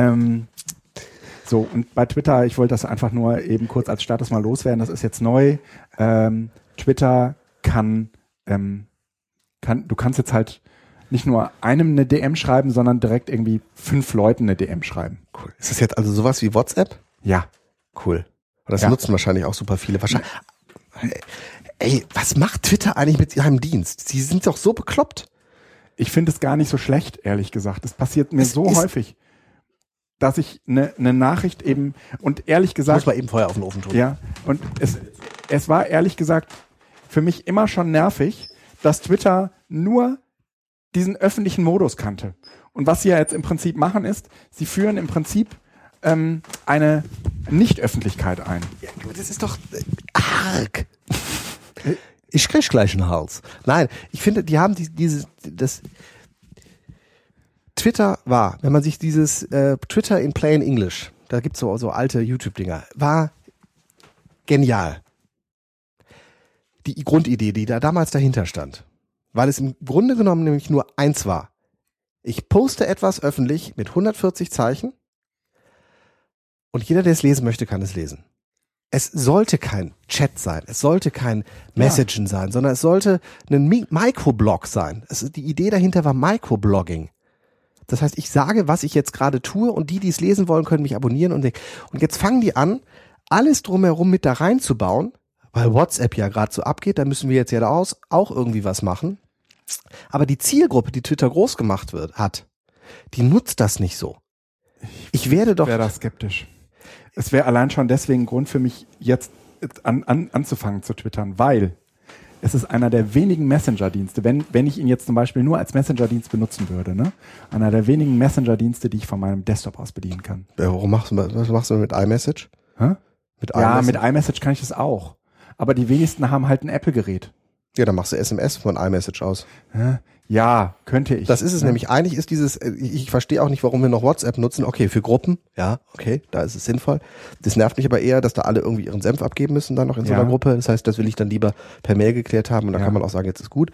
So, und bei Twitter, ich wollte das einfach nur eben kurz als Status mal loswerden, das ist jetzt neu. Twitter du kannst jetzt halt nicht nur einem eine DM schreiben, sondern direkt irgendwie 5 Leuten eine DM schreiben. Cool. Ist das jetzt also sowas wie WhatsApp? Ja. Cool. Und das nutzen wahrscheinlich auch super viele. Wahrscheinlich. Ey, was macht Twitter eigentlich mit ihrem Dienst? Sie sind doch so bekloppt. Ich finde es gar nicht so schlecht, ehrlich gesagt. Das passiert mir so häufig, dass ich eine Nachricht eben, und ehrlich gesagt. Muss man eben Feuer auf den Ofen tun. Ja, und es war ehrlich gesagt für mich immer schon nervig, dass Twitter nur diesen öffentlichen Modus kannte. Und was sie ja jetzt im Prinzip machen ist, sie führen im Prinzip eine Nicht-Öffentlichkeit ein. Ja, das ist doch arg. Ich krieg gleich einen Hals. Nein, ich finde, die haben das Twitter war, wenn man sich dieses Twitter in Plain English, da gibt's so alte YouTube-Dinger, war genial. Die Grundidee, die da damals dahinter stand, weil es im Grunde genommen nämlich nur eins war. Ich poste etwas öffentlich mit 140 Zeichen und jeder, der es lesen möchte, kann es lesen. Es sollte kein Chat sein, es sollte kein Messagen sein, sondern es sollte ein Microblog sein. Die Idee dahinter war Microblogging. Das heißt, ich sage, was ich jetzt gerade tue und die es lesen wollen, können mich abonnieren und jetzt fangen die an, alles drumherum mit da reinzubauen, weil WhatsApp ja gerade so abgeht, da müssen wir jetzt ja auch irgendwie was machen. Aber die Zielgruppe, die Twitter groß gemacht hat, die nutzt das nicht so. Ich wäre da skeptisch. Es wäre allein schon deswegen ein Grund für mich, jetzt anzufangen zu twittern, weil es ist einer der wenigen Messenger-Dienste, wenn ich ihn jetzt zum Beispiel nur als Messenger-Dienst benutzen würde, ne? Einer der wenigen Messenger-Dienste, die ich von meinem Desktop aus bedienen kann. Ja, was machst du mit iMessage? Hä? Mit iMessage kann ich das auch. Aber die wenigsten haben halt ein Apple-Gerät. Ja, dann machst du SMS von iMessage aus. Ja, könnte ich. Das ist es nämlich. Eigentlich ist ich verstehe auch nicht, warum wir noch WhatsApp nutzen. Okay, für Gruppen, ja, okay, da ist es sinnvoll. Das nervt mich aber eher, dass da alle irgendwie ihren Senf abgeben müssen dann noch in so einer Gruppe. Das heißt, das will ich dann lieber per Mail geklärt haben und dann kann man auch sagen, jetzt ist gut.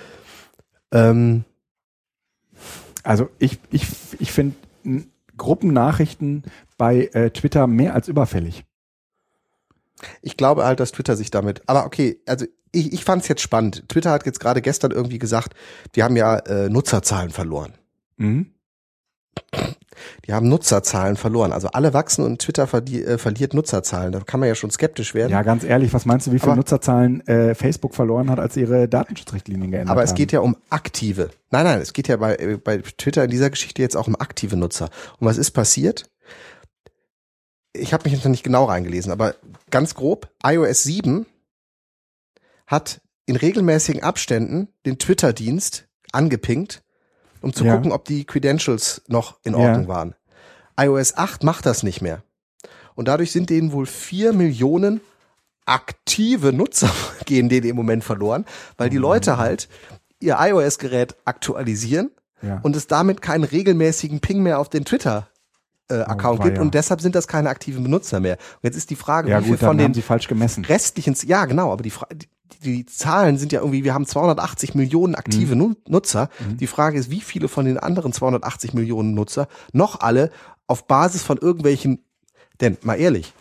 Also ich finde Gruppennachrichten bei Twitter mehr als überfällig. Ich glaube halt, dass Twitter sich damit, aber okay, also ich fand es jetzt spannend. Twitter hat jetzt gerade gestern irgendwie gesagt, die haben ja Nutzerzahlen verloren. Mhm. Die haben Nutzerzahlen verloren. Also alle wachsen und Twitter verliert Nutzerzahlen. Da kann man ja schon skeptisch werden. Ja, ganz ehrlich, was meinst du, wie viele Nutzerzahlen Facebook verloren hat, als ihre Datenschutzrichtlinien geändert haben? Aber es geht ja um aktive. Nein, es geht ja bei Twitter in dieser Geschichte jetzt auch um aktive Nutzer. Und was ist passiert? Ich habe mich jetzt noch nicht genau reingelesen, aber ganz grob, iOS 7 hat in regelmäßigen Abständen den Twitter-Dienst angepinkt, um zu gucken, ob die Credentials noch in Ordnung waren. iOS 8 macht das nicht mehr. Und dadurch sind denen wohl 4 Millionen aktive Nutzer gehen denen im Moment verloren, weil die Leute halt ihr iOS-Gerät aktualisieren und es damit keinen regelmäßigen Ping mehr auf den Twitter-Account gibt und deshalb sind das keine aktiven Benutzer mehr. Und jetzt ist die Frage, wie viel von den haben sie falsch gemessen. Restlichen, ja genau, aber die Zahlen sind ja irgendwie, wir haben 280 Millionen aktive Nutzer. Die Frage ist, wie viele von den anderen 280 Millionen Nutzer noch alle auf Basis von irgendwelchen, denn mal ehrlich,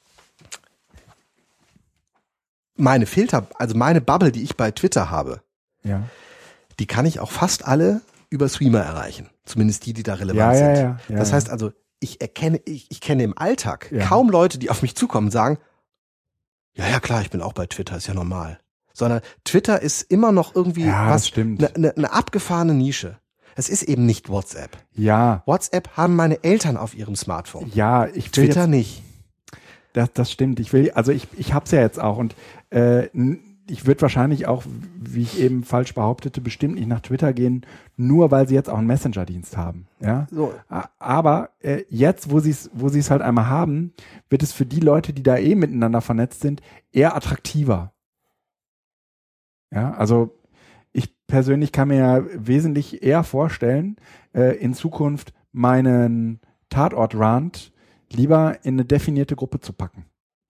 meine Filter, also meine Bubble, die ich bei Twitter habe, die kann ich auch fast alle über Streamer erreichen. Zumindest die da relevant sind. Das heißt also, ich kenne im Alltag kaum Leute, die auf mich zukommen und sagen, ja klar, ich bin auch bei Twitter, ist ja normal. Sondern Twitter ist immer noch irgendwie eine abgefahrene Nische. Es ist eben nicht WhatsApp. Ja. WhatsApp haben meine Eltern auf ihrem Smartphone. Ja, Twitter nicht. Das stimmt. Ich hab's ja jetzt auch und ich würde wahrscheinlich auch, wie ich eben falsch behauptete, bestimmt nicht nach Twitter gehen, nur weil sie jetzt auch einen Messenger-Dienst haben. Ja. So. Aber jetzt, wo sie es halt einmal haben, wird es für die Leute, die da miteinander vernetzt sind, eher attraktiver. Ja, also ich persönlich kann mir ja wesentlich eher vorstellen, in Zukunft meinen Tatort-Rant lieber in eine definierte Gruppe zu packen.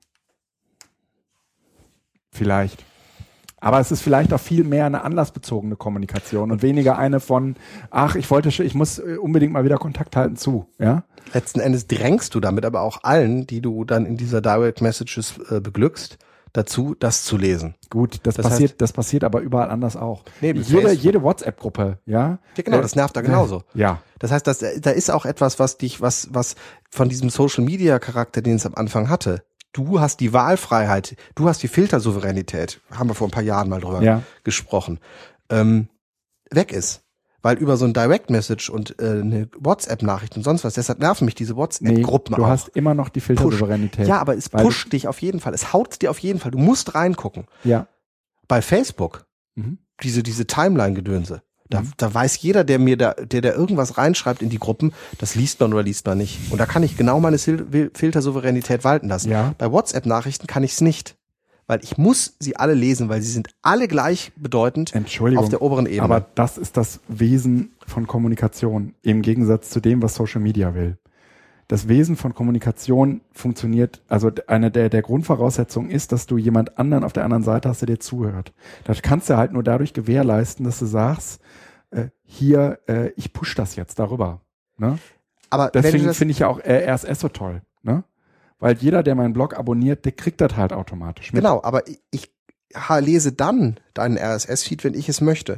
Vielleicht. Aber es ist vielleicht auch viel mehr eine anlassbezogene Kommunikation und weniger eine von, ich muss unbedingt mal wieder Kontakt halten zu. Ja? Letzten Endes drängst du damit aber auch allen, die du dann in dieser Direct Messages beglückst, dazu, das zu lesen. Gut, das passiert aber überall anders auch. Nee, jede WhatsApp-Gruppe, ja. Ja, genau, das nervt da genauso. Ja. Das heißt, da ist auch etwas, was von diesem Social-Media-Charakter, den es am Anfang hatte. Du hast die Wahlfreiheit, du hast die Filtersouveränität, haben wir vor ein paar Jahren mal drüber gesprochen, weg ist. Weil über so ein Direct-Message und eine WhatsApp-Nachricht und sonst was, deshalb nerven mich diese WhatsApp-Gruppen auch. Du hast immer noch die Filtersouveränität. Ja, aber es pusht dich auf jeden Fall, es haut dir auf jeden Fall, du musst reingucken. Ja. Bei Facebook, diese Timeline-Gedönse, da weiß jeder, der irgendwas reinschreibt in die Gruppen, das liest man oder liest man nicht. Und da kann ich genau meine Filtersouveränität walten lassen. Ja. Bei WhatsApp-Nachrichten kann ich es nicht. Weil ich muss sie alle lesen, weil sie sind alle gleichbedeutend auf der oberen Ebene. Aber das ist das Wesen von Kommunikation, im Gegensatz zu dem, was Social Media will. Das Wesen von Kommunikation funktioniert, also eine der Grundvoraussetzungen ist, dass du jemand anderen auf der anderen Seite hast, der dir zuhört. Das kannst du halt nur dadurch gewährleisten, dass du sagst, ich push das jetzt darüber. Ne? Aber deswegen finde ich ja auch RSS so toll. Ne? Weil jeder, der meinen Blog abonniert, der kriegt das halt automatisch mit. Genau, aber ich lese dann deinen RSS-Feed, wenn ich es möchte.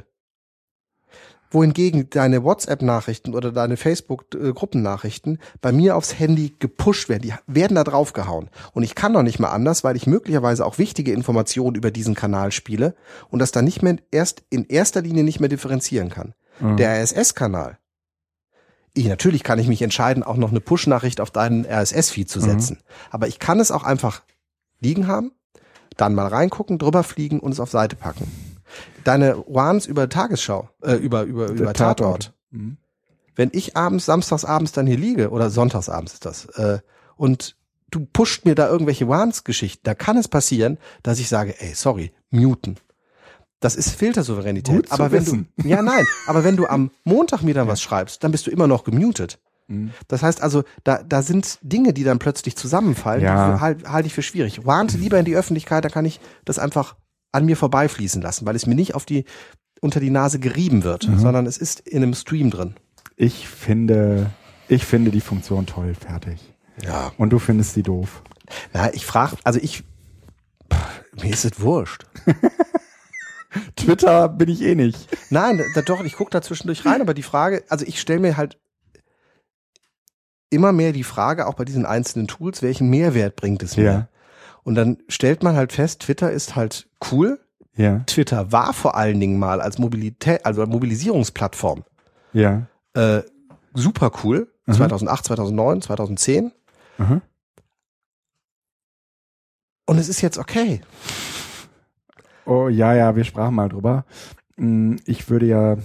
Wohingegen deine WhatsApp-Nachrichten oder deine Facebook-Gruppennachrichten bei mir aufs Handy gepusht werden. Die werden da draufgehauen. Und ich kann noch nicht mal anders, weil ich möglicherweise auch wichtige Informationen über diesen Kanal spiele und das dann nicht mehr in erster Linie nicht mehr differenzieren kann. Der RSS-Kanal. Natürlich kann ich mich entscheiden, auch noch eine Push-Nachricht auf deinen RSS-Feed zu setzen. Aber ich kann es auch einfach liegen haben, dann mal reingucken, drüber fliegen und es auf Seite packen. Deine Ones über Tagesschau, über Tatort. Wenn ich samstagsabends dann hier liege, oder sonntagsabends ist das, und du pusht mir da irgendwelche Ones-Geschichten, da kann es passieren, dass ich sage, sorry, muten. Das ist Filtersouveränität. Aber wenn du am Montag mir dann was schreibst, dann bist du immer noch gemutet. Das heißt also, da sind Dinge, die dann plötzlich zusammenfallen, die halte ich für schwierig. Warnt lieber in die Öffentlichkeit, da kann ich das einfach an mir vorbeifließen lassen, weil es mir nicht unter die Nase gerieben wird, sondern es ist in einem Stream drin. Ich finde die Funktion toll, fertig. Ja. Und du findest sie doof. Na, mir ist es wurscht. Twitter bin ich nicht. Nein, doch, ich gucke da zwischendurch rein, aber die Frage, also ich stelle mir halt, immer mehr die Frage, auch bei diesen einzelnen Tools, welchen Mehrwert bringt es mir? Ja. Und dann stellt man halt fest, Twitter ist halt cool. Ja. Twitter war vor allen Dingen mal als Mobilisierungsplattform super cool. 2008, 2009, 2010. Mhm. Und es ist jetzt okay. Oh, ja, wir sprachen mal drüber. Ich würde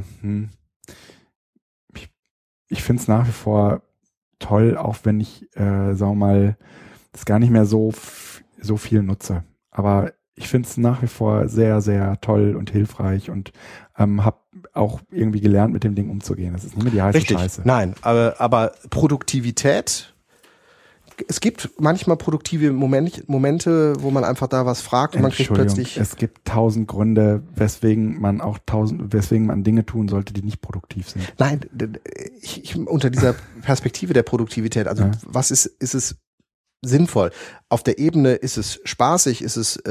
ich finde es nach wie vor toll, auch wenn ich, sagen wir mal, das gar nicht mehr so viel nutze. Aber ich finde es nach wie vor sehr, sehr toll und hilfreich und habe auch irgendwie gelernt, mit dem Ding umzugehen. Das ist nicht mehr die heiße Scheiße. Nein, aber Produktivität, es gibt manchmal produktive Momente, wo man einfach da was fragt und man kriegt plötzlich... Es gibt 1000 Gründe, weswegen man Dinge tun sollte, die nicht produktiv sind. Nein, ich unter dieser Perspektive der Produktivität, also was ist es sinnvoll? Auf der Ebene ist es spaßig, ist es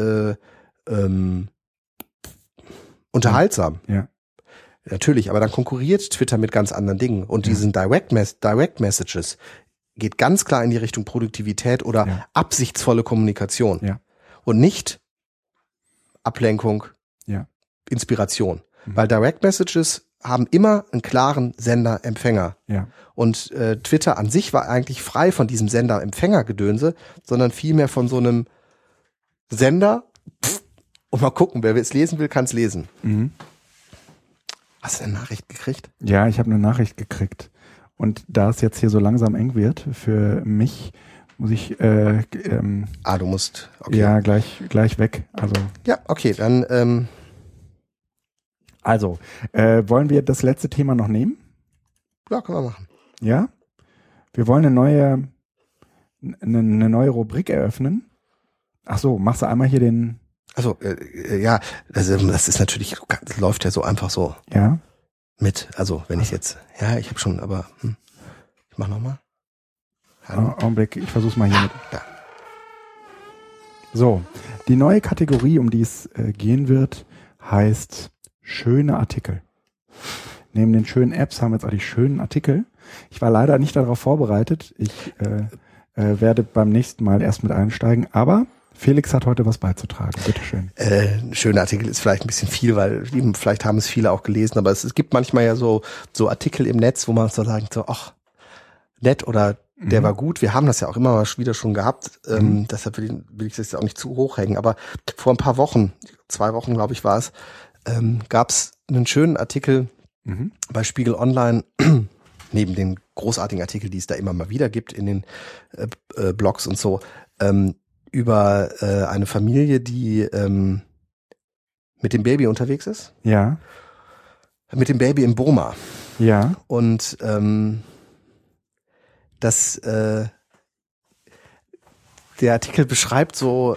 unterhaltsam. Ja. Natürlich, aber dann konkurriert Twitter mit ganz anderen Dingen und diesen Direct Messages geht ganz klar in die Richtung Produktivität oder absichtsvolle Kommunikation. Ja. Und nicht Ablenkung, Inspiration. Weil Direct Messages haben immer einen klaren Sender-Empfänger. Ja. Und Twitter an sich war eigentlich frei von diesem Sender-Empfänger-Gedönse, sondern vielmehr von so einem Sender. Und mal gucken, wer es lesen will, kann es lesen. Mhm. Hast du eine Nachricht gekriegt? Ja, ich habe eine Nachricht gekriegt. Und da es jetzt hier so langsam eng wird, für mich muss ich du musst, okay. Ja, gleich weg. Also. Ja, okay, dann wollen wir das letzte Thema noch nehmen? Ja, können wir machen. Ja? Wir wollen eine neue Rubrik eröffnen. Ach so, machst du einmal hier den... Also, das ist natürlich, das läuft ja so einfach so. Ja? Mit, also wenn ich jetzt, ich habe schon, aber ich mach nochmal. Augenblick, ich versuch's mal hier mit. Ja. So, die neue Kategorie, um die es gehen wird, heißt schöne Artikel. Neben den schönen Apps haben wir jetzt auch die schönen Artikel. Ich war leider nicht darauf vorbereitet. Ich werde beim nächsten Mal erst mit einsteigen, aber Felix hat heute was beizutragen. Bitteschön. Schöner Artikel ist vielleicht ein bisschen viel, weil vielleicht haben es viele auch gelesen, aber es gibt manchmal ja so Artikel im Netz, wo man so sagt, so, ach, nett oder der war gut. Wir haben das ja auch immer mal wieder schon gehabt. Deshalb will ich das ja auch nicht zu hoch hängen. Aber vor ein paar Wochen, 2 Wochen, glaube ich, war es, gab es einen schönen Artikel bei Spiegel Online, neben den großartigen Artikeln, die es da immer mal wieder gibt in den Blogs und so, über eine Familie, die mit dem Baby unterwegs ist. Ja. Mit dem Baby in Burma. Ja. Und der Artikel beschreibt so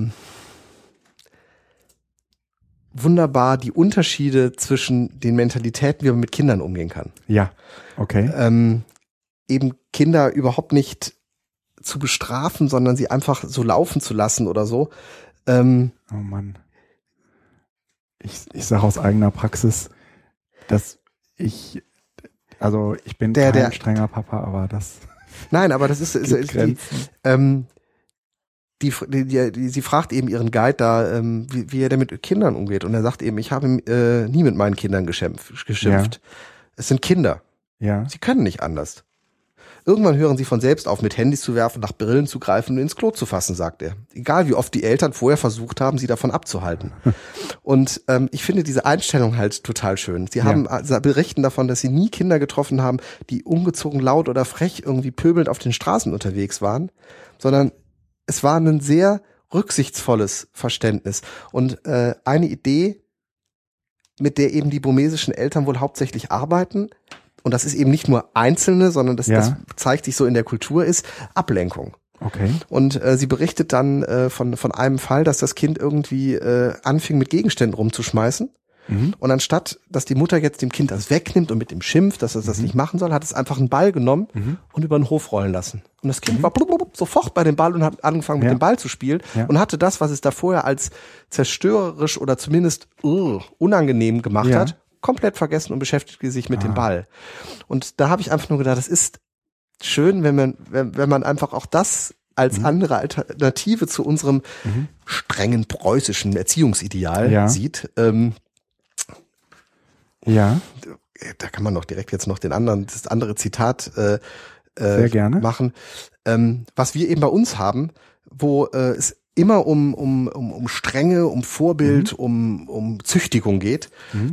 wunderbar die Unterschiede zwischen den Mentalitäten, wie man mit Kindern umgehen kann. Ja, okay. Eben Kinder überhaupt nicht zu bestrafen, sondern sie einfach so laufen zu lassen oder so. Oh Mann. Ich sage aus eigener Praxis, dass ich bin kein strenger Papa, aber das... Nein, aber das ist sie fragt eben ihren Guide da, wie er denn mit Kindern umgeht. Und er sagt eben, ich habe nie mit meinen Kindern geschimpft. Ja. Es sind Kinder. Ja. Sie können nicht anders. Irgendwann hören sie von selbst auf, mit Handys zu werfen, nach Brillen zu greifen und ins Klo zu fassen, sagt er. Egal wie oft die Eltern vorher versucht haben, sie davon abzuhalten. Und ich finde diese Einstellung halt total schön. Sie berichten davon, dass sie nie Kinder getroffen haben, die ungezogen laut oder frech irgendwie pöbelnd auf den Straßen unterwegs waren, sondern es war ein sehr rücksichtsvolles Verständnis. Und eine Idee, mit der eben die burmesischen Eltern wohl hauptsächlich arbeiten, und das ist eben nicht nur Einzelne, sondern das zeigt sich so in der Kultur, ist Ablenkung. Okay. Und sie berichtet dann von einem Fall, dass das Kind irgendwie anfing, mit Gegenständen rumzuschmeißen. Und anstatt, dass die Mutter jetzt dem Kind das wegnimmt und mit dem schimpft, dass es das nicht machen soll, hat es einfach einen Ball genommen und über den Hof rollen lassen. Und das Kind war sofort bei dem Ball und hat angefangen, mit dem Ball zu spielen und hatte das, was es da vorher als zerstörerisch oder zumindest unangenehm gemacht hat, komplett vergessen und beschäftigte sich mit dem Ball. Und da habe ich einfach nur gedacht, das ist schön, wenn man einfach auch das als andere Alternative zu unserem strengen preußischen Erziehungsideal sieht. Ja. Da kann man doch direkt jetzt noch das andere Zitat sehr gerne machen. Was wir eben bei uns haben, wo es immer um Strenge, um Vorbild, um Züchtigung geht.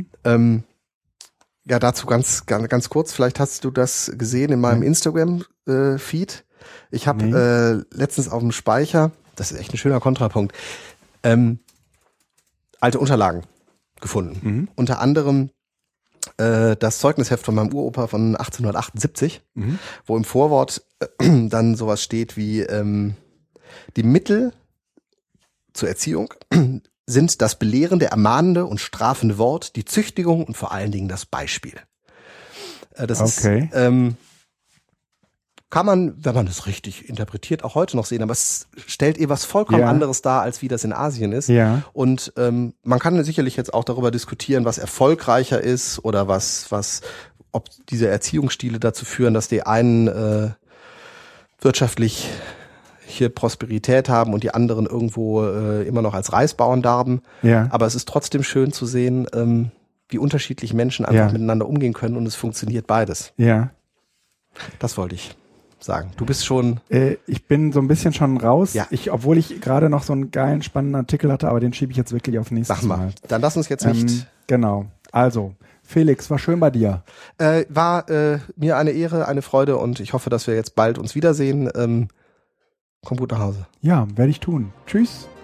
Ja, dazu ganz kurz, vielleicht hast du das gesehen in meinem Instagram-Feed. Ich habe letztens auf dem Speicher, das ist echt ein schöner Kontrapunkt, alte Unterlagen gefunden. Unter anderem das Zeugnisheft von meinem Uropa von 1878, wo im Vorwort dann sowas steht wie die Mittel zur Erziehung sind das belehrende, ermahnende und strafende Wort, die Züchtigung und vor allen Dingen das Beispiel. Das ist kann man, wenn man das richtig interpretiert, auch heute noch sehen, aber es stellt was vollkommen anderes dar, als wie das in Asien ist. Ja. Und man kann sicherlich jetzt auch darüber diskutieren, was erfolgreicher ist oder ob diese Erziehungsstile dazu führen, dass die einen wirtschaftlich hier Prosperität haben und die anderen irgendwo immer noch als Reisbauern darben. Ja. Aber es ist trotzdem schön zu sehen, wie unterschiedlich Menschen einfach miteinander umgehen können und es funktioniert beides. Ja. Das wollte ich sagen. Du bist schon... ich bin so ein bisschen schon raus, Ja. Obwohl ich gerade noch so einen geilen, spannenden Artikel hatte, aber den schiebe ich jetzt wirklich auf nächstes Mal. Dann lass uns jetzt nicht... Genau. Also, Felix, war schön bei dir. War mir eine Ehre, eine Freude und ich hoffe, dass wir jetzt bald uns wiedersehen. Komm gut nach Hause. Ja, werde ich tun. Tschüss.